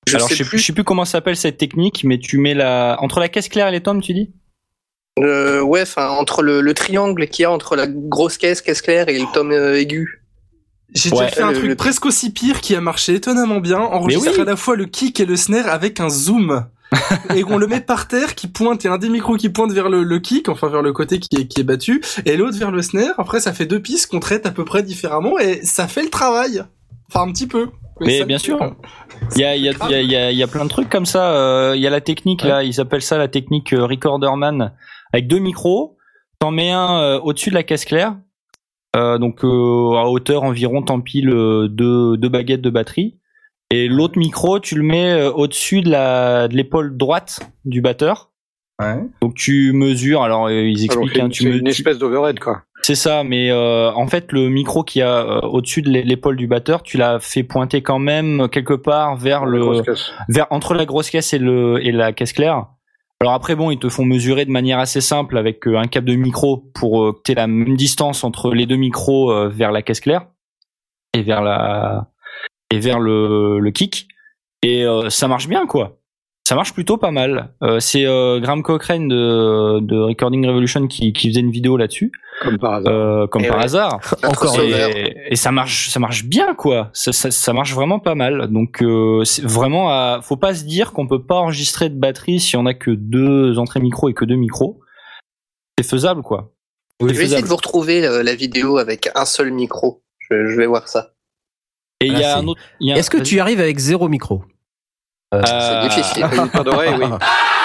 Je Alors sais je sais, plus. je sais plus comment s'appelle cette technique, mais tu mets la entre la caisse claire et les tomes, tu dis? Euh, ouais, enfin entre le, le triangle qu'il y a entre la grosse caisse, caisse claire et le tome euh, aigu. J'ai Ouais. déjà fait un Le- truc le- presque aussi pire qui a marché étonnamment bien, enregistrer oui. à la fois le kick et le snare avec un zoom. Et on le met par terre qui pointe, il y a un des micros qui pointe vers le, le kick, enfin vers le côté qui est, qui est battu, et l'autre vers le snare. Après ça fait deux pistes qu'on traite à peu près différemment et ça fait le travail. Enfin un petit peu. Mais ça bien me sûr. fait- Il y a, il y a, il y a, il y a, il y a plein de trucs comme ça. Euh, Il y a la technique là, ils appellent ça la technique euh, Recorderman, avec deux micros. T'en mets un euh, au-dessus de la caisse claire, euh, donc euh, à hauteur environ, t'empiles euh, deux, deux baguettes de batterie. Et l'autre micro, tu le mets euh, au-dessus de la de l'épaule droite du batteur. Ouais. Donc tu mesures. Alors euh, ils Alors, expliquent. c'est hein, une, tu c'est me- une tu- espèce d'overhead, quoi. C'est ça, mais euh, en fait le micro qui a euh, au-dessus de l'épaule du batteur, tu l'as fait pointer quand même quelque part vers La le grosse caisse. vers entre la grosse caisse et le et la caisse claire. Alors après bon, ils te font mesurer de manière assez simple avec euh, un câble de micro pour euh, que tu aies la même distance entre les deux micros euh, vers la caisse claire et vers la et vers le le kick, et euh, ça marche bien quoi. Ça marche plutôt pas mal. Euh, c'est euh, Graham Cochrane de de Recording Revolution qui qui faisait une vidéo là-dessus. Comme par hasard. Euh, comme Et par ouais. hasard. Encore Et, et ça marche, ça marche bien quoi. Ça, ça, ça marche vraiment pas mal. Donc euh, c'est vraiment, à, faut pas se dire qu'on peut pas enregistrer de batterie si on a que deux entrées micro et que deux micros. C'est faisable quoi. Je vais C'est essayer faisable. de vous retrouver euh, la vidéo avec un seul micro. Je, je vais voir ça. Et il y Ah, a c'est- un autre. il y a un- Est-ce que tu arrives avec zéro micro? Euh, C'est difficile. Une paire d'oreilles, oui.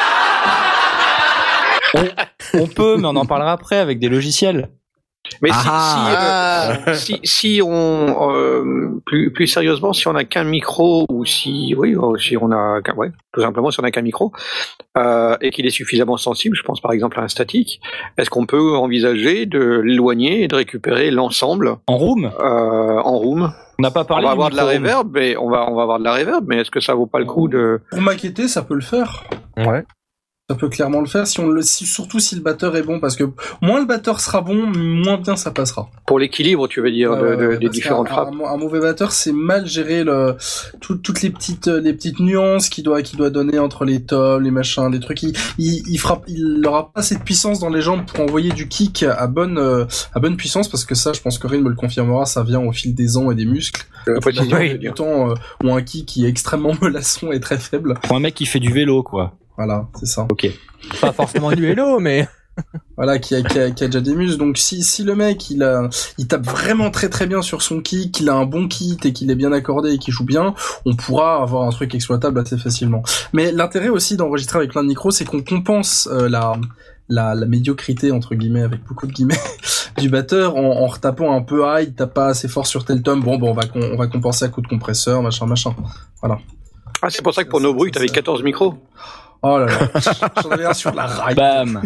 On peut, mais on en parlera après avec des logiciels. Mais si, Ah. si, euh, si, si on euh, plus plus sérieusement, si on a qu'un micro ou si oui, euh, si on a qu'un- ouais, tout simplement si on a qu'un micro euh, et qu'il est suffisamment sensible, je pense par exemple à un statique, est-ce qu'on peut envisager de l'éloigner et de récupérer l'ensemble En room, euh, en room? on n'a pas On parlé. va du avoir de la micro room. reverb, mais on va on va avoir de la reverb, mais est-ce que ça vaut pas le coup de Pour maqueter, ça peut le faire. Ouais. Ça peut clairement le faire si on le, si- surtout si le batteur est bon, parce que moins le batteur sera bon, moins bien ça passera. pour l'équilibre, tu veux dire, de- Ouais, de- ouais, des parce différentes qu'un- frappes? Un, un mauvais batteur, c'est mal gérer le, tout- toutes les petites, les petites nuances qu'il doit, qu'il doit donner entre les tomes, les machins, les trucs. Il, il, il frappe, il aura pas cette puissance dans les jambes pour envoyer du kick à bonne, euh, à bonne puissance, parce que ça, je pense que Rin me le confirmera, ça vient au fil des ans et des muscles. La précision, La je veux du dire. temps, euh, ou un kick qui est extrêmement menaçant et très faible. Pour un mec qui fait du vélo quoi. Voilà, c'est ça. Ok. Pas forcément du vélo, mais Voilà, qui a, qui a, qui a déjà des muscles. Donc si, si le mec il a, il tape vraiment très très bien sur son kick, qu'il a un bon kit et qu'il est bien accordé et qu'il joue bien, on pourra avoir un truc exploitable assez facilement. Mais l'intérêt aussi d'enregistrer avec plein de micros, c'est qu'on compense euh, la la, la médiocrité entre guillemets, avec beaucoup de guillemets, du batteur en, en retapant un peu ah il tape pas assez fort sur tel tome. Bon, bon on va on va compenser à coup de compresseur, machin machin. Voilà. Ah, c'est pour ça que pour nos bruits, t'avais quatorze micros. Oh là là, j'en avais un sur la raille. Bam.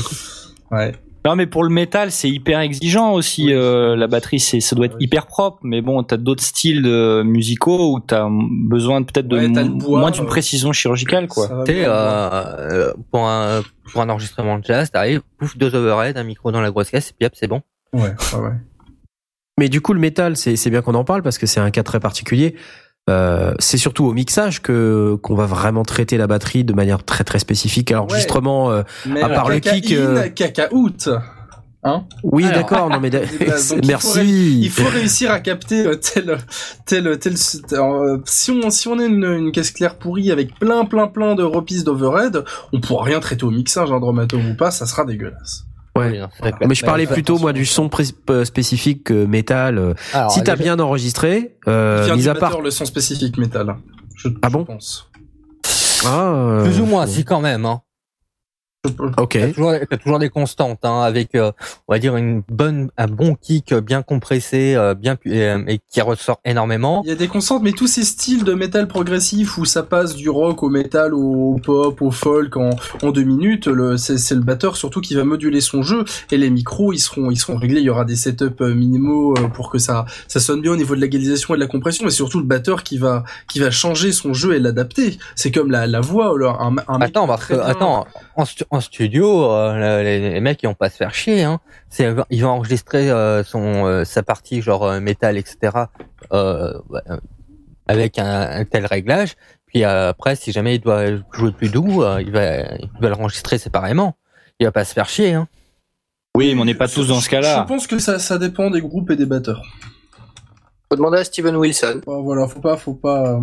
Ouais. Non mais pour le métal c'est hyper exigeant aussi. Euh, la batterie c'est ça doit être hyper propre, mais bon t'as d'autres styles de musicaux où t'as besoin de- peut-être de Ouais, t'as le mo- bois, moins d'une euh, précision chirurgicale quoi. Ça va tu sais, bien. euh, euh, pour un pour un enregistrement de jazz, t'arrives, pouf, deux overheads, un micro dans la grosse caisse, et puis hop, c'est bon. Ouais, ouais, ouais. Mais du coup, le métal, c'est c'est bien qu'on en parle parce que c'est un cas très particulier. Euh, c'est surtout au mixage que qu'on va vraiment traiter la batterie de manière très très spécifique. À l'enregistrement, euh, Mais à part le caca kick, in, euh, caca out. Hein? oui, Alors, d'accord. Non mais da- Donc, il faut merci. Il faut réussir à capter euh, tel, tel, tel, euh, si on, si on a une, une caisse claire pourrie avec plein, plein, plein de repistes d'overhead, on pourra rien traiter au mixage, un Dramatome ou pas, ça sera dégueulasse. Ouais. Oui, non, c'est clair. Mais je parlais Ouais, plutôt moi du son pré- euh, spécifique que métal. euh, alors, si t'as déjà- bien enregistré, Il euh, vient mis du à part. batteur, le son spécifique métal. Je, Ah je bon pense. Ah, euh, plus ou moins, si quand même, hein. Ok. T'as toujours, t'as toujours des constantes, hein, avec, euh, on va dire, une bonne, un bon kick bien compressé, euh, bien pu- et, et qui ressort énormément. Il y a des constantes, mais tous ces styles de métal progressif où ça passe du rock au métal, au pop, au folk en, en deux minutes, le, c'est, c'est le batteur surtout qui va moduler son jeu, et les micros, ils seront, ils seront réglés, il y aura des setups euh, minimaux euh, pour que ça, ça sonne bien au niveau de l'égalisation et de la compression, mais c'est surtout le batteur qui va, qui va changer son jeu et l'adapter. C'est comme la, la voix, alors, un, un mec Attends, parce très que, bien- attends, en, stu- en studio, euh, les, les mecs ils vont pas se faire chier, hein. C'est, ils vont enregistrer euh, son euh, sa partie genre euh, métal, et cetera. Euh, ouais, euh, avec un, un tel réglage. Puis puis euh, après, si jamais il doit jouer plus doux, euh, il va, il va l'enregistrer séparément. Il va pas se faire chier. Hein. Oui, mais on n'est pas tous dans ce cas-là. Je pense que ça, ça dépend des groupes et des batteurs. Faut demander à Steven Wilson. Bon, voilà, faut pas, faut pas.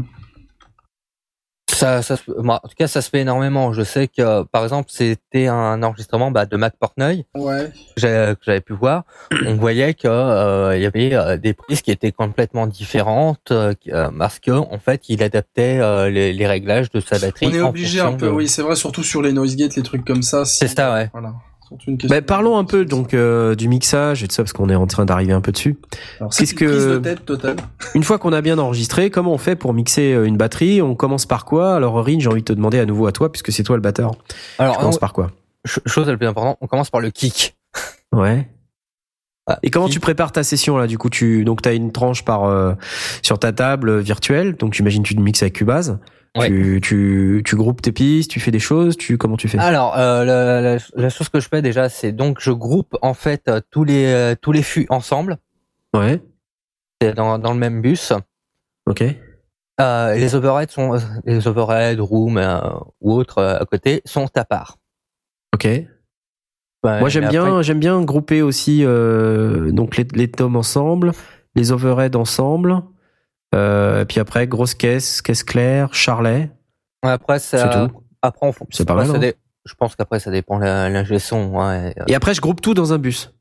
Ça, ça, moi, en tout cas, ça se fait énormément. Je sais que, par exemple, c'était un enregistrement bah, de Mac Portnoy ouais. que, j'avais, que j'avais pu voir. On voyait que euh, il y avait euh, des prises qui étaient complètement différentes euh, parce que, en fait, il adaptait euh, les, les réglages de sa batterie. On est obligé un peu, de... oui, c'est vrai, surtout sur les noise gates, les trucs comme ça. Si, c'est ça, ouais. Voilà. Bah, parlons un peu donc euh, du mixage et tout ça parce qu'on est en train d'arriver un peu dessus. Alors, c'est Qu'est-ce une que prise de tête totale. Une fois qu'on a bien enregistré, comment on fait pour mixer une batterie? On commence par quoi? Alors Rin, j'ai envie de te demander à nouveau à toi puisque c'est toi le batteur. Alors on commence par quoi? Chose la plus importante, on commence par le kick. Ouais. Ah, et comment kick. tu prépares ta session là? Du coup, tu donc t'as une tranche par euh, sur ta table virtuelle. Donc j'imagine tu mixes avec Cubase. Ouais. Tu, tu, tu groupes tes pistes, tu fais des choses, tu, comment tu fais? Alors, euh, la, la, la chose que je fais déjà, c'est donc je groupe en fait tous les euh, tous les fûts ensemble. Ouais. C'est dans dans le même bus. Ok. Euh, les overheads sont les overheads, room euh, ou autres euh, à côté sont à part. Ok. Ouais, moi j'aime bien après... j'aime bien grouper aussi euh, donc les les tomes ensemble, les overheads ensemble. Euh, et puis après, grosse caisse, caisse claire, charlet. Après, ça, c'est tout. Après, on, c'est pas mal. Ça hein. dé... Je pense qu'après, ça dépend de l'ingé son. Ouais. Et après, je groupe tout dans un bus.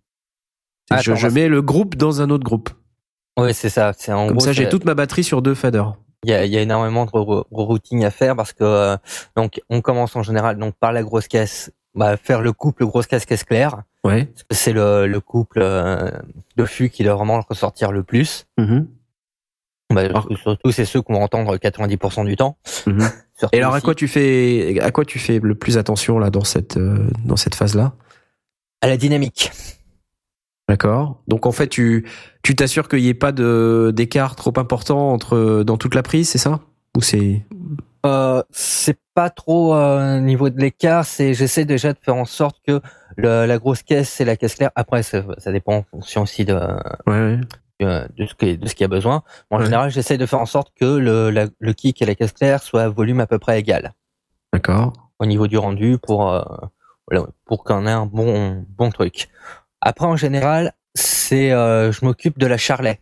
Ah, je attends, je mets le groupe dans un autre groupe. Oui, c'est ça. C'est en Comme gros, ça, c'est... j'ai toute ma batterie sur deux faders. Il y a, il y a énormément de routing à faire parce que euh, donc on commence en général donc par la grosse caisse, bah, faire le couple grosse caisse caisse claire. Ouais. Parce que c'est le, le couple euh, de fûts qui doit vraiment ressortir le plus. Mm-hmm. Bah, alors, surtout c'est ceux qu'on va entendre quatre-vingt-dix pour cent du temps. Mmh. Et alors à quoi tu fais à quoi tu fais le plus attention là dans cette euh, dans cette phase là? À la dynamique. D'accord. Donc en fait tu tu t'assures qu'il n'y ait pas de d'écart trop important entre dans toute la prise, c'est ça? Ou c'est euh, c'est pas trop euh, niveau de l'écart, c'est j'essaie déjà de faire en sorte que le, la grosse caisse et la caisse claire. Après ça, ça dépend en fonction aussi de ouais, ouais. de ce qui de ce qu'il y a besoin. En ouais. général, j'essaie de faire en sorte que le la, le kick et la caisse claire soient à volume à peu près égal. D'accord. Au niveau du rendu pour euh, voilà, pour qu'on ait un bon bon truc. Après en général, c'est euh, je m'occupe de la charlet.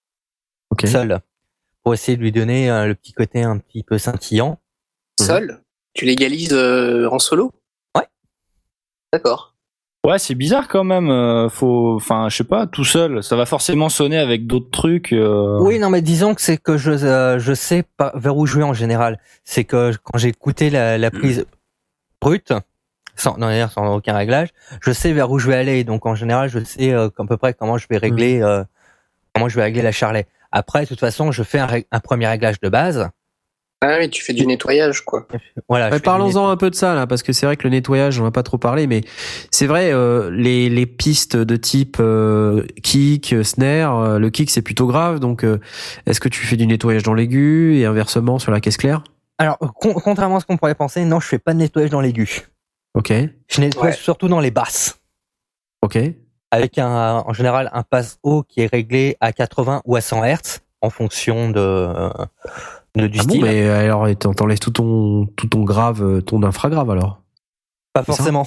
OK. Seul pour essayer de lui donner euh, le petit côté un petit peu scintillant. Seul mmh. Tu l'égalises euh, en solo? Ouais. D'accord. Ouais, c'est bizarre quand même. Euh, faut, enfin, je sais pas, tout seul, ça va forcément sonner avec d'autres trucs. Euh... Oui, non, mais disons que c'est que je, euh, je sais pas vers où je vais en général. C'est que quand j'ai écouté la, la prise brute, sans, non, d'ailleurs, sans aucun réglage, je sais vers où je vais aller. Donc en général, je sais euh, à peu près comment je vais régler, euh, comment je vais régler la charlet. Après, de toute façon, je fais un, un premier réglage de base. Ah oui, tu fais du nettoyage, quoi. Voilà. Ouais, parlons-en un peu de ça là, parce que c'est vrai que le nettoyage, on n'a pas trop parlé, mais c'est vrai, euh, les les pistes de type euh, kick, snare, euh, le kick c'est plutôt grave, donc euh, est-ce que tu fais du nettoyage dans l'aigu et inversement sur la caisse claire? Alors, con- contrairement à ce qu'on pourrait penser, non, je fais pas de nettoyage dans l'aigu. Ok. Je nettoie ouais. surtout dans les basses. Ok. Avec un, en général, un passe haut qui est réglé à quatre-vingts ou à cent hertz en fonction de. Euh, De, du ah style. Bon, mais alors t'enlèves tout ton tout ton grave, ton infragrave alors? Pas forcément.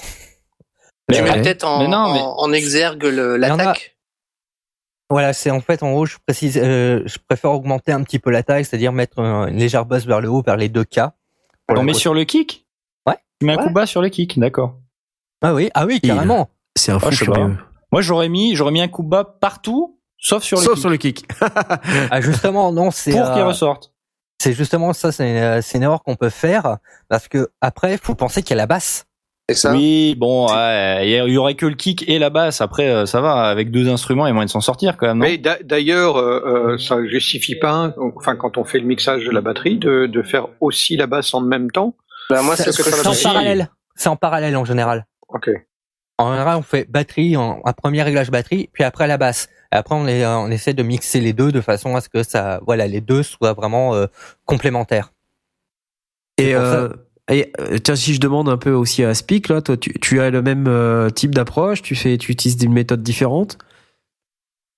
Tu mets peut-être en, non, mais... en, en exergue le, l'attaque. A... Voilà, c'est en fait en haut, je précise, euh, je préfère augmenter un petit peu la taille, c'est-à-dire mettre une légère bosse vers le haut, vers les deux K. On met sur le kick? Ouais. Tu mets un ouais. coup bas sur le kick, d'accord. Ah oui, ah oui, carrément. C'est un fou ah, furieux. Moi j'aurais mis j'aurais mis un coup bas partout, sauf sur le sauf kick. sur le kick. Ah justement, non, c'est pour euh... qu'il ressorte. C'est justement ça, c'est une, c'est une erreur qu'on peut faire parce que après, faut penser qu'il y a la basse. C'est ça. Oui, bon, ouais, il y aurait que le kick et la basse. Après, ça va. Avec deux instruments, il y a moyen de s'en sortir quand même. Non Mais d'ailleurs, euh, ça justifie pas, enfin, quand on fait le mixage de la batterie, de, de faire aussi la basse en même temps. Bah moi, c'est, c'est, c'est, c'est en parallèle. C'est en parallèle en général. Ok. En général, on fait batterie, en, un premier réglage batterie, puis après la basse. Et après, on, est, on essaie de mixer les deux de façon à ce que ça, voilà, les deux soient vraiment euh, complémentaires. Et, euh, et tiens, si je demande un peu aussi à Speak, là, toi, tu, tu as le même euh, type d'approche, tu fais, tu utilises une méthode différente?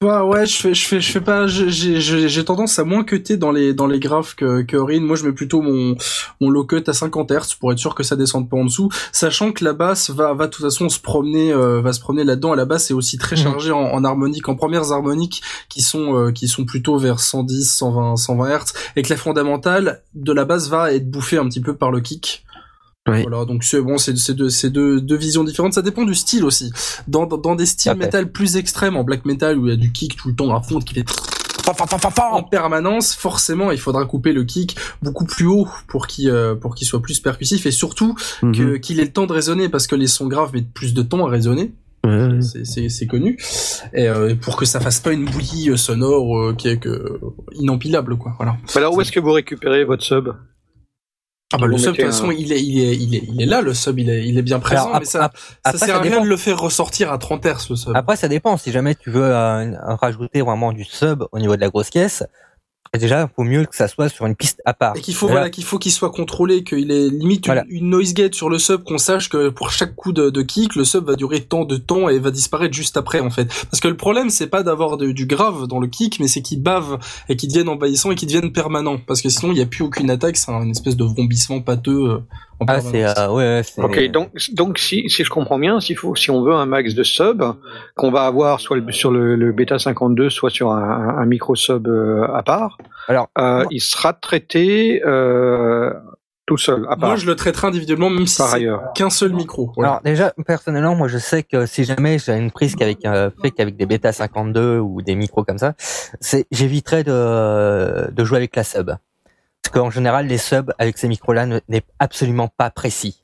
Bah ouais, je fais, je fais, je fais pas, j'ai, j'ai, j'ai tendance à moins cutter dans les, dans les graphes que, que Aurine. Moi, je mets plutôt mon, mon low cut à cinquante hertz pour être sûr que ça descende pas en dessous, sachant que la basse va, va de toute façon se promener, euh, va se promener là-dedans. À la basse, c'est aussi très chargé en, en harmonique, en premières harmoniques qui sont, euh, qui sont plutôt vers cent dix, cent vingt, cent vingt hertz, et que la fondamentale de la basse va être bouffée un petit peu par le kick. Oui. Voilà, donc c'est bon, c'est, c'est deux, c'est deux, deux visions différentes. Ça dépend du style aussi. Dans, dans, dans des styles okay. metal plus extrêmes, en black metal où il y a du kick tout le temps à fond, qui fait en permanence, forcément, il faudra couper le kick beaucoup plus haut pour qu'il, euh, pour qu'il soit plus percussif et surtout mm-hmm. que, qu'il ait le temps de résonner parce que les sons graves mettent plus de temps à résonner. Ouais. C'est, c'est, c'est connu. Et euh, pour que ça fasse pas une bouillie sonore euh, qui est que, inempilable, quoi. Voilà. Alors, où est-ce que vous récupérez votre sub? Ah bah le sub de toute façon un... il est il est il est il est là le sub il est il est bien présent. Alors, mais ça ap- ça après, sert à rien de le faire ressortir à trente hertz le sub. Après ça dépend, si jamais tu veux euh, rajouter vraiment du sub au niveau de la grosse caisse, déjà il faut mieux que ça soit sur une piste à part. Et qu'il faut voilà, voilà qu'il faut qu'il soit contrôlé, qu'il ait limite voilà. une, une noise gate sur le sub, qu'on sache que pour chaque coup de, de kick le sub va durer tant de temps et va disparaître juste après en fait. Parce que le problème c'est pas d'avoir de, du grave dans le kick, mais c'est qu'il bave et qu'il devienne envahissant et qu'il devienne permanent. Parce que sinon il y a plus aucune attaque, c'est une espèce de vrombissement pâteux. Euh, en ah c'est euh, ouais, ouais c'est... ok donc donc si si je comprends bien, s'il faut si on veut un max de sub qu'on va avoir soit le, sur le, le bêta cinquante-deux soit sur un, un micro sub euh, à part. Alors, euh, moi, il sera traité euh, tout seul, à part. Moi, je le traiterai individuellement, même si par c'est ailleurs. qu'un seul micro. Voilà. Alors déjà, personnellement, moi, je sais que si jamais j'ai une prise qu'avec euh, fait qu'avec des bêta cinquante-deux ou des micros comme ça, c'est j'éviterais de de jouer avec la sub, parce qu'en général, les subs avec ces micros-là ne, n'est absolument pas précis.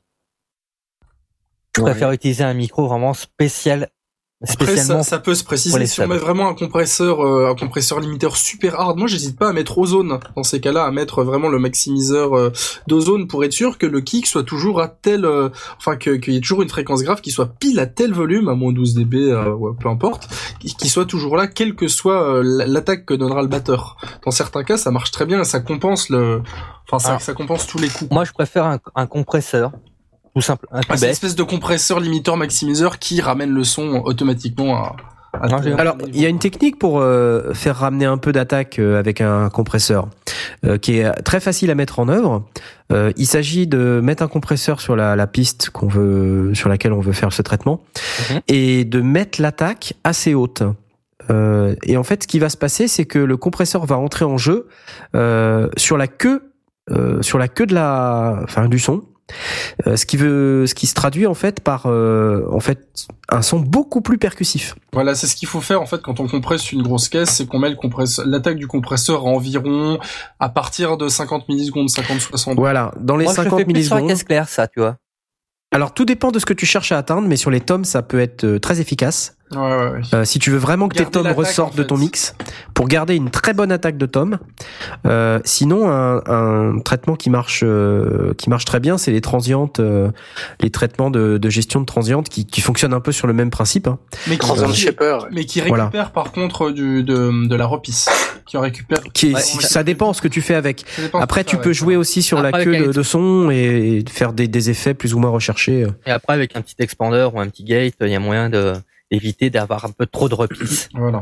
Je ouais. préfère utiliser un micro vraiment spécial. Après, ça, ça peut se préciser si on met vraiment un compresseur, euh, un compresseur limiteur super hard. Moi, j'hésite pas à mettre Ozone dans ces cas-là, à mettre vraiment le maximiseur euh, d'Ozone pour être sûr que le kick soit toujours à tel, euh, enfin que qu'il y ait toujours une fréquence grave qui soit pile à tel volume, à moins douze décibels, euh, ouais, peu importe, qui, qui soit toujours là, quelle que soit euh, l'attaque que donnera le batteur. Dans certains cas, ça marche très bien et ça compense le, enfin ça, ça compense tous les coups. Moi, je préfère un, un compresseur. Tout simple. Un ah, c'est une espèce de compresseur limiteur maximiseur qui ramène le son automatiquement à, à non, alors, il y a une technique pour euh, faire ramener un peu d'attaque euh, avec un compresseur euh, qui est très facile à mettre en œuvre. Euh, il s'agit de mettre un compresseur sur la, la piste qu'on veut, sur laquelle on veut faire ce traitement, mm-hmm. et de mettre l'attaque assez haute. Euh, et en fait, ce qui va se passer, c'est que le compresseur va entrer en jeu euh, sur la queue, euh, sur la queue de la, enfin du son. Euh, ce qui veut, ce qui se traduit en fait par euh, en fait un son beaucoup plus percussif. Voilà, c'est ce qu'il faut faire en fait quand on compresse une grosse caisse, c'est qu'on met le compresseur, l'attaque du compresseur à environ à partir de cinquante millisecondes, cinquante soixante. Voilà, dans les Moi, cinquante je fais millisecondes. Plus sur la caisse claire, ça, tu vois. Alors tout dépend de ce que tu cherches à atteindre, mais sur les tomes, ça peut être euh, très efficace. Ouais, ouais, ouais. Euh, si tu veux vraiment que garder tes tomes ressortent en fait. de ton mix, pour garder une très bonne attaque de tomes. Euh, sinon, un, un traitement qui marche, euh, qui marche très bien, c'est les transientes, euh, les traitements de, de gestion de transientes qui, qui fonctionnent un peu sur le même principe. Hein. Mais qui, euh, shaper, ouais. mais qui récupère voilà. par contre du, de, de la repisse, qui en récupère. Qui est, ouais, ça dépend ce que tu fais avec. Après, tu peux avec, jouer ouais. aussi sur après, la queue de, de son et, et faire des, des effets plus ou moins recherchés. Et après, avec un petit expander ou un petit gate, il y a moyen de éviter d'avoir un peu trop de replis. Voilà.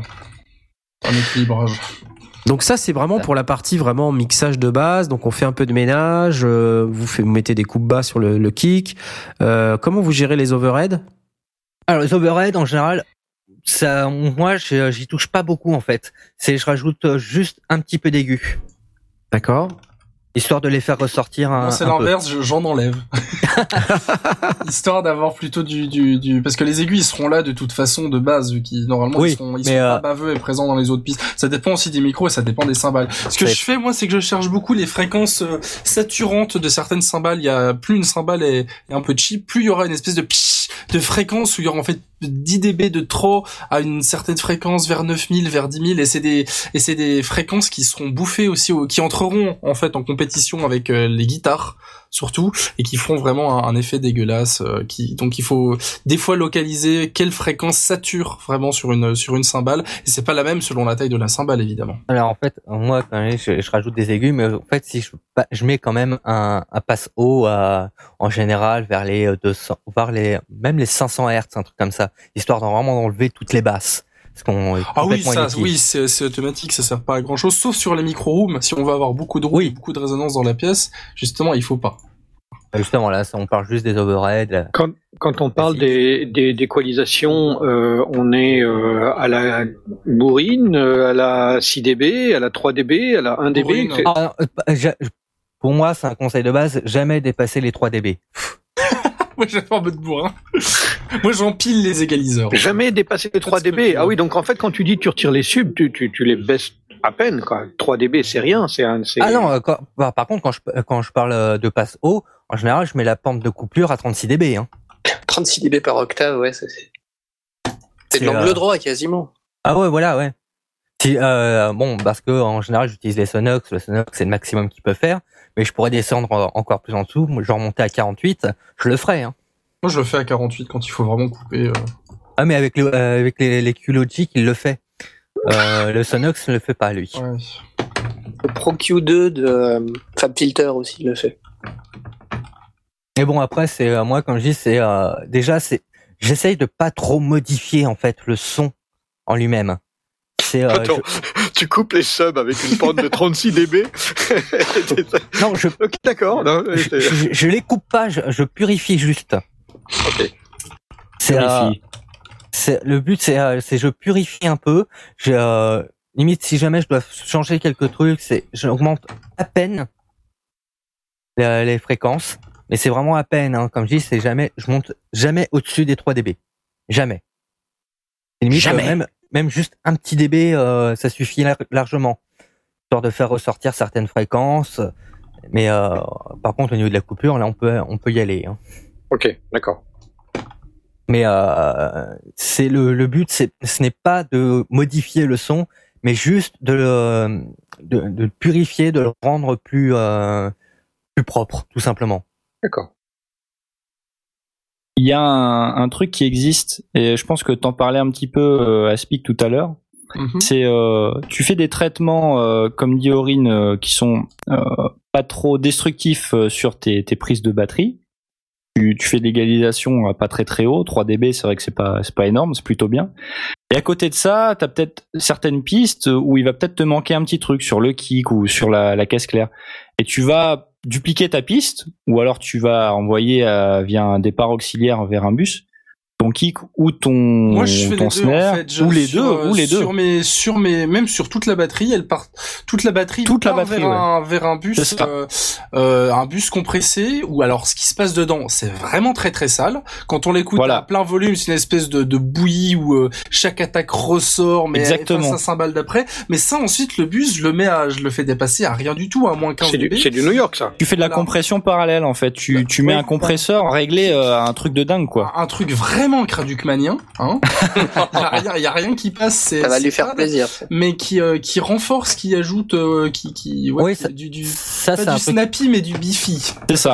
Un équilibrage. Donc ça, c'est vraiment pour la partie vraiment mixage de base. Donc on fait un peu de ménage, euh, vous, fait, vous mettez des coups bas sur le, le kick. Euh, comment vous gérez les overheads ? Alors les overheads, en général, ça, moi, j'y touche pas beaucoup en fait. C'est, je rajoute juste un petit peu d'aigu. D'accord. Histoire de les faire ressortir un, non, c'est un l'inverse, peu. J'en enlève. Histoire d'avoir plutôt du, du, du, parce que les aigus, ils seront là de toute façon de base, vu qu'ils, normalement, oui, ils seront, ils seront euh... pas baveux et présents dans les autres pistes. Ça dépend aussi des micros et ça dépend des cymbales. Ce que oui. je fais, moi, c'est que je cherche beaucoup les fréquences euh, saturantes de certaines cymbales. Il y a, plus une cymbale est, est un peu cheap, plus il y aura une espèce de psh, de fréquence où il y aura en fait dix décibels de trop à une certaine fréquence vers neuf mille, vers dix mille, et c'est des, et c'est des fréquences qui seront bouffées aussi, qui entreront, en fait, en compétition avec euh, les guitares, surtout, et qui feront vraiment un, un effet dégueulasse, euh, qui, donc il faut des fois localiser quelle fréquence sature vraiment sur une, sur une cymbale, et c'est pas la même selon la taille de la cymbale, évidemment. Alors, en fait, moi, quand même, je, je rajoute des aigus, mais en fait, si je, je mets quand même un, un passe haut, à, en général, vers les deux cents, voire les, même les cinq cents hertz, un truc comme ça, histoire de vraiment enlever toutes les basses. Parce qu'on est ah oui, complètement ça, inutile. oui, c'est, c'est automatique, ça sert pas à grand chose, sauf sur les micro-rooms. Si on veut avoir beaucoup de rooms, Oui. beaucoup de résonance dans la pièce, justement, il faut pas. Justement, là, ça, on parle juste des overheads. Quand, quand on parle des, des, d'équalisation, euh, on est euh, à la bourrine, euh, à la six décibels, à la trois décibels, à la un décibel. Bourrine. Ah, euh, ja- pour moi, c'est un conseil de base, jamais dépasser les trois décibels. Moi, j'ai pas en mode bourrin. Moi, j'empile les égaliseurs. Jamais dépasser les trois décibels. Ah oui, donc en fait, quand tu dis tu retires les subs, tu, tu, tu les baisses à peine, quoi. trois décibels, c'est rien. C'est un, c'est... Ah non, euh, quand- bah, par contre, quand je, quand je parle euh, de passe haut, en général, je mets la pente de coupure à trente-six décibels. Hein. trente-six décibels par octave, ouais, c'est, c'est... c'est de C'est, l'angle euh, droit, quasiment. Ah ouais, voilà, ouais. Si, euh, bon, parce que en général, j'utilise les Sonox. Le Sonox, c'est le maximum qu'il peut faire. Mais je pourrais descendre encore plus en dessous. Je remonter à quarante-huit, je le ferai. Hein. Moi, je le fais à quarante-huit quand il faut vraiment couper. Euh... Ah, mais avec, le, euh, avec les, les Q-Logic, il le fait. Euh, le Sonox ne le fait pas, lui. Ouais. Le Pro Q deux de euh, FabFilter aussi, il le fait. Et bon, après, c'est euh, moi, comme je dis, c'est euh, déjà, c'est j'essaye de pas trop modifier en fait le son en lui-même. C'est, euh, Attends, je... tu coupes les subs avec une pente de trente-six décibels. Non, je. Ok, d'accord. Non, je, je, je les coupe pas, je, je purifie juste. Ok. C'est, euh, c'est le but, c'est, euh, c'est je purifie un peu. Je euh, limite si jamais je dois changer quelques trucs, c'est j'augmente à peine les, les fréquences. Mais c'est vraiment à peine, hein. Comme je dis, c'est jamais, je monte jamais au-dessus des trois décibels. Jamais. Et limite, Jamais. euh, même, même juste un petit dB, euh, ça suffit lar- largement. Histoire de faire ressortir certaines fréquences. Mais, euh, par contre, au niveau de la coupure, là, on peut, on peut y aller, hein. Ok, d'accord. Mais, euh, c'est le, le but, c'est, ce n'est pas de modifier le son, mais juste de le, de, de le purifier, de le rendre plus, euh, plus propre, tout simplement. D'accord. Il y a un, un truc qui existe, et je pense que t'en parlais un petit peu euh, à Speak tout à l'heure. Mm-hmm. C'est euh, tu fais des traitements, euh, comme dit Aurine, euh, qui sont euh, pas trop destructifs euh, sur tes, tes prises de batterie. Tu, tu fais de l'égalisation à pas très très haut, trois décibels, c'est vrai que c'est pas c'est pas énorme, c'est plutôt bien. Et à côté de ça, t'as peut-être certaines pistes où il va peut-être te manquer un petit truc sur le kick ou sur la, la caisse claire. Et tu vas dupliquer ta piste, ou alors tu vas envoyer euh, via un départ auxiliaire vers un bus ton kick ou ton Moi, je fais ton les deux, snare, en fait. Je- ou les sur, deux, euh, ou les deux. Sur mes, sur mes, même sur toute la batterie, elle part, toute la batterie Toute la part batterie, vers, ouais. un, vers un bus, C'est ça. euh, euh, un bus compressé, ou alors ce qui se passe dedans, c'est vraiment très très sale. Quand on l'écoute Voilà. à plein volume, c'est une espèce de, de bouillie où euh, chaque attaque ressort, mais Exactement. efface sa cymbale d'après. Mais ça, ensuite, le bus, je le mets à, je le fais dépasser à rien du tout, à moins quinze C'est du, dB. c'est du New York, ça. Tu fais de la Voilà. compression parallèle en fait. Tu, tu mets Ouais, un compresseur réglé euh, à un truc de dingue quoi. Un truc vraiment craducmanien, hein. Il y a rien, il y a rien qui passe, c'est, Ça va c'est lui faire fade. plaisir. Mais qui euh, qui renforce, qui ajoute, euh, qui qui ouais, Oui, ça- du du Ça, pas c'est un du truc. snappy mais du beefy. C'est ça.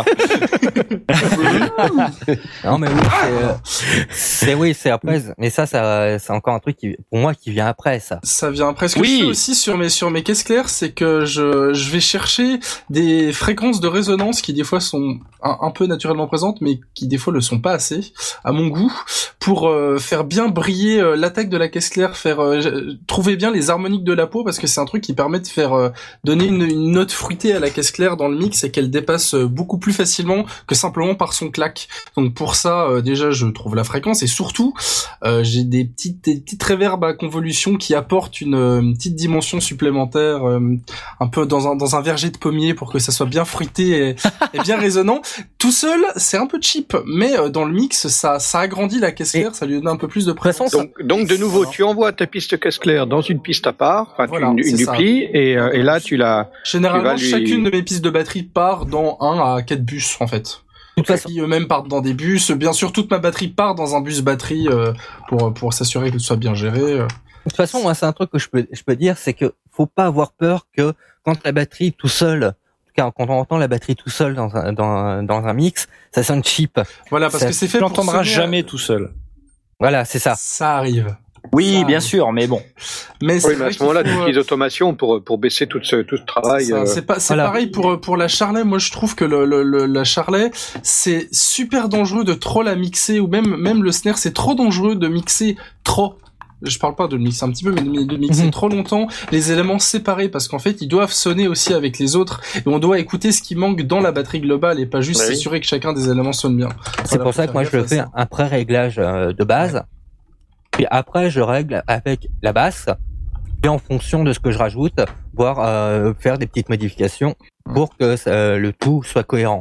Non, mais oui, c'est, euh, c'est, oui, c'est après. Mais ça, ça, c'est encore un truc qui, pour moi, qui vient après, ça. Ça vient après. Ce que Oui. je fais aussi sur mes sur mes caisses claires, c'est que je je vais chercher des fréquences de résonance qui des fois sont un, un peu naturellement présentes, mais qui des fois le sont pas assez à mon goût pour euh, faire bien briller euh, l'attaque de la caisse claire, faire euh, j- trouver bien les harmoniques de la peau, parce que c'est un truc qui permet de faire euh, donner une, une note fruitée à la caisse claire dans le mix et qu'elle dépasse euh, beaucoup plus facilement que simplement par son claque. Donc pour ça, euh, déjà, je trouve la fréquence et surtout, euh, j'ai des petites, des petites réverbes à convolution qui apportent une, euh, une petite dimension supplémentaire, euh, un peu dans un, dans un verger de pommier pour que ça soit bien fruité et, et bien résonnant. Tout seul, c'est un peu cheap, mais euh, dans le mix, ça, ça agrandit la caisse claire, ça lui donne un peu plus de présence. façon, Donc, donc de nouveau, Voilà. tu envoies ta piste caisse claire dans une piste à part, enfin, tu- Voilà, une, une c'est ça. duplie, et, euh, et là, tu la... Généralement, tu vas lui- chacune de mes pistes de batterie part dans un à quatre bus, en fait. De toute façon, Qui eux-mêmes partent dans des bus. Bien sûr, toute ma batterie part dans un bus batterie euh, pour pour s'assurer que tout soit bien géré. euh. de toute façon, moi, c'est un truc que je peux, je peux dire, c'est que faut pas avoir peur que quand la batterie tout seul, en tout cas, quand on entend la batterie tout seul dans un, dans, un- dans un mix, ça sonne cheap. Voilà, parce Ça- que c'est fait Tu pour l'entendras sonner à- jamais tout seul. Voilà, c'est ça. Ça arrive. Oui, Ça bien arrive. sûr, mais bon. Mais c'est Oui, mais vrai à ce moment-là, qu'il tu faut, utilises automation pour, pour baisser tout ce, tout ce travail. Ça, euh, c'est pas, c'est voilà. pareil pour pour la Charlet. Moi, je trouve que le, le, le- la Charlet, c'est super dangereux de trop la mixer, ou même même le snare, c'est trop dangereux de mixer trop. je parle pas de le mixer un petit peu, mais de le mixer mmh. trop longtemps, les éléments séparés, parce qu'en fait, ils doivent sonner aussi avec les autres, et on doit écouter ce qui manque dans la batterie globale, et pas juste bah s'assurer oui. que chacun des éléments sonne bien. C'est voilà, pour ça que moi, je le fais un pré-réglage de base, puis après, je règle avec la basse, et en fonction de ce que je rajoute, voire euh, faire des petites modifications pour que euh, le tout soit cohérent.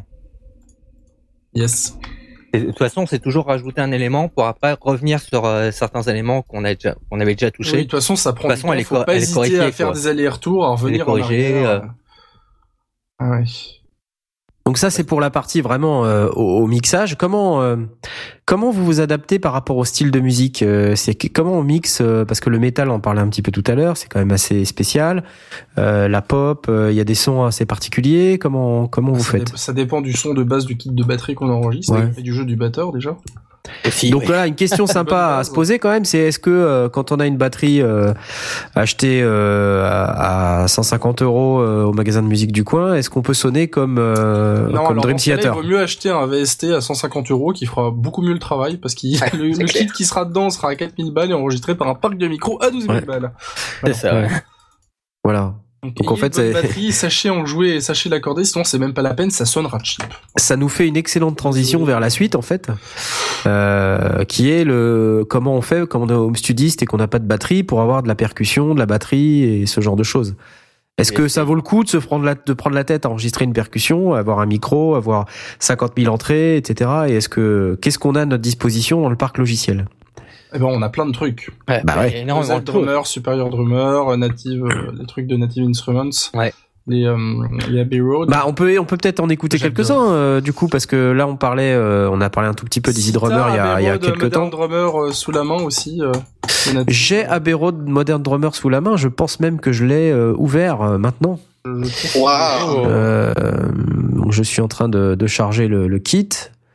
Yes. Et de toute façon, c'est toujours rajouter un élément pour après revenir sur euh, certains éléments qu'on a déjà, qu'on avait déjà touchés. Oui, de toute façon, ça prend. De toute façon, du temps, elle est, faut pas elle hésiter est corrigée, à faire quoi. Des allers-retours, à revenir en arrière. Euh... Ah ouais. Donc ça, c'est pour la partie vraiment euh, au, au mixage. Comment euh, comment vous vous adaptez par rapport au style de musique euh, C'est comment on mixe euh, parce que le métal, on en parlait un petit peu tout à l'heure, c'est quand même assez spécial. Euh, la pop, il euh, y a des sons assez particuliers. Comment comment vous ça faites dé- Ça dépend du son de base du kit de batterie qu'on enregistre ouais. et du jeu du batteur déjà. Aussi, donc oui. Là, une question sympa à se poser quand même, c'est est-ce que euh, quand on a une batterie euh, achetée euh, à, à cent cinquante euros euh, au magasin de musique du coin, est-ce qu'on peut sonner comme euh, non, comme Dream Theater? Il vaut mieux acheter un V S T à cent cinquante euros qui fera beaucoup mieux le travail parce que ouais, le, le kit qui sera dedans sera à quatre mille balles et enregistré par un parc de micros à douze mille ouais. balles. Voilà. C'est ça. Ouais. Voilà. Donc, Donc en fait, c'est batterie, sachez en jouer et sachez l'accorder, sinon c'est même pas la peine, ça sonnera cheap. Ça nous fait une excellente transition vers la suite en fait, euh, qui est le comment on fait quand on est home studiste et qu'on n'a pas de batterie pour avoir de la percussion, de la batterie et ce genre de choses. Est-ce que ça vaut le coup de se prendre la, de prendre la tête à enregistrer une percussion, avoir un micro, avoir cinquante mille entrées, et cetera. Et est-ce que qu'est-ce qu'on a à notre disposition dans le parc logiciel? Eh ben, on a plein de trucs. Ouais, bah ouais. Énormément de drummer, supérieur drummer, native, euh, les trucs de Native Instruments. Ouais. Les, euh, les Abbey Road. Bah, on peut, on peut peut-être en écouter J'adore. quelques-uns, euh, du coup, parce que là, on parlait, euh, on a parlé un tout petit peu d'Easy Drummer il y a, il y a quelques temps. Modern Drummer euh, sous la main aussi. Euh, J'ai Abbey Road Modern Drummer sous la main. Je pense même que je l'ai euh, ouvert euh, maintenant. Waouh. Euh, donc je suis en train de, de charger le, le kit.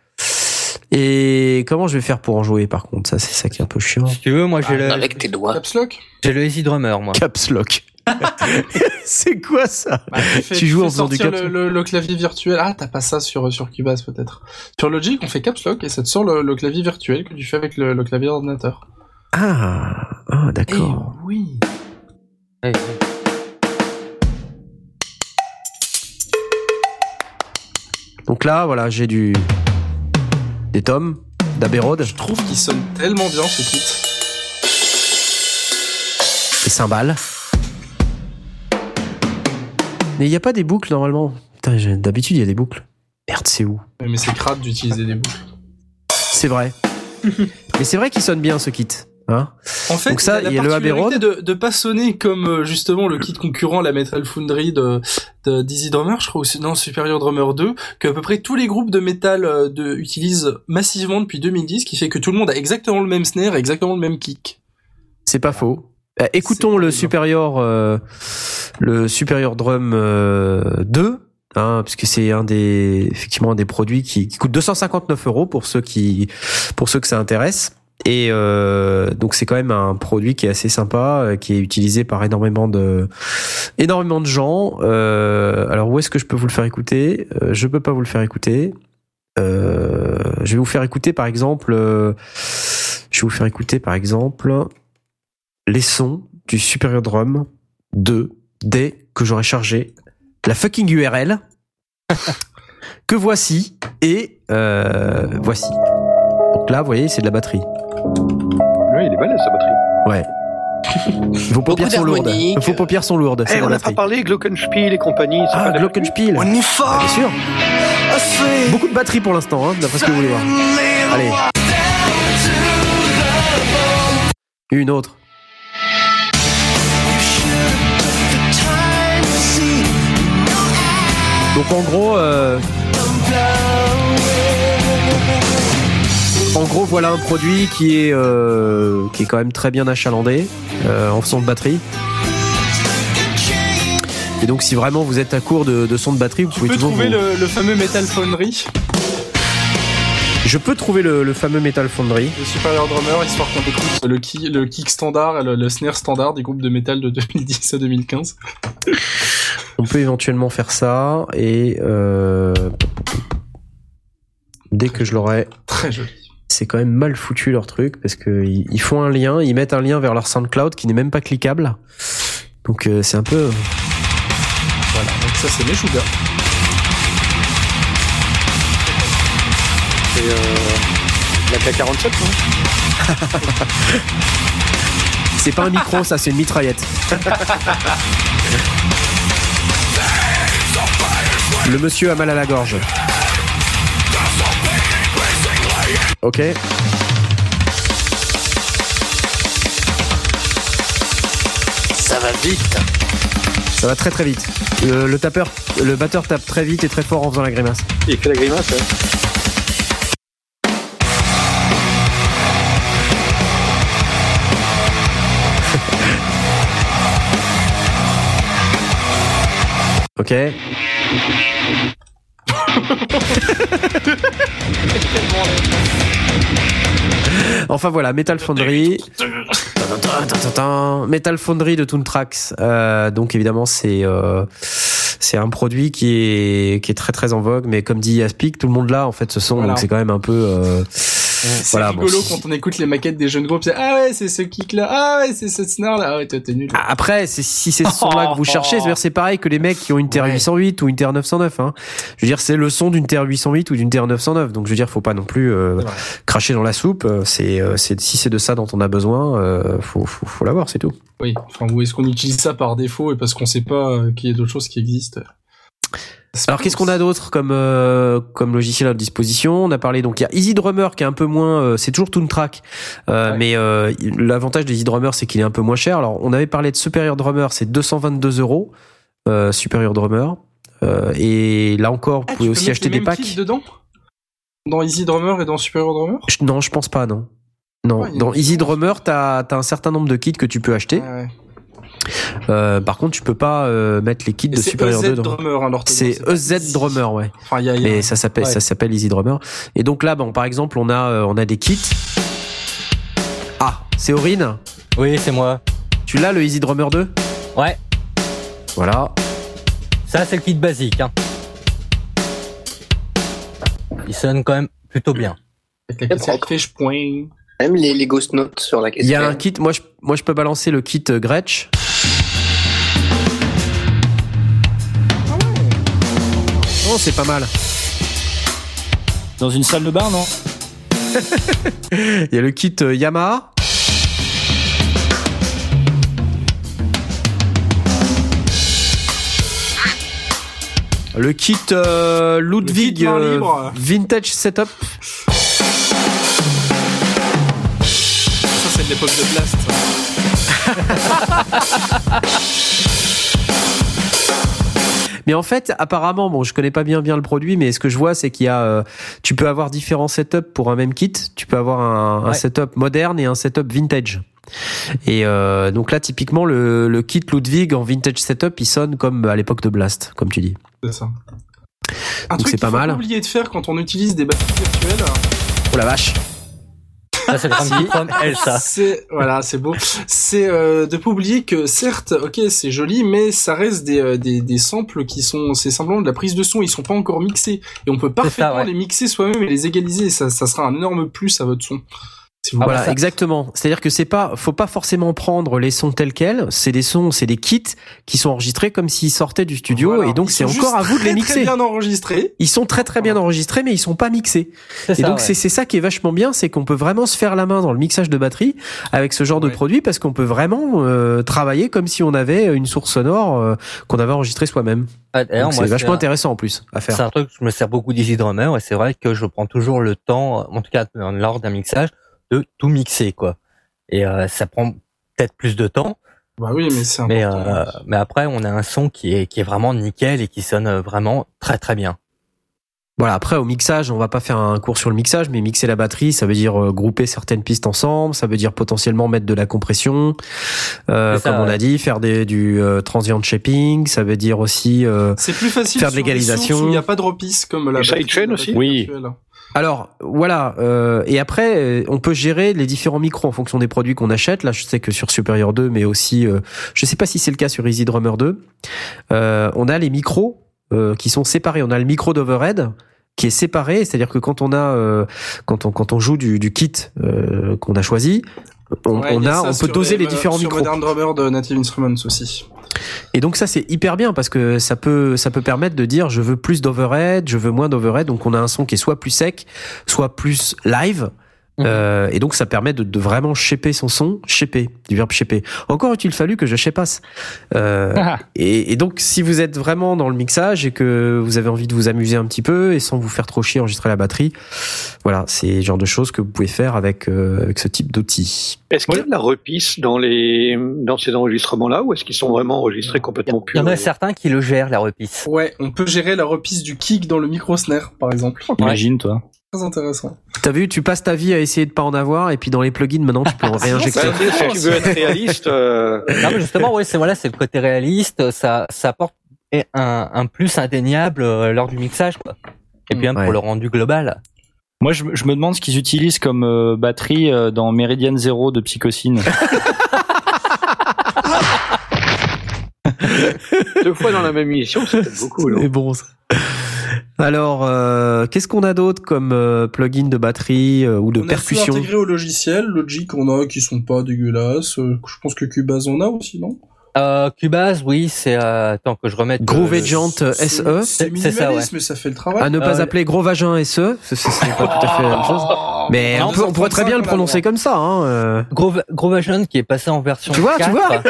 Et comment je vais faire pour en jouer par contre? Ça, c'est ça qui est un peu chiant. Si tu veux, moi j'ai ah, le. Avec tes doigts. Caps Lock. J'ai le Easy Drummer, moi. Caps Lock. C'est quoi ça? Bah, tu, fais, tu joues tu en faisant du caps le, le, le clavier virtuel. Ah, t'as pas ça sur sur Cubase peut-être. Sur Logic, on fait Caps Lock et ça te sort le, le clavier virtuel que tu fais avec le, le clavier ordinateur. Ah, ah d'accord. Eh, oui. Hey, hey. Donc là, voilà, j'ai du des tomes d'Abbey Road. Je trouve qu'il sonne tellement bien ce kit. Les cymbales. Mais il n'y a pas des boucles normalement. Putain, d'habitude il y a des boucles. Merde, c'est où? Mais c'est crade d'utiliser des boucles. C'est vrai. Mais c'est vrai qu'il sonne bien ce kit. Hein en fait, donc ça, il y a le Abbey Road de, de pas sonner comme justement le kit concurrent, la Metal Foundry de, de d'Easy Drummer, je crois, ou non, Superior Drummer deux, que à peu près tous les groupes de métal de, utilisent massivement depuis deux mille dix, qui fait que tout le monde a exactement le même snare, exactement le même kick. C'est pas faux. Euh, écoutons le Superior, euh, le Superior Drum euh, deux. Hein, puisque c'est un des effectivement un des produits qui, qui coûte deux cent cinquante-neuf euros pour ceux qui pour ceux que ça intéresse. Et euh, donc c'est quand même un produit qui est assez sympa, euh, qui est utilisé par énormément de énormément de gens. Euh, alors où est-ce que je peux vous le faire écouter? euh, Je peux pas vous le faire écouter. Euh, je vais vous faire écouter par exemple. Euh, je vais vous faire écouter par exemple les sons du Superior Drum deux dès que j'aurai chargé la fucking U R L que voici et euh, voici. Donc là, vous voyez, c'est de la batterie. Oui, il est balèze sa batterie. Ouais. Vos paupières sont lourdes. Vos paupières sont lourdes. Hey, on n'a pas parlé Glockenspiel et compagnie. Ah, Glockenspiel. On y fort. Ah, bien sûr. Beaucoup de batterie pour l'instant, hein, d'après ce que vous voulez voir. Allez. Une autre. Donc en gros, euh... en gros, voilà un produit qui est euh, qui est quand même très bien achalandé euh, en son de batterie. Et donc, si vraiment vous êtes à court de, de son de batterie, vous tu pouvez peux toujours trouver vous... le, le fameux Metal Foundry. Je peux trouver le, le fameux Metal Foundry. Le Superior Drummer, histoire qu'on écoute le, ki, le kick standard et le, le snare standard des groupes de métal de deux mille dix à deux mille quinze. On peut éventuellement faire ça et euh... dès que je l'aurai. Très joli. C'est c'est quand même mal foutu leur truc parce que ils, ils font un lien, ils mettent un lien vers leur SoundCloud qui n'est même pas cliquable. Donc euh, c'est un peu. Voilà, donc ça c'est Meshuggah. C'est euh, la K quarante-sept, non? C'est pas un micro, ça, c'est une mitraillette. Le monsieur a mal à la gorge. Ok. Ça va vite. Ça va très très vite. Le, le tapeur, le batteur tape très vite et très fort en faisant la grimace. Il fait la grimace, ouais. Ok. Enfin voilà, Metal Foundry. Metal Foundry de Toontrax. Euh, donc évidemment c'est euh, c'est un produit qui est qui est très très en vogue, mais comme dit Aspic, tout le monde l'a en fait ce son, voilà. Donc c'est quand même un peu. Euh, c'est voilà, rigolo bon, quand on écoute les maquettes des jeunes groupes, c'est ah ouais c'est ce kick là, ah ouais c'est ce snare là, ah ouais toi t'es nul. Après c'est, si c'est ce son là que vous cherchez, c'est, c'est pareil que les mecs qui ont une T R huit cent huit ou une T R neuf cent neuf. Hein. Je veux dire c'est le son d'une T R huit cent huit ou d'une T R neuf cent neuf, donc je veux dire faut pas non plus euh, cracher dans la soupe. C'est, c'est si c'est de ça dont on a besoin, euh, faut, faut faut l'avoir, c'est tout. Oui. Enfin où est-ce qu'on utilise ça par défaut et parce qu'on sait pas euh, qu'il y a d'autres choses qui existent. Alors qu'est-ce qu'on a d'autre comme euh, comme logiciel à disposition? On a parlé donc il y a Easy Drummer qui est un peu moins, euh, c'est toujours Toontrack, euh, ouais. mais euh, l'avantage de Easy Drummer c'est qu'il est un peu moins cher. Alors on avait parlé de Superior Drummer, c'est deux cent vingt-deux euros euh, Superior Drummer, euh, et là encore vous ah, pouvez aussi acheter des packs. Dedans dans Easy Drummer et dans Superior Drummer? Je, non, je pense pas, non. Non, ouais, dans Easy Drummer t'as t'as un certain nombre de kits que tu peux acheter. Ouais, ouais. Euh, par contre, tu peux pas euh, mettre les kits de Superior deux. Drummer, hein, c'est E Z Drummer, ouais. Enfin, y a, y a... Mais ça s'appelle, ouais. ça s'appelle Easy Drummer. Et donc là, bon, par exemple, on a, euh, on a des kits. Ah, c'est Aurine. Oui, c'est moi. Tu l'as le Easy Drummer deux? Ouais. Voilà. Ça, c'est le kit basique. Hein. Il sonne quand même plutôt bien. Avec la cassette fiche point. Même les, les ghost notes sur la cassette. Il y a un kit. Moi, je, moi, je peux balancer le kit Gretsch. Oh, c'est pas mal. Dans une salle de bar, non? Il y a le kit Yamaha. Le kit euh, Ludwig kit euh, Vintage Setup. Ça, c'est de l'époque de Blast. Mais en fait, apparemment, bon, je connais pas bien bien le produit, mais ce que je vois, c'est qu'il y a, euh, tu peux avoir différents setups pour un même kit. Tu peux avoir un, ouais. un setup moderne et un setup vintage. Et euh, donc là, typiquement, le, le kit Ludwig en vintage setup, il sonne comme à l'époque de Blast, comme tu dis. C'est ça. Un donc truc c'est pas qu'il faut mal. pas oublier de faire quand on utilise des batteries virtuelles. Oh la vache. Ça, c'est le Famicom L, ça. C'est, voilà, c'est beau. C'est euh, de pas oublier que certes, ok, c'est joli, mais ça reste des, euh, des, des samples qui sont, c'est simplement de la prise de son, ils sont pas encore mixés. Et on peut parfaitement ça, ouais. les mixer soi-même et les égaliser, et ça, ça sera un énorme plus à votre son. Si vous voilà, ça... exactement. C'est-à-dire que c'est pas, faut pas forcément prendre les sons tels quels. C'est des sons, c'est des kits qui sont enregistrés comme s'ils sortaient du studio, voilà. Et donc c'est encore à vous de les mixer. Très bien enregistrés. Ils sont très très bien enregistrés, mais ils sont pas mixés. C'est et ça, donc ouais. c'est c'est ça qui est vachement bien, c'est qu'on peut vraiment se faire la main dans le mixage de batterie avec ce genre ouais. de produit parce qu'on peut vraiment euh, travailler comme si on avait une source sonore euh, qu'on avait enregistrée soi-même. Ah, donc c'est vachement c'est un... intéressant en plus à faire. C'est un truc, je me sers beaucoup d'Easy Drummer et c'est vrai que je prends toujours le temps, en tout cas lors d'un mixage, de tout mixer, quoi. Et euh, ça prend peut-être plus de temps. Bah oui, mais c'est mais euh, mais après on a un son qui est qui est vraiment nickel et qui sonne vraiment très très bien. Voilà, après au mixage, on va pas faire un cours sur le mixage, mais mixer la batterie, ça veut dire euh, grouper certaines pistes ensemble, ça veut dire potentiellement mettre de la compression, euh, ça, comme on ouais. a dit, faire des, du euh, transient shaping, ça veut dire aussi euh, c'est plus facile faire de l'égalisation. Il n'y a pas de repisse comme la sidechain aussi. Oui. Alors voilà, euh, et après on peut gérer les différents micros en fonction des produits qu'on achète. Là, je sais que sur Superior deux, mais aussi, euh, je sais pas si c'est le cas sur Easy Drummer deux, euh, on a les micros euh, qui sont séparés. On a le micro d'overhead qui est séparé, c'est-à-dire que quand on a euh, quand on quand on joue du, du kit euh, qu'on a choisi, on, Ouais, on a on peut doser les, les différents sur micros. Modern Drummer de Native Instruments aussi. Et donc ça c'est hyper bien parce que ça peut ça peut permettre de dire je veux plus d'overhead, je veux moins d'overhead, donc on a un son qui est soit plus sec, soit plus live. Mmh. Euh, et donc ça permet de, de vraiment shaper son son, shaper, du verbe shaper. Encore a-t-il fallu que je shapasse. Euh, ah. et, et donc si vous êtes vraiment dans le mixage et que vous avez envie de vous amuser un petit peu et sans vous faire trop chier enregistrer la batterie, voilà, c'est le genre de choses que vous pouvez faire avec euh, avec ce type d'outils. Est-ce qu'il y a de la repisse dans les dans ces enregistrements-là ou est-ce qu'ils sont vraiment enregistrés complètement purs? Il y en a certains qui le gèrent, la repisse. Ouais, on peut gérer la repisse du kick dans le micro snare, par exemple. Imagine toi. Très intéressant. T'as vu, tu passes ta vie à essayer de pas en avoir et puis dans les plugins maintenant tu peux en réinjecter. Si tu veux être réaliste, euh... non mais justement ouais c'est voilà c'est le côté réaliste, ça ça apporte un, un plus indéniable lors du mixage quoi. Et puis même ouais. pour le rendu global. Moi je, je me demande ce qu'ils utilisent comme euh, batterie euh, dans Meridian Zero de Psychocine. Deux fois dans la même émission, c'est beaucoup. C'est bon ça. Alors, euh, qu'est-ce qu'on a d'autre comme euh, plugin de batterie euh, ou de on percussion? On a intégré au logiciel. Logic, on a qui sont pas dégueulasses. Euh, je pense que Cubase on a aussi, non? Euh, Cubase, oui, c'est euh, attends que je remette. Groove Agent euh, S E. C'est minimaliste, ça, ouais. Mais ça fait le travail. À ne pas euh, appeler Groove Agent S E, c'est, c'est, c'est pas tout à fait la même chose. Mais non, on, peut, on pourrait très bien le prononcer comme ça. Hein, euh. Groove, Groove Agent qui est passé en version. Tu vois, quatre. tu vois.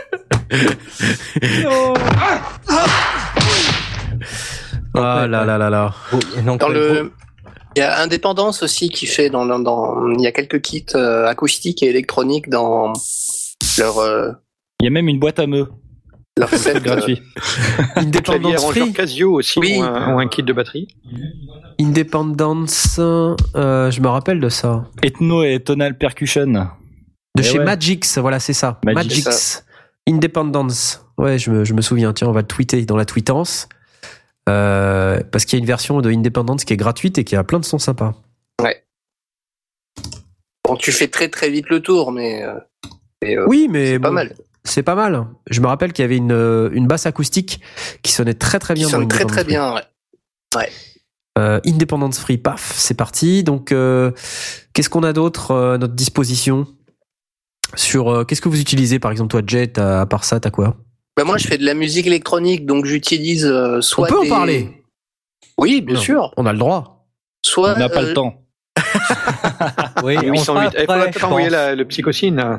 Ah là là là là. Donc, dans le, il y a Indépendance aussi qui fait dans, dans, dans il y a quelques kits euh, acoustiques et électroniques dans leur. Euh, il y a même une boîte à meux. Leur set gratuit. Indépendance Free. Casio aussi oui. ou, un, ou un kit de batterie. Indépendance, euh, je me rappelle de ça. Ethno et Tonal Percussion. De et chez ouais. Magix, voilà c'est ça. Magix. Magix. Ça. Independence. Ouais, je me, je me souviens. Tiens, on va le tweeter dans la tweetance. Euh, parce qu'il y a une version de Independence qui est gratuite et qui a plein de sons sympas. Ouais. Bon, tu fais très très vite le tour, mais. Euh, et, euh, oui, mais c'est bon, pas mal. C'est pas mal. Je me rappelle qu'il y avait une, une basse acoustique qui sonnait très très bien. Qui sonne très très Free. bien, ouais. Ouais. Euh, Independence Free, paf, c'est parti. Donc, euh, qu'est-ce qu'on a d'autre euh, à notre disposition sur euh, qu'est-ce que vous utilisez, par exemple, toi, Jet, à, à part ça, t'as quoi? Bah moi, je fais de la musique électronique, donc j'utilise euh, soit. On peut des... en parler. Oui, bien non, sûr. On a le droit. Soit. On n'a pas euh... le temps. oui, huit cent huit. Il faudra peut-être envoyer la, le Psychocine. Bah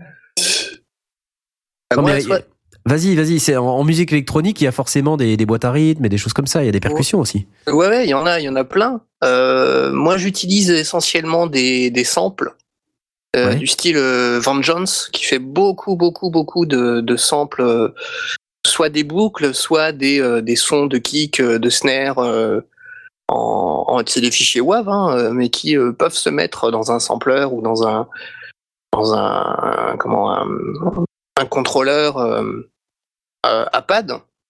non, moi, mais, soit... Vas-y, vas-y. C'est en, en musique électronique, il y a forcément des, des boîtes à rythme et des choses comme ça. Il y a des percussions ouais. aussi. Ouais, ouais, il y en a, il y en a plein. Euh, moi, j'utilise essentiellement des, des samples. Euh, ouais. Du style euh, Vengeance, qui fait beaucoup, beaucoup, beaucoup de, de samples, euh, soit des boucles, soit des, euh, des sons de kick, euh, de snare, euh, en, en c'est des fichiers W A V, hein, mais qui euh, peuvent se mettre dans un sampler ou dans un, dans un, un comment, un, un contrôleur euh, euh, à pad.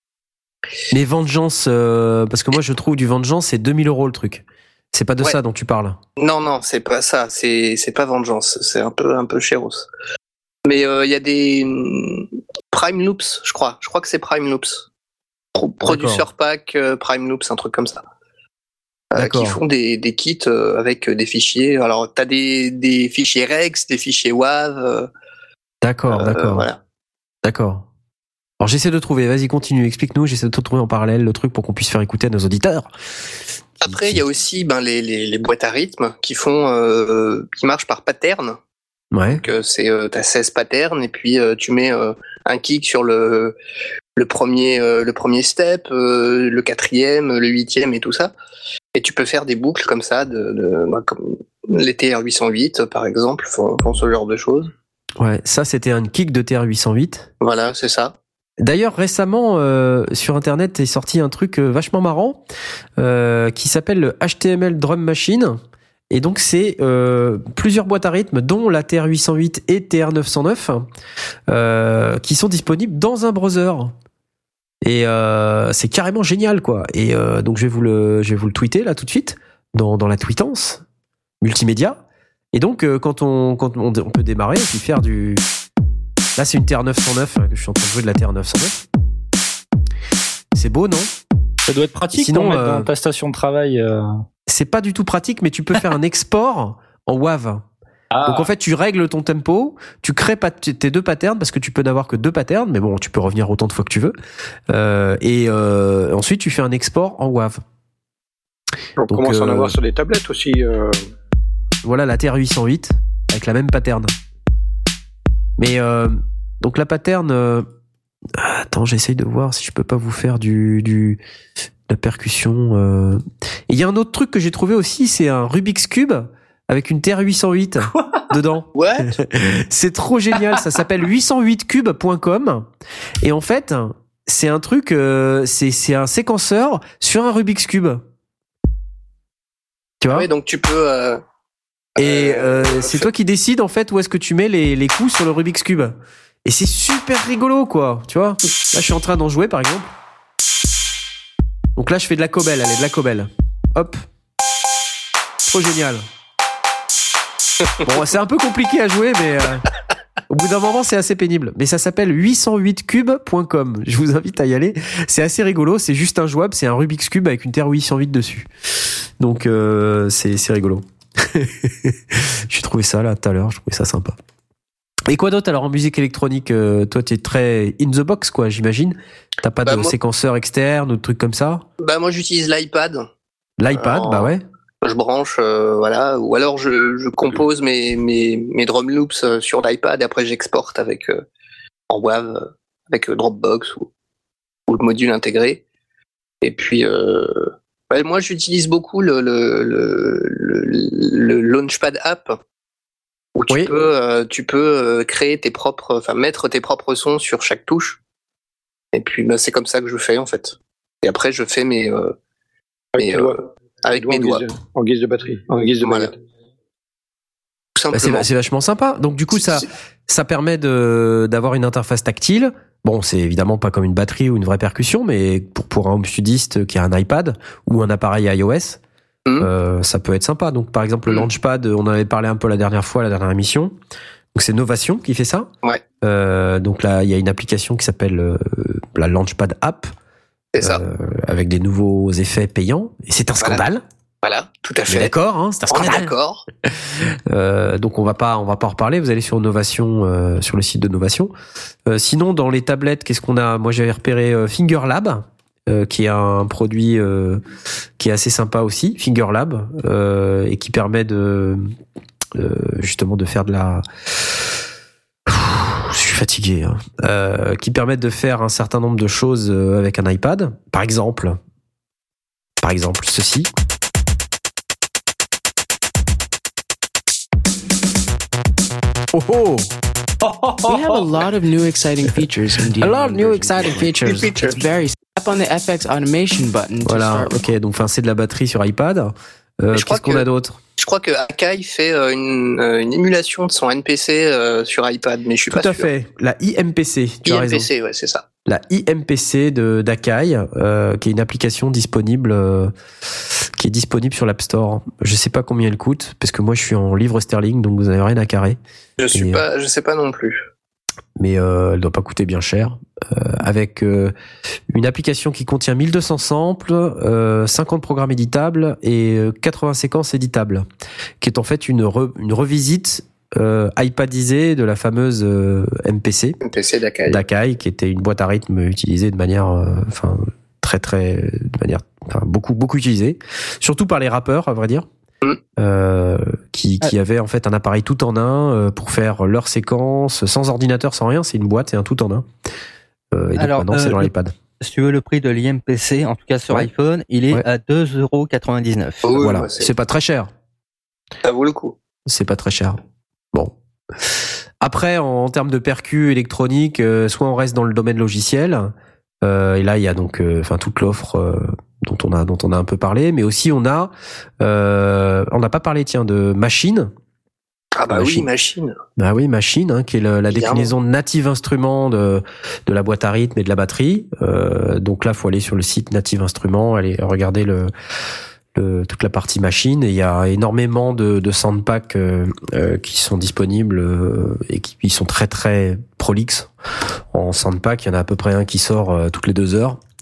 Mais Vengeance, euh, parce que moi je trouve du Vengeance, c'est deux mille euros le truc. C'est pas de ouais. ça dont tu parles. Non, non, c'est pas ça. C'est c'est pas Vengeance. C'est un peu un peu chéros. Mais il euh, y a des Prime Loops, je crois. Je crois que c'est Prime Loops. Pro- Producer Pack, euh, Prime Loops, un truc comme ça. Euh, qui font des des kits euh, avec des fichiers. Alors t'as des des fichiers Rex, des fichiers W A V. Euh, d'accord, euh, d'accord. Voilà. D'accord. Alors j'essaie de trouver. Vas-y, continue. Explique-nous. J'essaie de te trouver en parallèle le truc pour qu'on puisse faire écouter à nos auditeurs. Après, il y a aussi ben, les, les, les boîtes à rythme qui font, euh, qui marchent par pattern. Ouais. Donc, euh, c'est, euh, t'as seize patterns et puis euh, tu mets euh, un kick sur le, le premier, euh, le premier step, euh, le quatrième, le huitième et tout ça. Et tu peux faire des boucles comme ça, de, de, ben, comme les T R huit cent huit par exemple, font, font ce genre de choses. Ouais, ça c'était un kick de T R huit cent huit. Voilà, c'est ça. D'ailleurs, récemment, euh, sur Internet est sorti un truc euh, vachement marrant euh, qui s'appelle le H T M L Drum Machine. Et donc, c'est euh, plusieurs boîtes à rythme, dont la T R huit cent huit et T R neuf cent neuf, euh, qui sont disponibles dans un browser. Et euh, c'est carrément génial, quoi. Et euh, donc, je vais vous le, je vais vous le tweeter là tout de suite dans dans la tweetance multimédia. Et donc, euh, quand on quand on, on peut démarrer et puis faire du Là, c'est une T R neuf cent neuf, que je suis en train de jouer de la T R neuf cent neuf. C'est beau, non ? Ça doit être pratique. Sinon, pour mettre euh, dans ta station de travail. Euh... C'est pas du tout pratique, mais tu peux faire un export en WAV. Ah. Donc en fait, tu règles ton tempo, tu crées pas tes deux patterns parce que tu peux n'avoir que deux patterns, mais bon, tu peux revenir autant de fois que tu veux. Euh, et euh, ensuite, tu fais un export en WAV. On Donc, commence à en euh, avoir sur les tablettes aussi. Euh... Voilà la T R huit cent huit avec la même pattern. Mais euh, donc la pattern. Euh, attends, j'essaye de voir si je peux pas vous faire du du de la percussion. Euh... Et il y a un autre truc que j'ai trouvé aussi, c'est un Rubik's Cube avec une T R huit cent huit dedans. Ouais. C'est trop génial. Ça s'appelle huit cent huit cube point com et en fait, c'est un truc, euh, c'est c'est un séquenceur sur un Rubik's Cube. Tu vois? Ouais, donc tu peux. Euh, Et euh, euh, c'est toi qui décides en fait où est-ce que tu mets les les coups sur le Rubik's Cube. Et c'est super rigolo, quoi. Tu vois? Là, je suis en train d'en jouer, par exemple. Donc là, je fais de la cobelle. Allez, de la cobelle. Hop. Trop génial. Bon, c'est un peu compliqué à jouer, mais euh, au bout d'un moment, c'est assez pénible. Mais ça s'appelle huit cent huit cube point com. Je vous invite à y aller. C'est assez rigolo. C'est juste un jouable. C'est un Rubik's Cube avec une T R huit cent huit dessus. Donc, euh, c'est, c'est rigolo. J'ai trouvé ça là tout à l'heure. Je trouvais ça sympa. Et quoi d'autre alors en musique électronique? euh, Toi, tu es très in the box, quoi, j'imagine. T'as pas Bah, de moi- séquenceur externe ou de trucs comme ça? Bah moi j'utilise l'iPad. L'iPad, Alors, bah ouais. Je branche, euh, voilà, ou alors je, je compose mes, mes, mes drum loops euh, sur l'iPad et après j'exporte avec euh, en WAV euh, avec euh, Dropbox ou, ou le module intégré. Et puis euh, ouais, moi j'utilise beaucoup le, le, le, le, le Launchpad app où tu Oui. peux euh, tu peux euh, créer tes propres, enfin mettre tes propres sons sur chaque touche. Et puis bah, c'est comme ça que je fais en fait. Et après je fais mes euh, Avec mes, tes euh, doigts. avec En mes guise doigts. de- En guise de batterie. En guise de Voilà. baguette. Tout Bah, c'est, simplement. c'est vachement sympa. Donc du coup, ça, C'est- ça permet de d'avoir une interface tactile. Bon, c'est évidemment pas comme une batterie ou une vraie percussion, mais pour pour un home studiste qui a un iPad ou un appareil iOS, Mhm. euh, ça peut être sympa. Donc par exemple, le Mhm. Launchpad, on en avait parlé un peu la dernière fois, la dernière émission. Donc c'est Novation qui fait ça. Ouais. Euh, donc là, il y a une application qui s'appelle euh, la Launchpad App. C'est ça. Euh, avec des nouveaux effets payants. Et c'est un Voilà. scandale. Voilà, tout à On est fait. d'accord, hein, c'est un On est scandale. d'accord. Euh, donc on va pas, on va pas en reparler. Vous allez sur Novation, euh, sur le site de Novation. Euh, sinon, dans les tablettes, qu'est-ce qu'on a? Moi, j'avais repéré euh, FingerLab, euh, qui est un produit euh, qui est assez sympa aussi, FingerLab, euh, et qui permet de euh, justement de faire de la. Je suis fatigué. Hein. Euh, qui permettent de faire un certain nombre de choses euh, avec un iPad. Par exemple, par exemple, ceci. Oh oh! We have a lot of new exciting features in D M A lot of new version exciting four. features. It's very tap on the F X automation button to Voilà, start. ok, donc enfin c'est de la batterie sur iPad. Euh, je crois qu'est-ce qu'on que- a d'autre? Je crois que Akai fait euh, une, euh, une émulation de son N P C euh, sur iPad, mais je suis Tout pas à sûr. fait, la I M P C, tu as raison. I M P C, ouais, c'est ça. La I M P C de d'Akai, euh, qui est une application disponible, euh, qui est disponible sur l'App Store. Je sais pas combien elle coûte, parce que moi je suis en livre sterling, donc vous avez rien à carrer. Je suis Et, pas, je sais pas non plus. Mais euh, elle doit pas coûter bien cher. Euh, avec euh, une application qui contient mille deux cents samples, euh, cinquante programmes éditables et euh, quatre-vingts séquences éditables, qui est en fait une, re, une revisite euh, iPadisée de la fameuse euh, M P C N P C d'Akai. d'Akai, qui était une boîte à rythme utilisée de manière, euh, enfin très très, de manière, enfin beaucoup beaucoup utilisée, surtout par les rappeurs à vrai dire. Mm. Euh, qui, qui avait en fait un appareil tout en un euh, pour faire leurs séquences sans ordinateur, sans rien. C'est une boîte, c'est un tout en un. Euh, et donc Alors, maintenant, c'est euh, dans le- l'iPad. Si tu veux le prix de l'I M P C, en tout cas sur Ouais. iPhone, il est Ouais. à deux euros quatre-vingt-dix-neuf. Oh, oui, Voilà, bah, c'est- c'est pas très cher. Ça vaut le coup. C'est pas très cher. Bon. Après, en, en termes de percu électronique, euh, soit on reste dans le domaine logiciel, euh, et là il y a donc, euh, enfin toute l'offre euh, dont on a dont on a un peu parlé, mais aussi on a, euh, on n'a pas parlé tiens de Machine. Ah bah Machine. oui, machine. Ah oui, Machine, hein, qui est le- la Évidemment. déclinaison de Native Instruments de, de la boîte à rythme et de la batterie. Euh, donc là, faut aller sur le site Native Instruments, aller regarder le, le toute la partie machine. Et il y a énormément de, de soundpacks euh, euh, qui sont disponibles euh, et qui, qui sont très très prolixes en soundpack. Il y en a à peu près un qui sort euh, toutes les deux heures.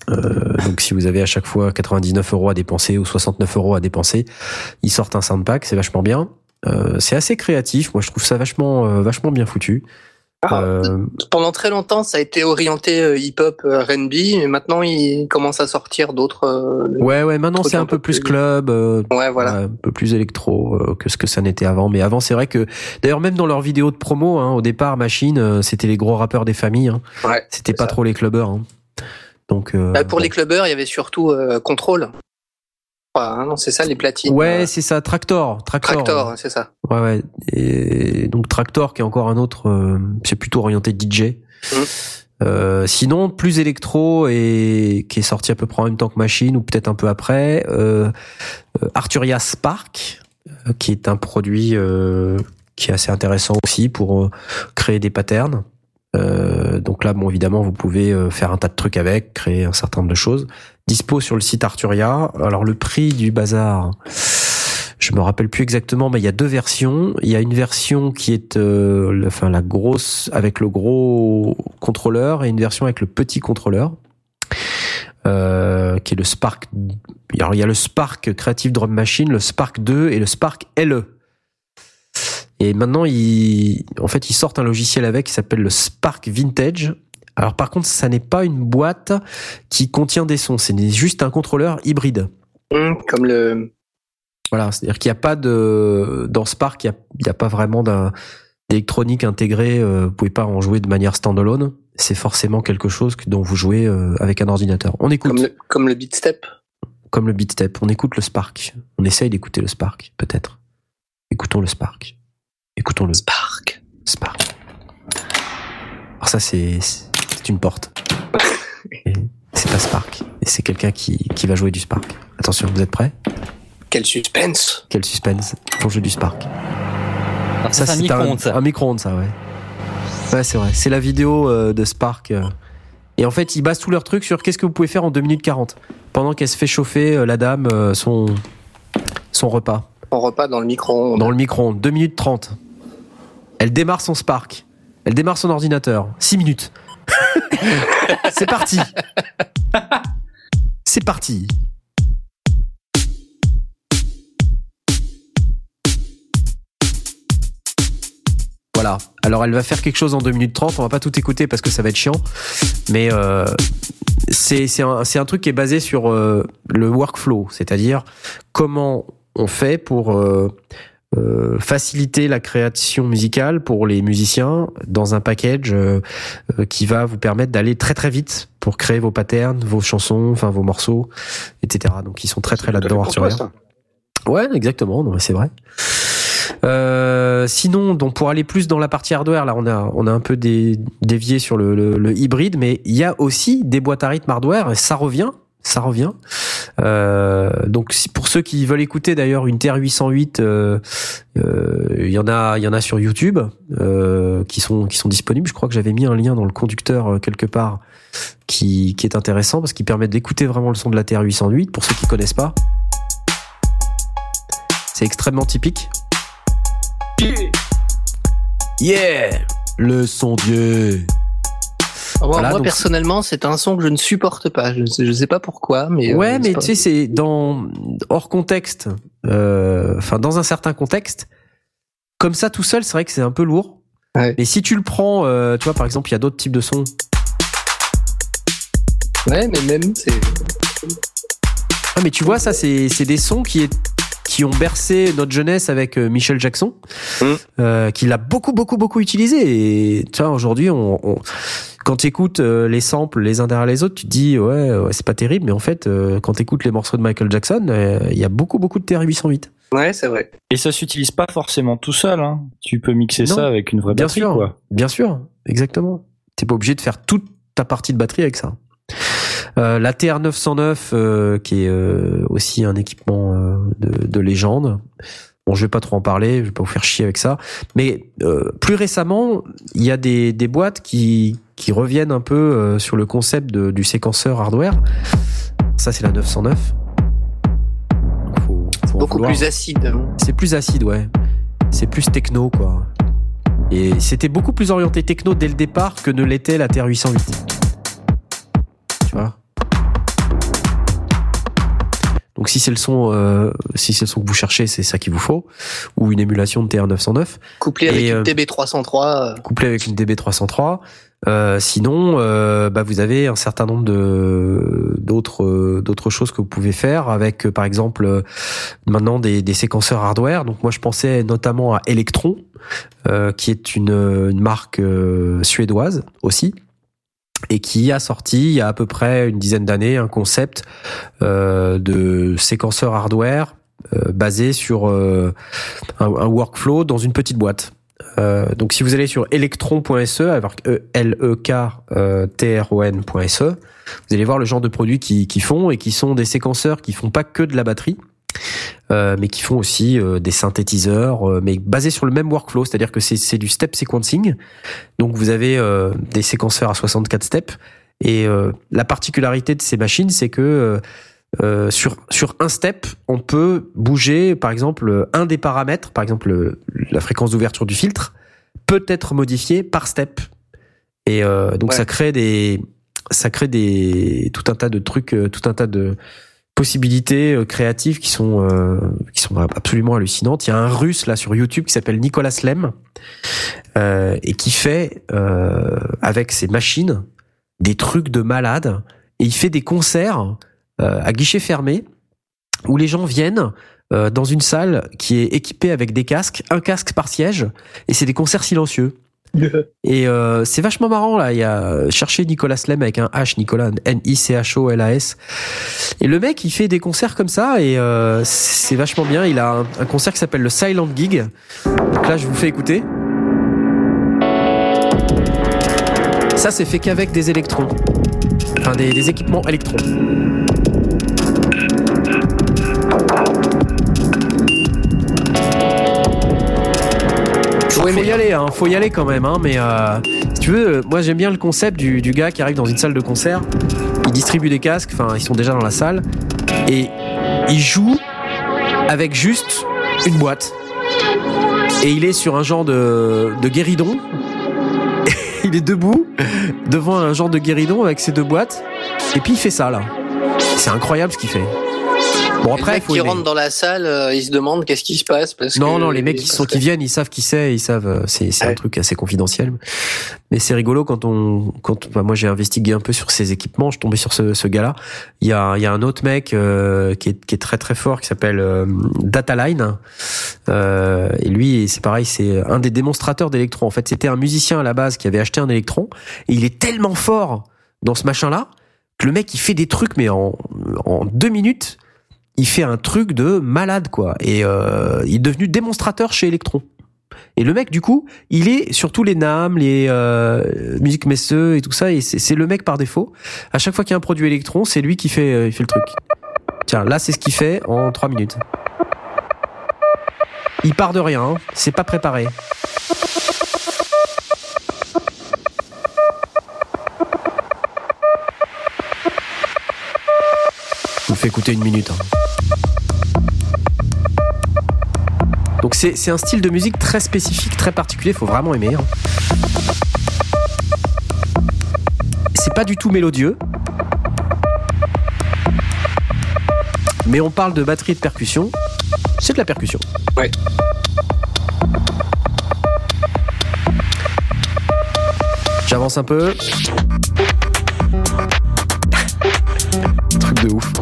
Euh, donc si vous avez à chaque fois quatre-vingt-dix-neuf euros à dépenser ou soixante-neuf euros à dépenser, ils sortent un soundpack, c'est vachement bien. Euh, c'est assez créatif, moi je trouve ça vachement euh, vachement bien foutu. Ah, euh... Pendant très longtemps, ça a été orienté hip-hop, R and B, mais maintenant il commence à sortir d'autres. Euh, ouais, ouais, maintenant c'est un, un peu plus, plus club, euh, ouais, voilà, un peu plus électro euh, que ce que ça n'était avant. Mais avant, c'est vrai que, d'ailleurs, même dans leurs vidéos de promo, hein, au départ, Machine, euh, c'était les gros rappeurs des familles. Hein. Ouais, c'était pas ça. trop les clubbers. Hein. Donc. Euh, bah, pour bon. les clubbers, il y avait surtout euh, Control. Ah, non, c'est ça, les platines. Ouais, euh... c'est ça, Tractor. Tractor, Tractor ouais. c'est ça. Ouais, ouais. Et donc Tractor, qui est encore un autre, euh, c'est plutôt orienté D J. Mmh. Euh, sinon, plus électro et qui est sorti à peu près en même temps que Machine ou peut-être un peu après. Euh, euh, Arturia Spark, euh, qui est un produit euh, qui est assez intéressant aussi pour euh, créer des patterns. Euh, donc là, bon, évidemment, vous pouvez euh, faire un tas de trucs avec, créer un certain nombre de choses. Dispo sur le site Arturia. Alors le prix du bazar, je me rappelle plus exactement, mais il y a deux versions. Il y a une version qui est, euh, le, enfin la grosse avec le gros contrôleur et une version avec le petit contrôleur, euh, qui est le Spark. Alors il y a le Spark Creative Drum Machine, le Spark deux et le Spark L E. Et maintenant, ils, en fait, ils sortent un logiciel avec qui s'appelle le Spark Vintage. Alors par contre, ça n'est pas une boîte qui contient des sons, c'est juste un contrôleur hybride. Mmh, comme le... Voilà, c'est-à-dire qu'il n'y a pas de... Dans Spark, il n'y a, il y a pas vraiment d'un, d'électronique intégrée, euh, vous pouvez pas en jouer de manière standalone, c'est forcément quelque chose dont vous jouez euh, avec un ordinateur. On écoute. Comme le, comme le beatstep. Comme le beatstep, on écoute le Spark. On essaye d'écouter le Spark, peut-être. Écoutons le Spark. Écoutons le Spark. Spark. Alors ça, c'est... c'est... C'est une porte. Et c'est pas Spark. Et c'est quelqu'un qui, qui va jouer du Spark. Attention, vous êtes prêts ? Quel suspense ! Quel suspense pour jouer du Spark. Alors ça, ça c'est un micro-ondes. Un, un micro-ondes, ça, ouais. Ouais, c'est vrai. C'est la vidéo euh, de Spark. Euh. Et en fait, ils basent tout leur truc sur qu'est-ce que vous pouvez faire en deux minutes quarante. Pendant qu'elle se fait chauffer, euh, la dame, euh, son, son repas. Son repas dans le micro-ondes. Dans le micro-ondes. deux minutes trente. Elle démarre son Spark. Elle démarre son ordinateur. six minutes. C'est parti. C'est parti. Voilà. Alors elle va faire quelque chose en deux minutes trente, on va pas tout écouter parce que ça va être chiant. Mais euh, c'est, c'est, un, c'est un truc qui est basé sur euh, le workflow, c'est-à-dire comment on fait pour... Euh, Euh, faciliter la création musicale pour les musiciens dans un package euh, euh, qui va vous permettre d'aller très très vite pour créer vos patterns, vos chansons, enfin vos morceaux, et cetera. Donc ils sont très très là-dedans, Arturia. Ouais, exactement, non, c'est vrai. Euh, sinon, donc pour aller plus dans la partie hardware, là on a on a un peu des, dévié sur le, le, le hybride, mais il y a aussi des boîtes à rythme hardware et ça revient. Ça revient. Euh, donc pour ceux qui veulent écouter d'ailleurs une T R huit cent huit, euh, euh, il y en a, il y en a sur YouTube euh, qui sont qui sont disponibles. Je crois que j'avais mis un lien dans le conducteur euh, quelque part qui qui est intéressant parce qu'il permet d'écouter vraiment le son de la T R huit cent huit. Pour ceux qui connaissent pas, c'est extrêmement typique. Yeah, le son Dieu. Moi, voilà, moi donc personnellement, c'est un son que je ne supporte pas. Je sais, je sais pas pourquoi, mais ouais, euh, mais pas... tu sais, c'est dans hors contexte, euh, enfin dans un certain contexte, comme ça tout seul, c'est vrai que c'est un peu lourd. Ouais. Mais si tu le prends, euh, tu vois, par exemple, il y a d'autres types de sons. Ouais, mais même c'est. Ah, mais tu vois, ça, c'est c'est des sons qui est qui ont bercé notre jeunesse avec euh, Michael Jackson, mmh. euh, qui l'a beaucoup, beaucoup, beaucoup utilisé. Et tu vois, aujourd'hui, on, on quand tu écoutes euh, les samples les uns derrière les autres, tu te dis ouais, ouais c'est pas terrible, mais en fait, euh, quand tu écoutes les morceaux de Michael Jackson, il euh, y a beaucoup, beaucoup de T R huit cent huit. Ouais, c'est vrai. Et ça s'utilise pas forcément tout seul. Hein. Tu peux mixer non, ça avec une vraie bien batterie, sûr, quoi. Bien sûr, exactement. T'es pas obligé de faire toute ta partie de batterie avec ça. Euh, la T R neuf cent neuf, euh, qui est euh, aussi un équipement euh, de, de légende. Bon, je vais pas trop en parler, je vais pas vous faire chier avec ça. Mais euh, plus récemment, il y a des, des boîtes qui, qui reviennent un peu euh, sur le concept de, du séquenceur hardware. Ça, c'est la neuf cent neuf. Faut, faut Beaucoup plus acide. C'est plus acide, ouais. C'est plus techno, quoi. Et c'était beaucoup plus orienté techno dès le départ que ne l'était la T R huit cent huit. Tu vois ? Donc si c'est le son, euh, si c'est le son que vous cherchez, c'est ça qu'il vous faut, ou une émulation de T R neuf cent neuf. Couplé avec et, une D B trois cent trois. Couplé avec une D B trois cent trois. Euh, sinon, euh, bah vous avez un certain nombre de d'autres euh, d'autres choses que vous pouvez faire avec, euh, par exemple, euh, maintenant des, des séquenceurs hardware. Donc moi, je pensais notamment à Electron, euh, qui est une, une marque euh, suédoise aussi, et qui a sorti il y a à peu près une dizaine d'années un concept euh, de séquenceur hardware euh, basé sur euh, un, un workflow dans une petite boîte. Euh, donc si vous allez sur electron point s e avec L E K T R O N point S E, vous allez voir le genre de produits qu'ils qui font, et qui sont des séquenceurs qui font pas que de la batterie, euh, mais qui font aussi euh, des synthétiseurs, euh, mais basés sur le même workflow, c'est-à-dire que c'est, c'est du step sequencing. Donc vous avez euh, des séquenceurs à soixante-quatre steps, et euh, la particularité de ces machines, c'est que euh, Euh, sur sur un step, on peut bouger, par exemple, un des paramètres, par exemple la fréquence d'ouverture du filtre, peut être modifié par step. Et euh, donc ouais. ça crée des ça crée des tout un tas de trucs, tout un tas de possibilités créatives qui sont euh, qui sont absolument hallucinantes. Il y a un Russe là sur YouTube qui s'appelle Nicolas Lem euh, et qui fait euh, avec ses machines des trucs de malade, et il fait des concerts à guichet fermé, où les gens viennent euh, dans une salle qui est équipée avec des casques, un casque par siège, et c'est des concerts silencieux. Et euh, c'est vachement marrant là. Il y a cherché Nicolas Lem avec un H, Nicolas N I C H O L A S. Et le mec, il fait des concerts comme ça, et euh, c'est vachement bien. Il a un, un concert qui s'appelle le Silent Gig. Donc là, je vous fais écouter. Ça, c'est fait qu'avec des électrons, enfin des, des équipements électrons. Faut y aller, hein. Faut y aller quand même, hein. Mais euh, si tu veux, moi j'aime bien le concept du, du gars qui arrive dans une salle de concert, il distribue des casques, enfin ils sont déjà dans la salle, et il joue avec juste une boîte. Et il est sur un genre de, de guéridon. Il est debout devant un genre de guéridon avec ses deux boîtes, et puis il fait ça là. C'est incroyable ce qu'il fait. Bon, après, les mecs il faut qui aimer. rentrent dans la salle, euh, ils se demandent qu'est-ce qui se passe parce non, que non, les mecs qui sont qui viennent, ils savent qui c'est, ils savent. C'est c'est ouais. un truc assez confidentiel. Mais c'est rigolo quand on quand bah, moi j'ai investigué un peu sur ces équipements, je suis tombé sur ce ce gars-là. Il y a il y a un autre mec euh, qui est qui est très très fort qui s'appelle euh, Dataline. Euh, et lui, c'est pareil, c'est un des démonstrateurs d'électrons. En fait, c'était un musicien à la base qui avait acheté un électron, et il est tellement fort dans ce machin-là que le mec il fait des trucs, mais en en deux minutes. Il fait un truc de malade, quoi. Et euh, il est devenu démonstrateur chez Electron. Et le mec, du coup, il est sur tous les N A M, les euh, musiques Messeux et tout ça. Et c'est, c'est le mec par défaut. À chaque fois qu'il y a un produit Electron, c'est lui qui fait, euh, il fait le truc. Tiens, là, c'est ce qu'il fait en trois minutes. Il part de rien. Hein. C'est pas préparé. Je vous fais écouter une minute. Hein. Donc c'est, c'est un style de musique très spécifique, très particulier, faut vraiment aimer. Hein. C'est pas du tout mélodieux. Mais on parle de batterie et de percussion. C'est de la percussion. Ouais. J'avance un peu. Truc de ouf.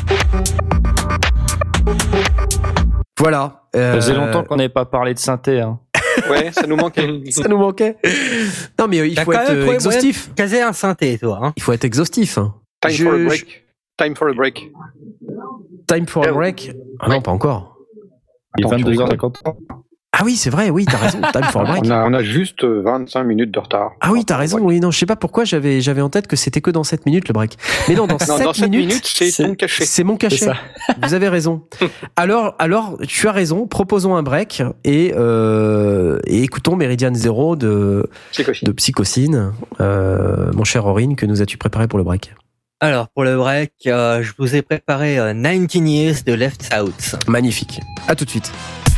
Voilà. Euh... Ça faisait longtemps qu'on n'avait pas parlé de synthé. Hein. Ouais, ça nous manquait. ça nous manquait. Non, mais euh, il T'as faut être euh, exhaustif. Caser un synthé, toi. Hein. Il faut être exhaustif. Hein. Time je... for a break. Time for a break. Time for a break. Ah non, pas encore. Il est vingt-deux heures cinquante-trois. Ah oui, c'est vrai, oui, t'as raison. Time for a break. On a, on a juste vingt-cinq minutes de retard. Ah oui, t'as raison. Oui, non, je sais pas pourquoi j'avais j'avais en tête que c'était que dans sept minutes le break. Mais non, dans non, sept dans sept minutes, minutes, c'est, c'est ton cachet. C'est mon cachet. C'est Vous avez raison. Alors, alors, tu as raison. Proposons un break et euh, et écoutons Meridian Zero de Psychocine. de Psychocine. Euh, mon cher Aurine, que nous as-tu préparé pour le break? Alors, pour le break, euh, je vous ai préparé euh, dix-neuf Years de Left South. Magnifique. À tout de suite.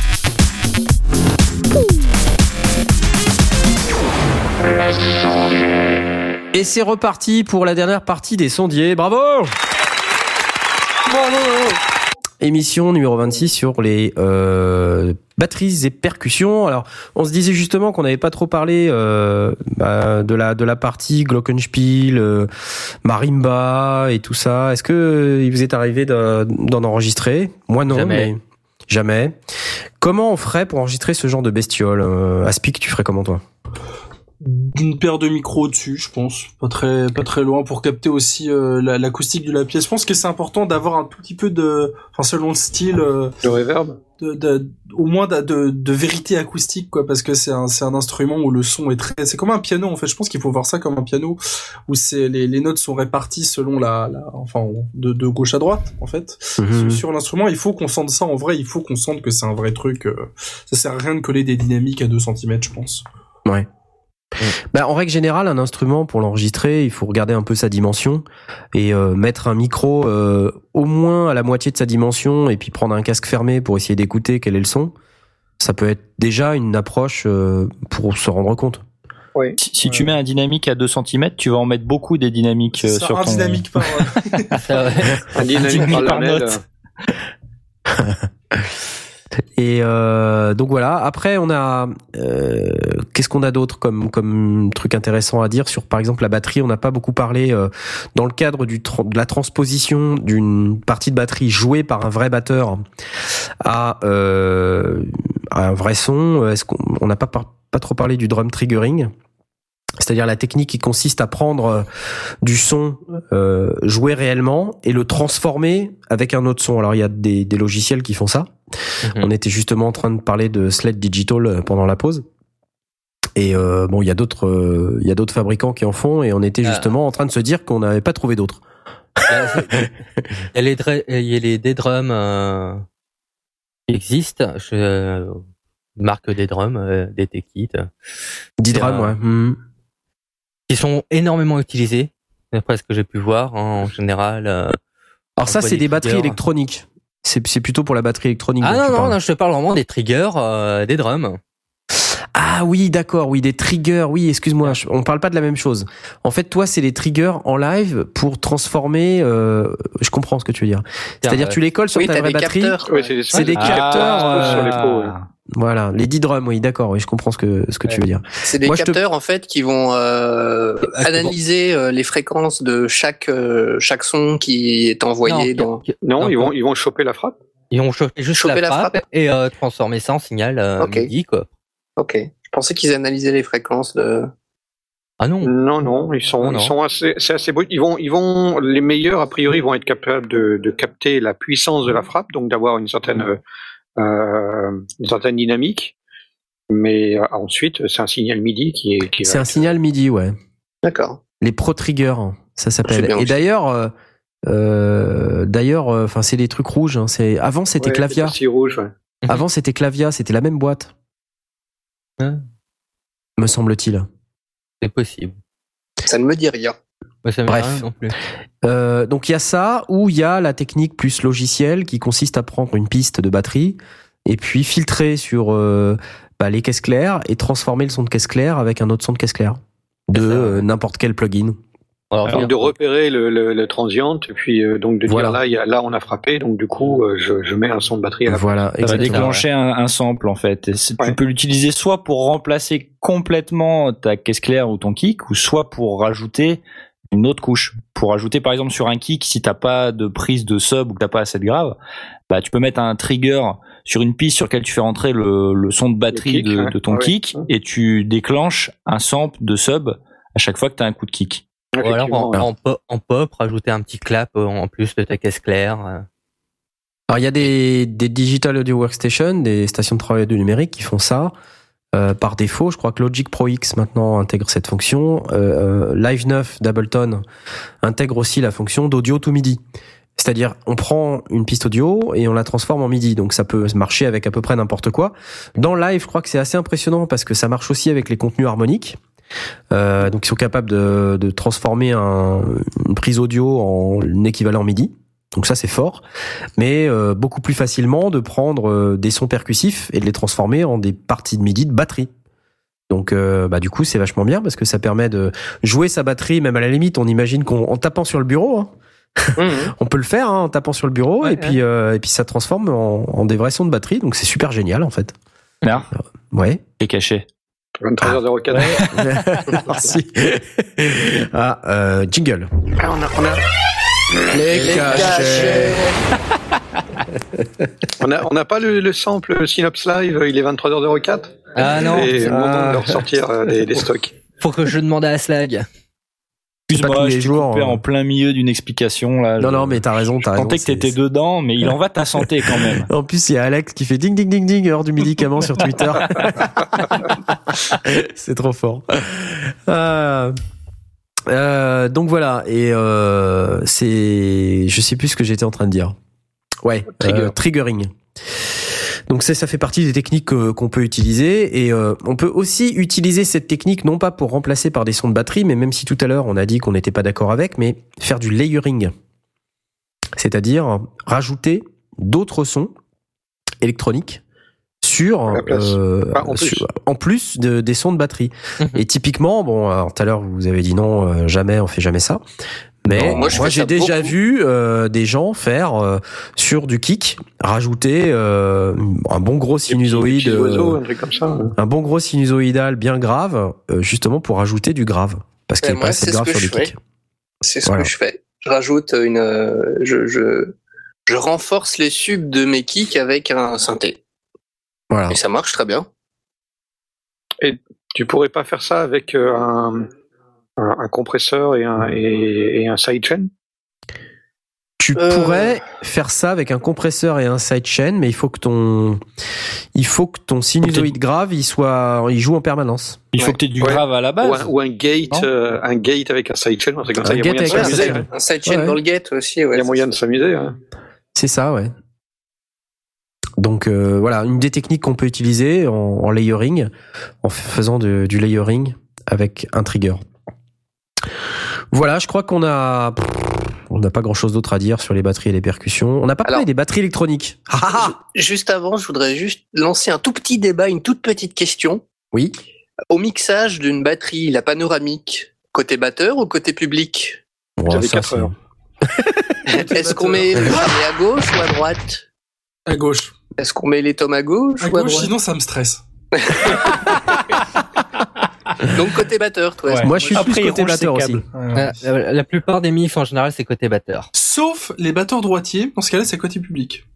Et c'est reparti pour la dernière partie des sondiers. Bravo! Bravo! émission numéro vingt-six sur les euh, batteries et percussions. Alors, on se disait justement qu'on n'avait pas trop parlé euh, bah, de la de la partie glockenspiel, euh, marimba et tout ça. Est-ce que euh, il vous est arrivé de, d'en enregistrer ? Moi non, Jamais. mais jamais. Comment on ferait pour enregistrer ce genre de bestiole ? euh, Aspic, tu ferais comment toi ? Une paire de micros au-dessus, je pense, pas très pas très loin pour capter aussi euh, la, l'acoustique de la pièce. Je pense que c'est important d'avoir un tout petit peu de, enfin selon le style, euh, de reverb, de, de, au moins de, de, de vérité acoustique quoi, parce que c'est un c'est un instrument où le son est très, c'est comme un piano en fait. Je pense qu'il faut voir ça comme un piano où c'est les les notes sont réparties selon la, la enfin de de gauche à droite en fait. Mmh. Sur l'instrument, il faut qu'on sente ça en vrai. Il faut qu'on sente que c'est un vrai truc. Euh, ça sert à rien de coller des dynamiques à deux centimètres, je pense. Ouais. Bah, en règle générale, un instrument pour l'enregistrer, il faut regarder un peu sa dimension et euh, mettre un micro euh, au moins à la moitié de sa dimension et puis prendre un casque fermé pour essayer d'écouter quel est le son. Ça peut être déjà une approche euh, pour se rendre compte. Oui. Si, si ouais. tu mets un dynamique à deux centimètres, tu vas en mettre beaucoup des dynamiques euh, sur un ton... dynamique par... un dynamique par la note. Et euh, donc voilà. Après, on a euh, qu'est-ce qu'on a d'autre comme comme truc intéressant à dire sur, par exemple, la batterie. On n'a pas beaucoup parlé euh, dans le cadre du de la transposition d'une partie de batterie jouée par un vrai batteur à, euh, à un vrai son. Est-ce qu'on on n'a pas pas trop parlé du drum triggering? C'est-à-dire la technique qui consiste à prendre du son euh, joué réellement et le transformer avec un autre son. Alors il y a des, des logiciels qui font ça. Mmh. On était justement en train de parler de Sled Digital pendant la pause. Et euh, bon, il y a d'autres, euh, il y a d'autres fabricants qui en font et on était justement ah. en train de se dire qu'on n'avait pas trouvé d'autres. Il y a les, dr- il y a les des drums euh, qui existent. Je marque des drums, euh, des Tech-Kit. D-Drum, ouais. Mmh. Qui sont énormément utilisés, d'après ce que j'ai pu voir, hein, en général. Euh, Alors ça, c'est des batteries électroniques. C'est, c'est plutôt pour la batterie électronique. Ah non, non, non, je te parle vraiment des triggers, euh, des drums. Ah oui, d'accord, oui, des triggers, oui, excuse-moi, je, on parle pas de la même chose. En fait, toi, c'est les triggers en live pour transformer, euh, je comprends ce que tu veux dire. C'est-à-dire, tu les colles sur oui, ta vraie batterie. Oui, c'est des, c'est des ah, capteurs, ah, sur les pots, ouais. Voilà, les D-Drum, oui, d'accord, oui, je comprends ce que ce que ouais. tu veux dire. C'est des Moi, capteurs te... en fait qui vont euh, analyser euh, les fréquences de chaque euh, chaque son qui est envoyé non, dans. Non, non, ils vont ils vont choper la frappe. Ils vont choper juste choper la, frappe la frappe et euh, transformer ça en signal euh, okay. MIDI quoi. Ok. Je pensais qu'ils analysaient les fréquences de. Ah non. Non, non, ils sont, non, non. ils sont assez, c'est assez beau. Ils vont, ils vont, les meilleurs a priori vont être capables de, de capter la puissance de la frappe, donc d'avoir une certaine, euh, une certaine dynamique. Mais euh, ensuite, c'est un signal MIDI qui est. Qui c'est un être... signal MIDI, ouais. D'accord. Les Pro Trigger, ça s'appelle. Et d'ailleurs. Euh, Euh, d'ailleurs, enfin, euh, c'est les trucs rouges. Hein. C'est avant, c'était ouais, Clavia. C'est rouge, ouais. Avant, c'était Clavia. C'était la même boîte. Hein me semble-t-il. C'est possible. Ça ne me dit rien. Ouais, ça me Bref. dit rien non plus. Euh, donc il y a ça, ou il y a la technique plus logicielle qui consiste à prendre une piste de batterie et puis filtrer sur euh, bah, les caisses claires et transformer le son de caisse claire avec un autre son de caisse claire de euh, n'importe quel plugin. Alors, donc de repérer le, le, le transient et puis euh, donc de voilà. dire là, y a, là on a frappé, donc du coup euh, je, je mets un son de batterie à la voilà, ça va déclencher un, un sample en fait. Ouais. Tu peux l'utiliser soit pour remplacer complètement ta caisse claire ou ton kick, ou soit pour rajouter une autre couche. Pour ajouter par exemple sur un kick, si t'as pas de prise de sub ou que t'as pas assez de grave, bah tu peux mettre un trigger sur une piste sur laquelle tu fais rentrer le, le son de batterie kick, de, ouais. de ton ouais. kick et tu déclenches un sample de sub à chaque fois que t'as un coup de kick. Ou alors en, en, pop, en pop, rajouter un petit clap en plus de ta caisse claire. Alors il y a des, des Digital Audio Workstation, des stations de travail de numérique qui font ça euh, par défaut. Je crois que Logic Pro X maintenant intègre cette fonction. Euh, Live neuf d'Ableton intègre aussi la fonction d'audio to MIDI. C'est-à-dire, on prend une piste audio et on la transforme en MIDI. Donc ça peut marcher avec à peu près n'importe quoi. Dans Live, je crois que c'est assez impressionnant parce que ça marche aussi avec les contenus harmoniques. Euh, donc ils sont capables de, de transformer un, une prise audio en un équivalent MIDI. Donc ça c'est fort, mais euh, beaucoup plus facilement de prendre euh, des sons percussifs et de les transformer en des parties de MIDI de batterie. Donc euh, bah du coup c'est vachement bien parce que ça permet de jouer sa batterie même à la limite on imagine qu'en en tapant sur le bureau. Hein, Mmh. On peut le faire hein, en tapant sur le bureau Ouais, et puis euh, et puis ça transforme en, en des vrais sons de batterie, donc c'est super génial en fait. Là, Ouais. c'est caché. vingt-trois heures zéro quatre. Merci. Ah, euh, jingle. Ah, on a, on a... Les, Les cachets. On a, on n'a pas le, le sample Synops Live, il est vingt-trois heures zéro quatre. Ah non, Et c'est le moment Ah. de leur sortir euh, des, des stocks. faut que je demande à Slag. C'est pas Excuse-moi, tous les je t'ai jours, coupé hein. en plein milieu d'une explication là. Non Je- non mais t'as raison, t'as Je raison. sentais que c'est- t'étais dedans, mais il en va de ta santé quand même. En plus, il y a Alex qui fait ding ding ding ding heure du médicament sur Twitter. C'est trop fort. Euh, euh, donc voilà, et euh, c'est, je sais plus ce que j'étais en train de dire. Ouais, Trigger. euh, triggering. Donc ça, ça fait partie des techniques euh, qu'on peut utiliser et euh, on peut aussi utiliser cette technique non pas pour remplacer par des sons de batterie, mais même si tout à l'heure on a dit qu'on n'était pas d'accord avec, mais faire du layering, c'est-à-dire rajouter d'autres sons électroniques sur, la place. euh, Enfin, en plus. sur- en plus de, des sons de batterie. Mhm. Et typiquement, bon, alors tout à l'heure vous avez dit non, euh, jamais, on fait jamais ça. Mais Non, moi, moi, je fais j'ai ça déjà beaucoup. vu euh, des gens faire euh, sur du kick rajouter euh, un bon gros Des petits- sinusoïde, des petits oiseaux, euh, un truc comme ça. hein. un bon gros sinusoïdal bien grave, euh, justement pour rajouter du grave, parce qu'il Ouais, n'y a pas moi, assez de c'est ce grave que sur du je fais. kick. C'est ce Voilà. que je fais. Je rajoute une, euh, je, je, je renforce les subs de mes kicks avec un synthé. Voilà. Et ça marche très bien. Tu pourrais pas faire ça avec euh, un, un, un compresseur et un, et, et un sidechain? Tu Euh. pourrais faire ça avec un compresseur et un sidechain, mais il faut que ton, il faut que ton sinusoïde grave, il soit, il joue en permanence. Il faut Ouais. que t'aies du Ouais. grave à la Ou base. un, ou un gate, Non. euh, un gate avec un sidechain, un truc comme ça. Un Il y a gate moyen de avec un Ouais, s'amuser. sidechain. hein. un sidechain Ouais. dans le gate aussi, ouais. Il y a moyen de s'amuser. hein. C'est ça, ouais. Donc euh, voilà, une des techniques qu'on peut utiliser en, en layering, en faisant de- du layering avec un trigger. Voilà, je crois qu'on a, on n'a pas grand chose d'autre à dire sur les batteries et les percussions. On n'a pas parlé Alors- des batteries électroniques. Ah, ah, ah. Juste avant, je voudrais juste lancer un tout petit débat, une toute petite question. Oui. Au mixage d'une batterie, la panoramique, côté batteur ou côté public? Bon, avez ça, quatre c'est- heures. Est-ce qu'on met le charlet à gauche ou à droite? À gauche. Est-ce qu'on met les tomes à gauche À ou à gauche, droite? sinon ça me stresse. Donc côté batteur, toi. Ouais. Moi, je suis Après, plus il côté ronge ses batteur aussi. câbles. Ouais. La, la- la plupart des mix en général c'est côté batteur. Sauf les batteurs droitiers, dans ce cas-là, c'est côté public.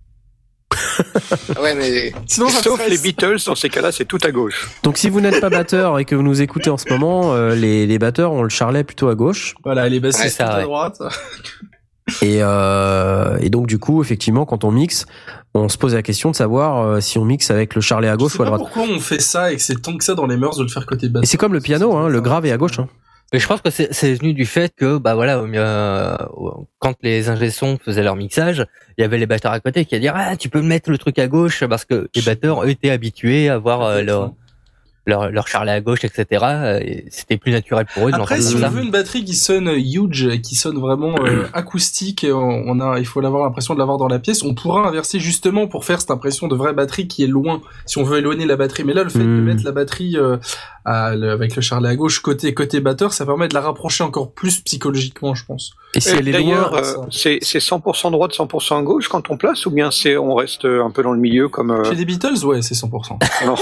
Ouais, mais Sinon, ça me Sauf stresse. les Beatles, dans ces cas-là, c'est tout à gauche. Donc si vous n'êtes pas batteur et que vous nous écoutez en ce moment, euh, les, les batteurs ont le charlet plutôt à gauche. Voilà, les bassistes Ouais, ça, tout à ouais. droite. Et, euh, et donc du coup, effectivement, quand on mixe, on se pose la question de savoir euh, si on mixe avec le charlet à Je gauche sais ou à pas droite. pourquoi on fait ça et que c'est tant que ça dans les mœurs de le faire côté batteur. Et c'est comme le piano, hein, le grave est à gauche. Hein. Mais je pense que c'est c'est venu du fait que bah voilà euh, quand les ingé sons faisaient leur mixage, il y avait les batteurs à côté qui allaient dire ah tu peux mettre le truc à gauche parce que les batteurs eux, étaient habitués à avoir euh, leur leur leur charlet à gauche et cetera. Et c'était plus naturel pour eux de Après, l'entendre si comme on ça. veut une batterie qui sonne huge, qui sonne vraiment euh, acoustique, et on on a, il faut l'avoir l'impression de l'avoir dans la pièce. On pourra inverser justement pour faire cette impression de vraie batterie qui est loin. Si on veut éloigner la batterie, mais là, le fait Mm. de mettre la batterie euh, à, le- avec le charlet à gauche côté côté batteur, ça permet de la rapprocher encore plus psychologiquement, je pense. Et si Et elle est D'ailleurs, loin, euh, c'est c'est cent pour cent droite, cent pour cent gauche quand on place, ou bien c'est on reste un peu dans le milieu comme. euh, Chez les Beatles, ouais, c'est cent pour cent. non.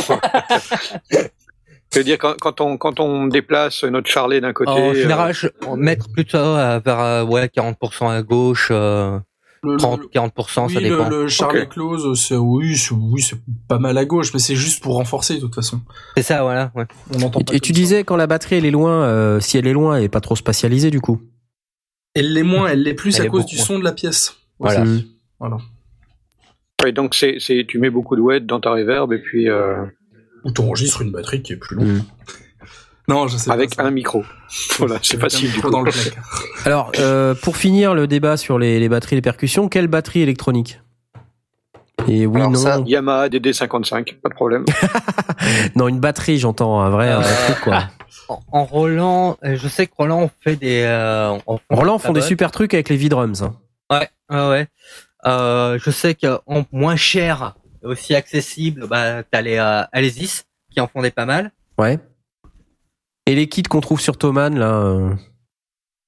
Je veux dire quand, quand on quand on déplace notre charlet d'un côté. En euh, général, je, mettre plutôt à, vers euh, ouais quarante pour cent à gauche, euh, Le- le- trente quarante pour cent oui, ça le, dépend. le charlet Ok. close, c'est oui, c'est oui, c'est pas mal à gauche, mais c'est juste pour renforcer de toute façon. C'est ça voilà. Ouais. On entend pas et, et tu comme ça. disais quand la batterie elle est loin, euh, si elle est loin, elle est pas trop spatialisée du coup. Elle l'est moins, elle l'est plus Elle à est cause beaucoup du moins. son de la pièce. Voilà. Mm. Voilà. ouais, donc c'est c'est tu mets beaucoup de wet dans ta reverb et puis euh, Ou t'enregistres une batterie qui est plus longue. Mm. Non, je sais avec pas. ça. un micro. Voilà, c'est Avec un facile du micro coup. dans le placard. Alors, euh, pour finir le débat sur les, les batteries et les percussions, quelle batterie électronique? Et oui, Alors non. ça- Yamaha D D cinquante-cinq, pas de problème. Non, une batterie, j'entends, un vrai, un vrai truc, quoi. En, en Roland, euh, je sais que Roland on fait des euh, on- on- Roland font des Ah, super trucs avec les V-drums. Hein. Ouais, ouais, ouais. Euh, je sais qu'en moins cher, aussi accessible, bah, t'as les euh, Alesis qui en font des pas mal. Ouais. Et les kits qu'on trouve sur Thomann, là. euh,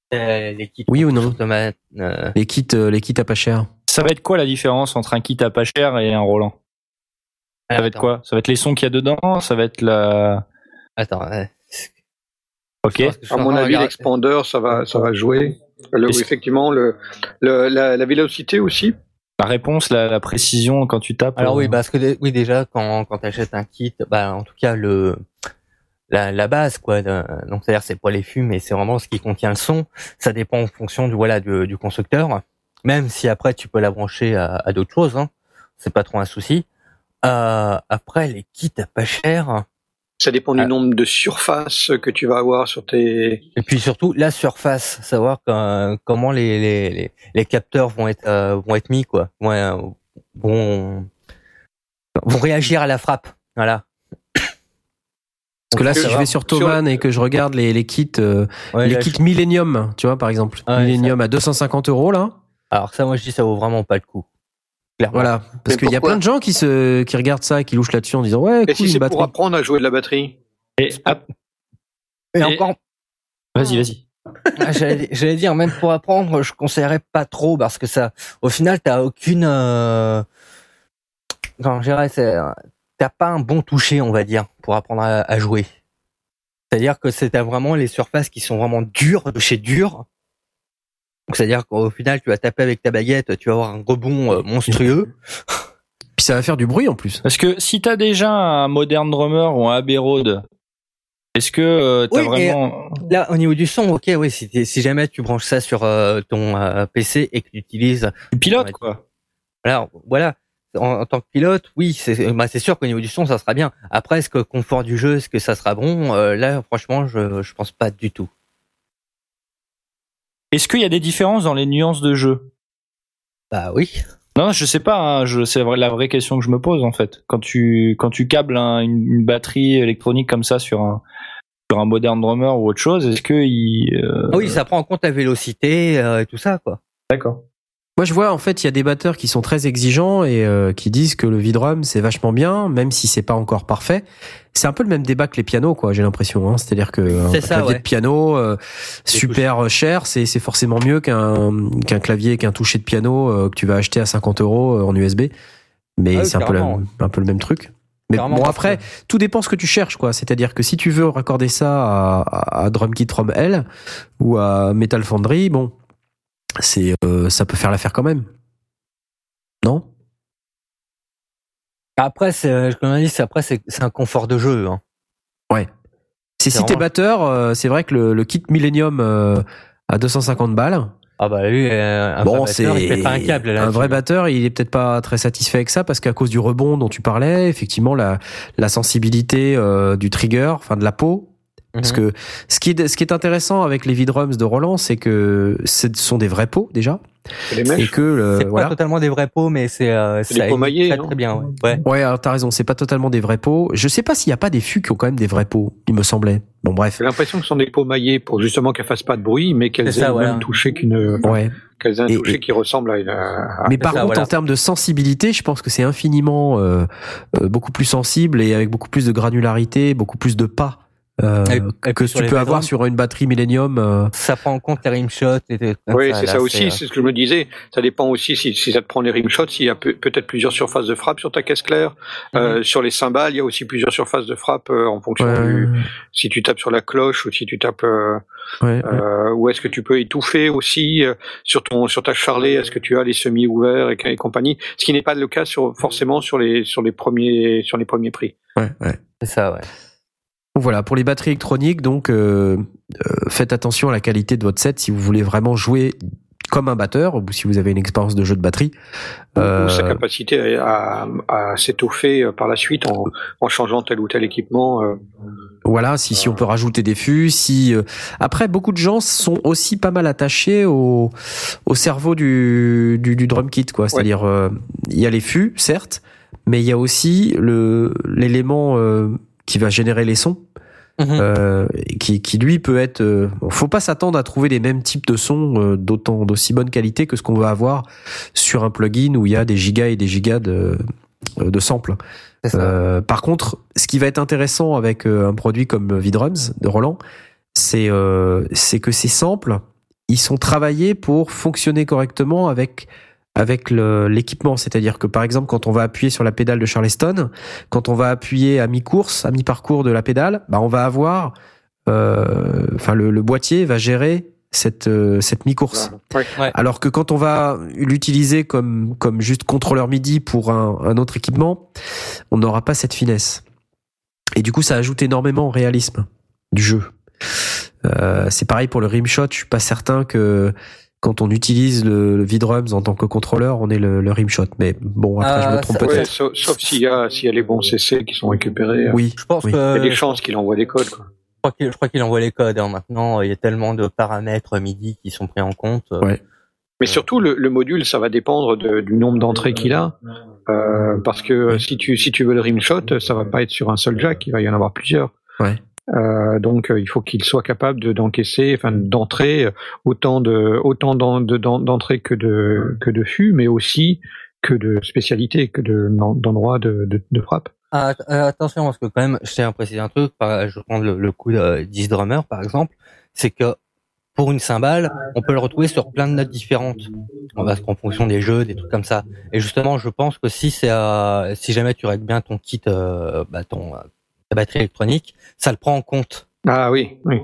Euh, les kits oui ou non automates, euh... Les kits, euh, les kits à pas cher. Ça va être quoi la différence entre un kit à pas cher et un Roland? Ça Alors, va être attends. quoi? Ça va être les sons qu'il y a dedans? Ça va être la... Attends, ouais. Ok. À mon avis, l'expander, ça va, ça va jouer. Le, effectivement, le, le la, la vélocité aussi. La réponse, la, la précision quand tu tapes. Alors euh... oui, parce que oui déjà quand quand t'achètes un kit, bah en tout cas le la, la base quoi. De, donc c'est-à-dire c'est pas les fûts, mais c'est vraiment ce qui contient le son. Ça dépend en fonction du voilà du, du constructeur. Même si après tu peux la brancher à, à d'autres choses, hein. C'est pas trop un souci. Euh, après les kits à pas cher. Ça dépend du ah. nombre de surfaces que tu vas avoir sur tes. Et puis surtout la surface, savoir quand, comment les, les les les capteurs vont être euh, vont être mis quoi, vont euh, vont, vont réagir à la frappe, voilà. Parce que là, si je vais sur Thomann et que je regarde les les kits euh, ouais, les kits je... Millennium, tu vois par exemple, ouais, Millennium ça... à deux cent cinquante euros là. Alors ça, moi je dis ça vaut vraiment pas le coup. Clairement. Voilà, parce qu'il y a plein de gens qui se qui regardent ça, qui louchent là-dessus en disant ouais, et cool, si c'est une batterie. Pour apprendre à jouer de la batterie. Et, hop. et, et encore. Vas-y, vas-y. j'allais, j'allais dire même pour apprendre, je conseillerais pas trop parce que ça, au final, t'as aucune. Euh... Enfin, je dirais, c'est, t'as pas un bon toucher, on va dire, pour apprendre à, à jouer. C'est-à-dire que c'est t'as vraiment les surfaces qui sont vraiment dures de chez dur. Donc, c'est-à-dire qu'au final, tu vas taper avec ta baguette, tu vas avoir un rebond euh, monstrueux. Puis ça va faire du bruit en plus. Parce que si t'as déjà un Modern Drummer ou un Abbey Road, est-ce que euh, t'as oui, vraiment... Là, au niveau du son, ok, oui, si, si jamais tu branches ça sur euh, ton euh, P C et que tu utilises... Tu pilotes, quoi. Alors, voilà. En, en tant que pilote, oui, c'est, bah, c'est sûr qu'au niveau du son, ça sera bien. Après, est-ce que confort du jeu, est-ce que ça sera bon? euh, Là, franchement, je, je pense pas du tout. Est-ce qu'il y a des différences dans les nuances de jeu? Bah oui. Non, je sais pas. Hein, je, c'est la vraie question que je me pose en fait. Quand tu quand tu câbles un, une, une batterie électronique comme ça sur un sur un Modern Drummer ou autre chose, est-ce que il euh... ah oui, ça prend en compte la vélocité euh, et tout ça quoi. D'accord. Moi, je vois, en fait, il y a des batteurs qui sont très exigeants et euh, qui disent que le V-Drum, c'est vachement bien, même si c'est pas encore parfait. C'est un peu le même débat que les pianos, quoi, j'ai l'impression. Hein. C'est-à-dire que un c'est ça, clavier ouais. de piano euh, super cher, c'est, c'est forcément mieux qu'un, qu'un clavier, qu'un toucher de piano euh, que tu vas acheter à cinquante euros en U S B. Mais ah oui, c'est un peu, la, un peu le même truc. Mais carrément, bon, après, que... tout dépend ce que tu cherches, quoi. C'est-à-dire que si tu veux raccorder ça à, à, à Drum Kit From Hell ou à Metal Foundry, bon, c'est, euh, ça peut faire l'affaire quand même. Non? Après, c'est, comme on a dit, c'est, après, c'est, c'est un confort de jeu. Hein. Ouais. C'est, c'est si vraiment... t'es batteur, euh, c'est vrai que le, le kit Millennium euh, à deux cent cinquante balles. Ah bah lui, euh, un bon, vrai batteur, il pète pas un câble. Là, un vrai batteur, il est peut-être pas très satisfait avec ça parce qu'à cause du rebond dont tu parlais, effectivement, la, la sensibilité euh, du trigger, enfin de la peau. Parce que ce qui est, ce qui est intéressant avec les V-Drums de Roland, c'est que ce sont des vrais pots déjà. C'est les et que le, c'est voilà. pas totalement des vrais pots, mais c'est, euh, c'est des pots maillés, très, non très bien. Ouais. Ouais. Ouais, alors t'as raison, c'est pas totalement des vrais pots. Je sais pas s'il y a pas des fûts qui ont quand même des vrais pots, il me semblait. Bon bref. J'ai l'impression que ce sont des pots maillés pour justement qu'elles fassent pas de bruit, mais qu'elles c'est aient ça, le voilà. même toucher qu'une. Ouais. Qu'elles aient un et, toucher et... qui ressemble à une. À... Mais par ça, contre, voilà. en termes de sensibilité, je pense que c'est infiniment euh, euh, beaucoup plus sensible et avec beaucoup plus de granularité, beaucoup plus de pas. Euh, et, et que tu peux avoir sur une batterie Millennium. Euh... Ça prend en compte les rimshots. Et des, oui, ça, c'est là, ça aussi, c'est, c'est ce que je me disais. Ça dépend aussi si, si ça te prend les rimshots, s'il y a peu, peut-être plusieurs surfaces de frappe sur ta caisse claire. Mm-hmm. Euh, sur les cymbales, il y a aussi plusieurs surfaces de frappe euh, en fonction ouais. du si tu tapes sur la cloche ou si tu tapes. Euh, ouais, euh, ouais. Ou est-ce que tu peux étouffer aussi euh, sur ton sur ta charlet? Est-ce que tu as les semis ouverts et, et compagnie? Ce qui n'est pas le cas sur forcément sur les sur les premiers sur les premiers prix. Ouais, ouais. C'est ça, ouais. Voilà, pour les batteries électroniques, donc euh, euh, faites attention à la qualité de votre set si vous voulez vraiment jouer comme un batteur ou si vous avez une expérience de jeu de batterie. Euh... Ou sa capacité à, à, à s'étoffer par la suite en, en changeant tel ou tel équipement. Euh... Voilà, si, si on peut rajouter des fûts, si euh... après beaucoup de gens sont aussi pas mal attachés au, au cerveau du, du, du drum kit, quoi. C'est-à-dire, il ouais. euh, y a les fûts, certes, mais il y a aussi le l'élément euh, qui va générer les sons, mmh. euh, qui, qui lui peut être. Euh, faut pas s'attendre à trouver les mêmes types de sons euh, d'autant d'aussi bonne qualité que ce qu'on va avoir sur un plugin où il y a des gigas et des gigas de, de samples. Euh, par contre, ce qui va être intéressant avec euh, un produit comme V-Drums de Roland, c'est euh, c'est que ces samples, ils sont travaillés pour fonctionner correctement avec avec le, l'équipement. C'est-à-dire que par exemple, quand on va appuyer sur la pédale de Charleston, quand on va appuyer à mi-course, à mi-parcours de la pédale, bah on va avoir, euh, enfin le, le boîtier va gérer cette euh, cette mi-course. Ouais. Ouais. Alors que quand on va l'utiliser comme comme juste contrôleur MIDI pour un, un autre équipement, on n'aura pas cette finesse. Et du coup, ça ajoute énormément au réalisme du jeu. Euh, c'est pareil pour le rimshot. Je suis pas certain que quand on utilise le, le V-Drums en tant que contrôleur, on ait le, le rimshot. Mais bon, après, Ah, je me trompe ça- peut-être. Ouais, sauf, sauf s'il y a s'il y a les bons C C qui sont récupérés. Oui, Je pense oui. Il y a que des chances qu'il envoie les codes. Quoi. je crois qu'il, je crois qu'il envoie les codes. Hein. Maintenant, il y a tellement de paramètres MIDI qui sont pris en compte. Ouais. Mais surtout, le, le module, ça va dépendre de, du nombre d'entrées qu'il a. Euh, parce que si tu, si tu veux le rimshot, ça va pas être sur un seul jack, il va y en avoir plusieurs. Ouais. Euh, donc, euh, il faut qu'il soit capable de, d'encaisser, enfin, d'entrer autant de, autant d'en- de- d'en- d'entrées que de, que de fûts, mais aussi que de spécialités, que de, d'endroits de, de, de frappe. Ah, euh, attention, parce que quand même, je tiens à préciser un truc. par- Je prends le, le coup de dix drummer, par exemple. C'est que pour une cymbale, on peut le retrouver sur plein de notes différentes. Parce qu'en fonction des jeux, des trucs comme ça. Et justement, je pense que si c'est, euh, si jamais tu règles bien ton kit, euh, bah, ton, euh, ta batterie électronique, ça le prend en compte. Ah oui, oui.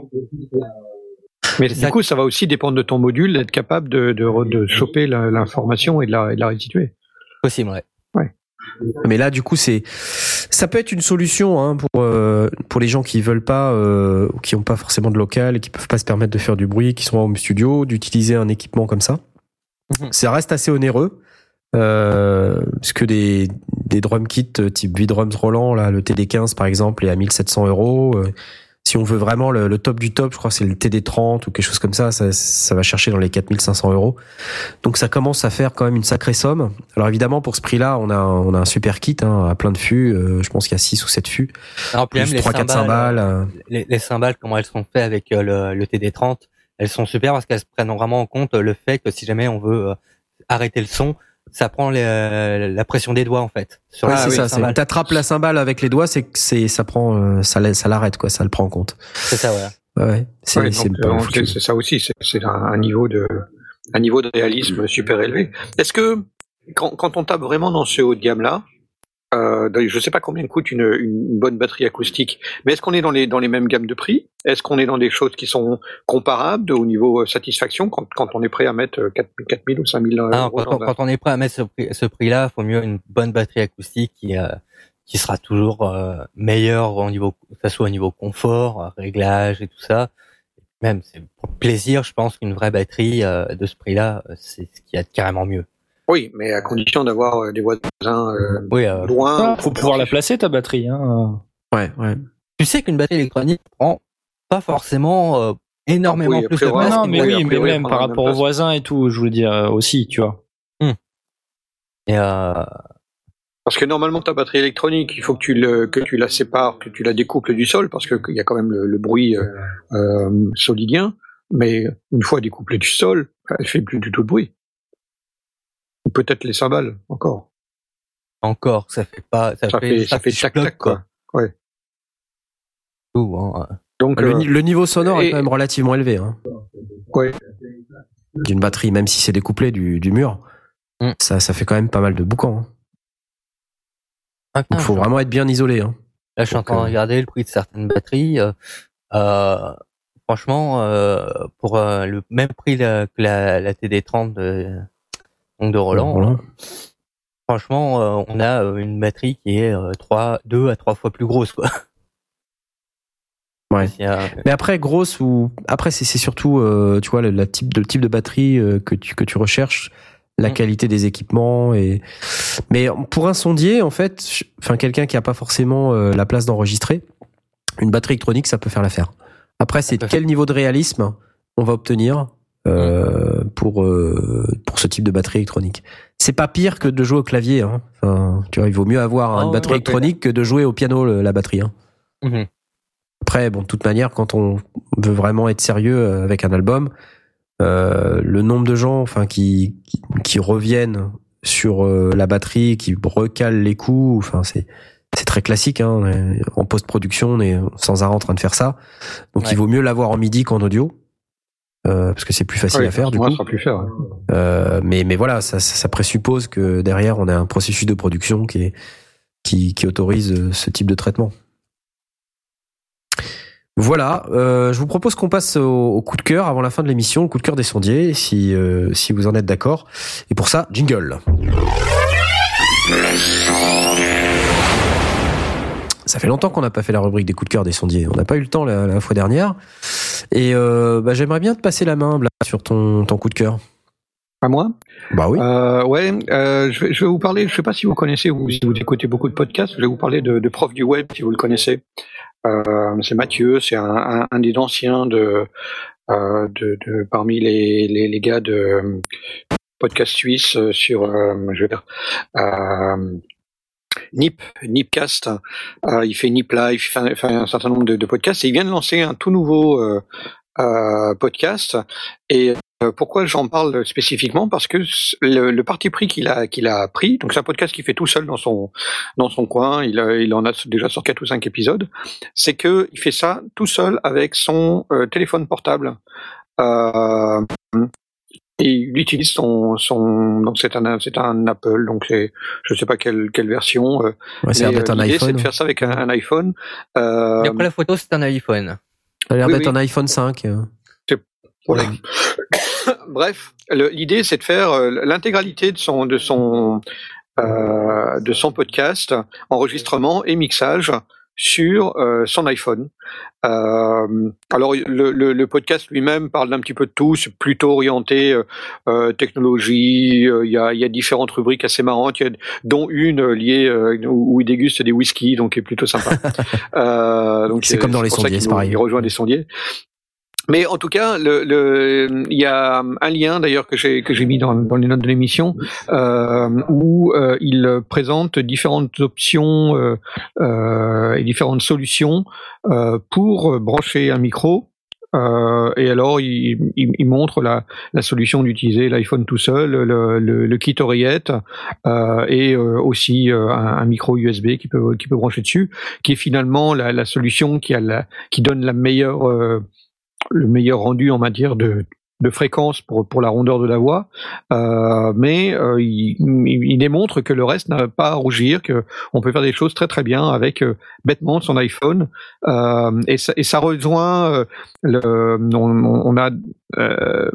Mais C'est du ça coup, ça va aussi dépendre de ton module d'être capable de, de, re- de choper la- l'information et de la, et de la restituer. Possible, ouais. Mais là, du coup, c'est, ça peut être une solution hein, pour euh, pour les gens qui veulent pas, euh, ou qui ont pas forcément de local et qui peuvent pas se permettre de faire du bruit, qui sont en home studio, d'utiliser un équipement comme ça. Mhm. Ça reste assez onéreux, euh, parce que des des drum kits type V-Drums Roland, là, le T D quinze par exemple, est à mille sept cents euros. Euh, si on veut vraiment le, le top du top, je crois que c'est le T D trente ou quelque chose comme ça, ça, ça va chercher dans les quatre mille cinq cents euros. Donc ça commence à faire quand même une sacrée somme. Alors évidemment, pour ce prix-là, on a un, on a un super kit hein, à plein de fûts. Euh, je pense qu'il y a six ou sept fûts, Alors, puis même plus les trois quatre cymbales, cymbales. euh, les, les cymbales, comment elles sont faites avec euh, le, le T D trente, elles sont super parce qu'elles prennent vraiment en compte le fait que si jamais on veut euh, arrêter le son, ça prend les, euh, la pression des doigts en fait. Sur Ouais, les c'est ça. cymbales. C'est, t'attrapes la cymbale avec les doigts, c'est que c'est, ça prend, euh, ça, la- ça l'arrête quoi, ça le prend en compte. C'est ça, ouais. Ouais, ouais. C'est, Ouais, c'est donc, pas euh, foutu. c'est, c'est ça aussi, c'est, c'est un, un niveau de, un niveau de réalisme super élevé. Est-ce que quand, quand on tape vraiment dans ce haut de gamme là, euh, je sais pas combien coûte une, une bonne batterie acoustique, mais est-ce qu'on est dans les dans les mêmes gammes de prix? Est-ce qu'on est dans des choses qui sont comparables au niveau satisfaction quand, quand on est prêt à mettre quatre mille ou cinq mille euros? Ah non, quand, on, quand on est prêt à mettre ce, prix, ce prix-là, il faut mieux une bonne batterie acoustique qui, euh, qui sera toujours euh, meilleure au niveau, que ça soit au niveau confort, réglage et tout ça. Même c'est pour plaisir, je pense qu'une vraie batterie euh, de ce prix-là, c'est ce qu'il y a de carrément mieux. Oui, mais à condition d'avoir euh, des voisins euh, Oui, euh, loin. Il faut pouvoir la placer ta batterie. Hein. Ouais, ouais. tu sais qu'une batterie électronique prend pas forcément euh, énormément Ah oui, plus après, de ouais. place. Non, qu'une mais oui, oui, a mais priori, même prendre par la même rapport aux place. voisins et tout, je veux dire euh, aussi, tu vois. Et, euh, Parce que normalement ta batterie électronique, il faut que tu le que tu la sépares, que tu la découples du sol, parce que il y a quand même le, le bruit euh, euh, solidien. Mais une fois découplée du sol, elle fait plus du tout de bruit. Ou peut-être les cymbales encore. encore, ça fait pas, ça, Ça fait ça fait tac tac quoi. Ouais. Tout, hein. Donc Le, euh, ni- le niveau sonore et- est quand même relativement élevé. Hein. ouais. D'une batterie, même si c'est découplé du, du mur, Mm. ça, ça fait quand même pas mal de boucans. Hein. Ah, Donc, putain, faut je- vraiment être bien isolé. Hein. Là, je suis en Donc, train de euh, regarder le prix de certaines batteries. Euh, euh, franchement, euh, pour euh, le même prix la- que la, la T D trente de, donc de Roland, Roland. euh, franchement, euh, on a euh, une batterie qui est euh, trois, deux à trois fois plus grosse, quoi. Ouais. Il y a- Mais après, grosse ou après, c'est, c'est surtout, euh, tu vois, le, la type de type de batterie euh, que tu que tu recherches, la Mm. qualité des équipements et. Mais pour un sondier, en fait, je- enfin quelqu'un qui a pas forcément euh, la place d'enregistrer, une batterie électronique, ça peut faire l'affaire. Après, c'est peut quel niveau de réalisme on va obtenir euh, pour euh, pour ce type de batterie électronique. C'est pas pire que de jouer au clavier. Hein. Enfin, tu vois, il vaut mieux avoir Ah une ouais, batterie ouais, électronique que de jouer au piano le- la batterie. Hein. Mhm. Après, bon, de toute manière, quand on veut vraiment être sérieux euh, avec un album, euh, le nombre de gens, enfin, qui, qui qui reviennent sur euh, la batterie, qui recalent les coups, enfin, c'est c'est très classique. Hein. On est- En post-production, on est sans arrêt en train de faire ça. Donc, Ouais. il vaut mieux l'avoir en MIDI qu'en audio. euh, parce que c'est plus facile oui, à faire du coup. Ça sera plus faire. Ouais. Euh, mais mais voilà, ça, ça, ça présuppose que derrière on a un processus de production qui est qui, qui autorise ce type de traitement. Voilà, euh, je vous propose qu'on passe au, au coup de cœur avant la fin de l'émission, le coup de cœur des sondiers, si euh, si vous en êtes d'accord. Et pour ça, jingle. Ça fait longtemps qu'on n'a pas fait la rubrique des coups de cœur des sondiers. On n'a pas eu le temps la, la fois dernière. Et euh, bah, j'aimerais bien te passer la main, Blas, sur ton ton coup de cœur. À moi ? Bah oui. Euh, ouais, euh, je, vais, je vais vous parler, je sais pas si vous connaissez ou si vous écoutez beaucoup de podcasts, je vais vous parler de, de Prof du Web, si vous le connaissez. Euh, c'est Mathieu, c'est un, un, un des anciens de, euh, de, de parmi les, les, les gars de podcast suisse sur, euh, je vais dire, euh, Nip, Nipcast. Euh, il fait Nip Live, il fait un, fait un certain nombre de, de podcasts et il vient de lancer un tout nouveau euh, euh, podcast. Et euh, pourquoi j'en parle spécifiquement ? Parce que le, le parti pris qu'il a qu'il a pris, donc c'est un podcast qu'il fait tout seul dans son dans son coin. Il a, il en a déjà sur quatre ou cinq épisodes. C'est que il fait ça tout seul avec son euh, téléphone portable. Euh, Et il utilise son, son, donc c'est un, c'est un Apple, donc c'est, je sais pas quelle, quelle version. Euh, ouais, c'est mais, d'être un l'idée, iPhone. c'est de faire ça avec un, un iPhone. Euh, Et après la photo, c'est un iPhone. Ça a l'air oui, d'être oui. un iPhone cinq. C'est, voilà. Bref, le, l'idée, c'est de faire euh, l'intégralité de son, de son, euh, de son podcast, enregistrement et mixage sur euh, son iPhone. Euh, alors le, le, le podcast lui-même parle d'un petit peu de tout, c'est plutôt orienté euh, euh, technologie. Il euh, y, a, y a différentes rubriques assez marrantes, y a, dont une liée euh, où, où il déguste des whisky, donc qui est plutôt sympa. euh, donc c'est, c'est comme dans les sondiers, c'est pareil. Il rejoint des sondiers. Mais en tout cas, le, le, il y a un lien d'ailleurs que j'ai que j'ai mis dans, dans les notes de l'émission euh, où euh, il présente différentes options euh, euh, et différentes solutions euh, pour brancher un micro. Euh, et alors, il, il, il montre la, la solution d'utiliser l'iPhone tout seul, le, le, le kit oreillette euh, et euh, aussi euh, un, un micro U S B qui peut qui peut brancher dessus, qui est finalement la, la solution qui a la, qui donne la meilleure euh, le meilleur rendu en matière de, de fréquence pour, pour la rondeur de la voix, euh, mais euh, il, il démontre que le reste n'a pas à rougir, qu'on peut faire des choses très très bien avec euh, bêtement son iPhone, euh, et, ça, et ça rejoint euh, le, on, on a euh,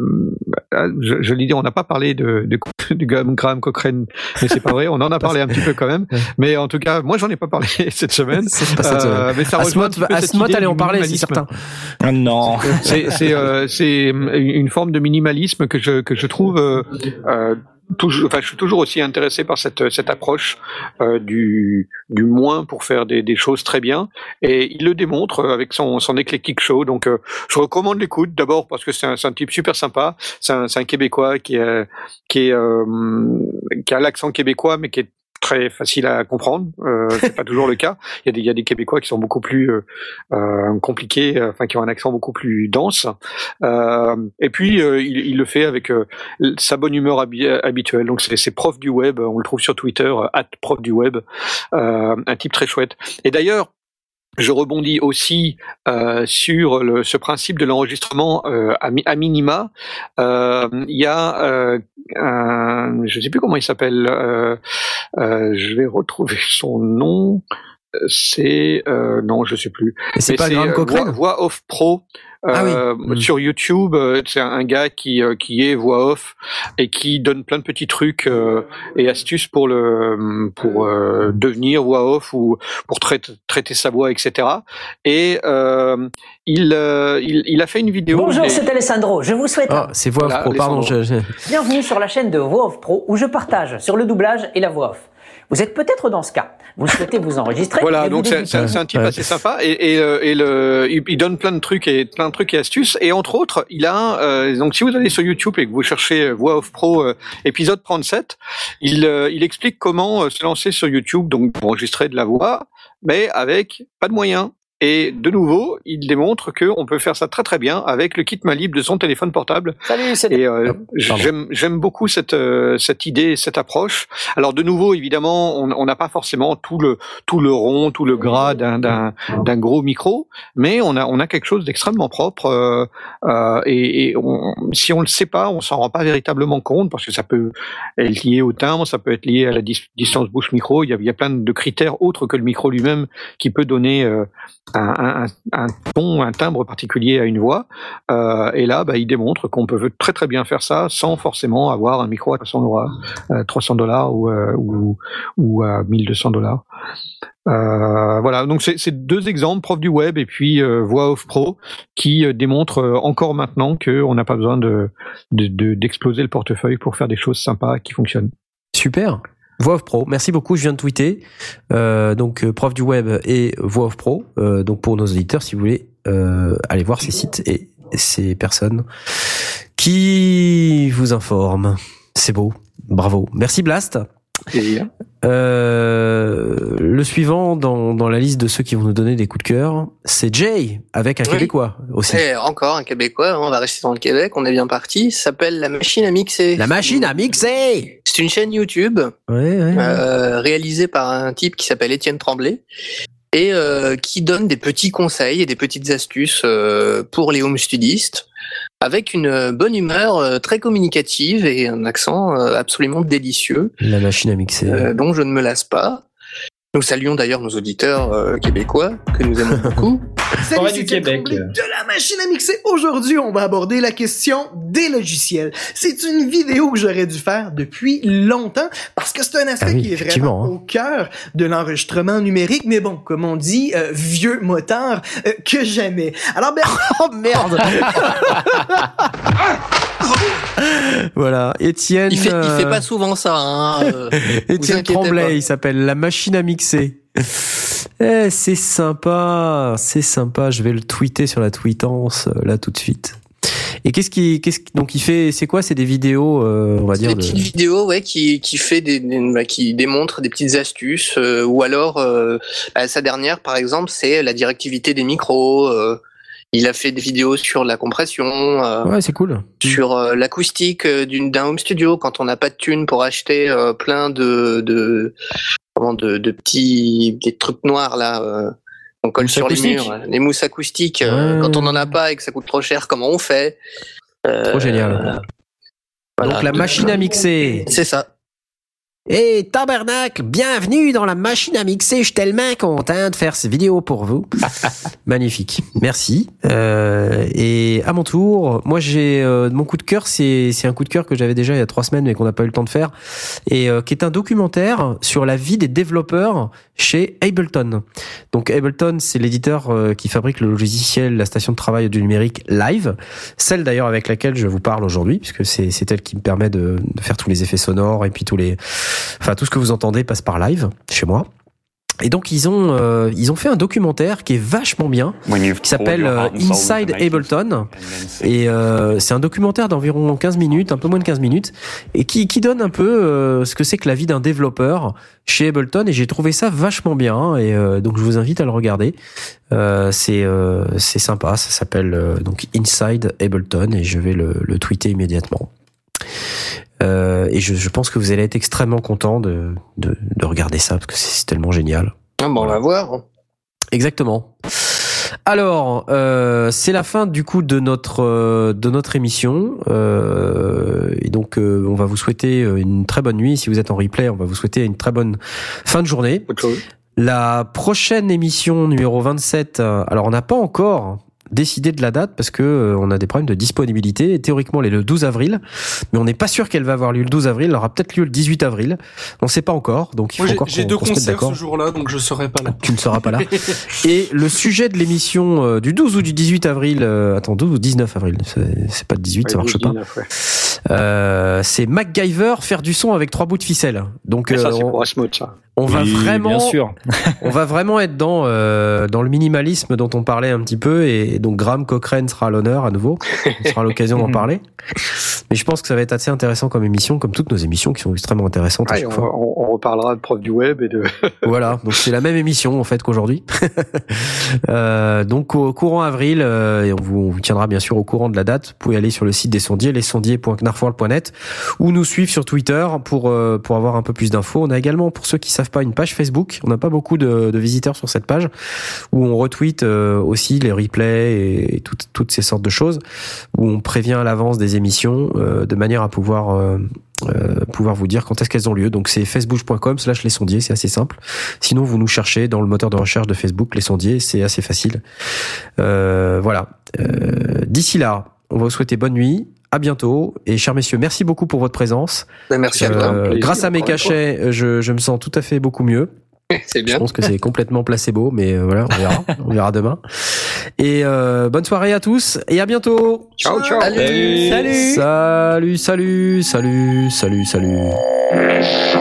je, je l'ai dit, on n'a pas parlé de, de, de Graham Cochrane, mais c'est pas vrai, on en a parlé un petit peu quand même, mais en tout cas moi j'en ai pas parlé cette semaine. C'est pas cette euh, mais ça rejoint Asmot allait en parler, c'est certain. Ah non, c'est c'est euh, c'est une forme de minimalisme que je que je trouve euh, euh, toujours, enfin je suis toujours aussi intéressé par cette cette approche euh, du du moins pour faire des des choses très bien, et il le démontre avec son son Eclectic Show. Donc euh, je recommande l'écoute d'abord parce que c'est un c'est un type super sympa, c'est un c'est un Québécois qui est qui est euh, qui a l'accent québécois mais qui est très facile à comprendre, euh, c'est pas toujours le cas. Il y a des, il y a des Québécois qui sont beaucoup plus euh, euh, compliqués, enfin qui ont un accent beaucoup plus dense. Euh, et puis euh, il, il le fait avec euh, sa bonne humeur habi- habituelle. Donc c'est, c'est Prof du Web, on le trouve sur Twitter, at Prof du Web, euh, un type très chouette. Et d'ailleurs, je rebondis aussi euh, sur le, ce principe de l'enregistrement euh, à, à minima. Euh, il y a euh, un, je ne sais plus comment il s'appelle. Euh, euh, je vais retrouver son nom. C'est euh, non, je sais plus. Et c'est Mais pas c'est Graham euh, Cochrane. Voix, Voix Off Pro. Ah Euh, oui. Sur YouTube, euh, c'est un gars qui euh, qui est voix off et qui donne plein de petits trucs euh, et astuces pour le pour euh, devenir voix off ou pour traiter traiter sa voix, et cetera. Et euh, il, euh, il il a fait une vidéo. Bonjour, et... c'est Alessandro. Je vous souhaite. Oh, c'est Voix Voilà, Off Pro. Pardon. Je, je... Bienvenue sur la chaîne de Voix Off Pro où je partage sur le doublage et la voix off. Vous êtes peut-être dans ce cas. Vous souhaitez vous enregistrer. Voilà, et donc vous c'est, c'est, c'est un type Ouais. assez sympa et, et, et le, il, il donne plein de trucs et plein de trucs et astuces. Et entre autres, il a euh, donc si vous allez sur YouTube et que vous cherchez Voix Off Pro euh, épisode trente-sept, il, euh, il explique comment euh, se lancer sur YouTube, donc pour enregistrer de la voix, mais avec pas de moyens. Et de nouveau, il démontre qu'on peut faire ça très très bien avec le kit main libre de son téléphone portable. Salut, c'est Et euh, j'aime, j'aime beaucoup cette euh, cette idée, cette approche. Alors de nouveau, évidemment, on n'a pas forcément tout le tout le rond, tout le gras d'un d'un d'un gros micro, mais on a on a quelque chose d'extrêmement propre. Euh, euh, et et on, si on le sait pas, on s'en rend pas véritablement compte parce que ça peut être lié au timbre, ça peut être lié à la dis- distance bouche micro. Il y a il y a plein de critères autres que le micro lui-même qui peut donner euh, un, un, un ton, un timbre particulier à une voix. Euh, et là, bah, il démontre qu'on peut très très bien faire ça sans forcément avoir un micro à trois cents dollars ou, euh, ou, ou à mille deux cents dollars. Euh, voilà, donc c'est, c'est deux exemples, Prof du web et puis euh, Voix Off Pro, qui euh, démontrent euh, encore maintenant qu'on n'a pas besoin de, de, de, d'exploser le portefeuille pour faire des choses sympas qui fonctionnent. Super. Voix Off Pro, merci beaucoup, je viens de tweeter. Euh, donc euh, Prof du web et Voix Off Pro. Euh, donc pour nos auditeurs, si vous voulez, euh, allez voir ces sites et ces personnes qui vous informent. C'est beau, bravo. Merci Blast. Plaisir. Euh, le suivant dans, dans la liste de ceux qui vont nous donner des coups de cœur, c'est Jay, avec un Oui. Québécois aussi. Et encore un Québécois, on va rester dans le Québec, on est bien parti. Ça s'appelle La Machine à mixer. La machine à mixer. C'est une chaîne YouTube Ouais, ouais. euh, réalisée par un type qui s'appelle Étienne Tremblay et euh, qui donne des petits conseils et des petites astuces euh, pour les home studistes avec une bonne humeur euh, très communicative et un accent euh, absolument délicieux. La machine à mixer. Euh, dont je ne me lasse pas. Nous saluons d'ailleurs nos auditeurs euh, québécois que nous aimons beaucoup. Salut, Forêt c'est du Étienne Québec. Tremblay de la machine à mixer. Aujourd'hui, on va aborder la question des logiciels. C'est une vidéo que j'aurais dû faire depuis longtemps parce que c'est un aspect Ah oui, qui est effectivement, vraiment hein. au cœur de l'enregistrement numérique. Mais bon, comme on dit, euh, vieux motard euh, que jamais. Alors, ben... Oh merde. Voilà, Étienne. Il fait, il fait euh, pas souvent ça. Hein, euh, vous Étienne inquiétez Tremblay, pas. il s'appelle La Machine à mixer. Eh, c'est sympa, c'est sympa. Je vais le tweeter sur la tweetance euh, là tout de suite. Et qu'est-ce qui, qu'est-ce qui, donc il fait, c'est quoi, c'est des vidéos, euh, on va C'est dire. des de... petites vidéos, ouais, qui qui fait des, des- bah, qui démontrent des petites astuces, euh, ou alors euh, bah, sa dernière, par exemple, c'est la directivité des micros. euh, il a fait des vidéos sur la compression, euh, Ouais, c'est cool. sur euh, l'acoustique euh, d'une d'un home studio quand on n'a pas de thunes pour acheter euh, plein de de comment de, de petits des trucs noirs là. Euh, on colle Mousses sur les acoustiques. murs, les mousses acoustiques. euh, Ouais. Quand on en a pas et que ça coûte trop cher, comment on fait? Euh, Trop génial. voilà. Donc la machine à mixer. C'est ça. Et tabernacle, bienvenue dans la machine à mixer. Je suis tellement content de faire cette vidéo pour vous. Magnifique, merci. Euh, et à mon tour, moi j'ai euh, mon coup de cœur, c'est c'est un coup de cœur que j'avais déjà il y a trois semaines mais qu'on n'a pas eu le temps de faire, et euh, qui est un documentaire sur la vie des développeurs chez Ableton. Donc Ableton, c'est l'éditeur euh, qui fabrique le logiciel, la station de travail du numérique Live, celle d'ailleurs avec laquelle je vous parle aujourd'hui, puisque c'est c'est elle qui me permet de, de faire tous les effets sonores et puis tous les Enfin, tout ce que vous entendez passe par Live chez moi. Et donc ils ont euh, ils ont fait un documentaire qui est vachement bien, qui s'appelle euh, Inside Ableton, et euh, c'est un documentaire d'environ quinze minutes, un peu moins de quinze minutes, et qui qui donne un peu euh, ce que c'est que la vie d'un développeur chez Ableton, et j'ai trouvé ça vachement bien, et euh, donc je vous invite à le regarder. Euh, c'est euh, c'est sympa, ça s'appelle euh, donc Inside Ableton, et je vais le, le tweeter immédiatement. Euh, et je, je pense que vous allez être extrêmement content de, de, de regarder ça parce que c'est tellement génial. Ah bon, on va voir. Exactement. Alors, euh, c'est la fin du coup de notre euh, de notre émission. Euh, et donc, euh, on va vous souhaiter une très bonne nuit. Si vous êtes en replay, on va vous souhaiter une très bonne fin de journée. La prochaine émission numéro vingt-sept. Euh, alors, on n'a pas encore décider de la date parce que euh, on a des problèmes de disponibilité. Et théoriquement, elle est le douze avril, mais on n'est pas sûr qu'elle va avoir lieu le douze avril. Elle aura peut-être lieu le dix-huit avril. On ne sait pas encore, donc il faut Moi, j'ai, encore j'ai qu'on, deux qu'on se mette concerts d'accord. ce jour-là, donc je serai pas là. Tu ne seras pas là. Et le sujet de l'émission euh, du douze ou du dix-huit avril, euh, attends, douze ou dix-neuf avril, c'est, c'est pas le dix-huit, ouais, ça marche douze, pas. dix-neuf, ouais. Euh, c'est MacGyver faire du son avec trois bouts de ficelle. Donc, euh, ça, on, c'est pour Asmode, ça. On va oui, vraiment, bien sûr. on va vraiment être dans euh, dans le minimalisme dont on parlait un petit peu, et donc Graham Cochrane sera à l'honneur à nouveau. Ce sera l'occasion d'en parler. Mais je pense que ça va être assez intéressant comme émission, comme toutes nos émissions qui sont extrêmement intéressantes à ouais, chaque on, fois. On, on reparlera de prof du web et de. Voilà, donc c'est la même émission en fait qu'aujourd'hui. euh, donc au courant avril, euh, et on vous, on vous tiendra bien sûr au courant de la date. Vous pouvez aller sur le site des sondiers, lesondiers point knarfworld point net, ou nous suivre sur Twitter pour euh, pour avoir un peu plus d'infos. On a également, pour ceux qui savent pas, une page Facebook. On n'a pas beaucoup de, de visiteurs sur cette page, où on retweet euh, aussi les replays et, et toutes toutes ces sortes de choses, où on prévient à l'avance des émissions euh, de manière à pouvoir euh, euh, pouvoir vous dire quand est-ce qu'elles ont lieu. Donc c'est facebook point com slash les sondiers, c'est assez simple. Sinon vous nous cherchez dans le moteur de recherche de Facebook les sondiers, c'est assez facile. Euh, voilà. Euh, d'ici là, on va vous souhaiter bonne nuit. À bientôt et chers messieurs, merci beaucoup pour votre présence. Ben, merci à toi. Euh, grâce à mes cachets, je, je me sens tout à fait beaucoup mieux. C'est bien. Je pense que c'est complètement placebo, mais euh, voilà, on verra. On verra demain. Et euh, bonne soirée à tous et à bientôt. Ciao, ciao. Salut. Salut. Salut, salut, salut, salut, salut.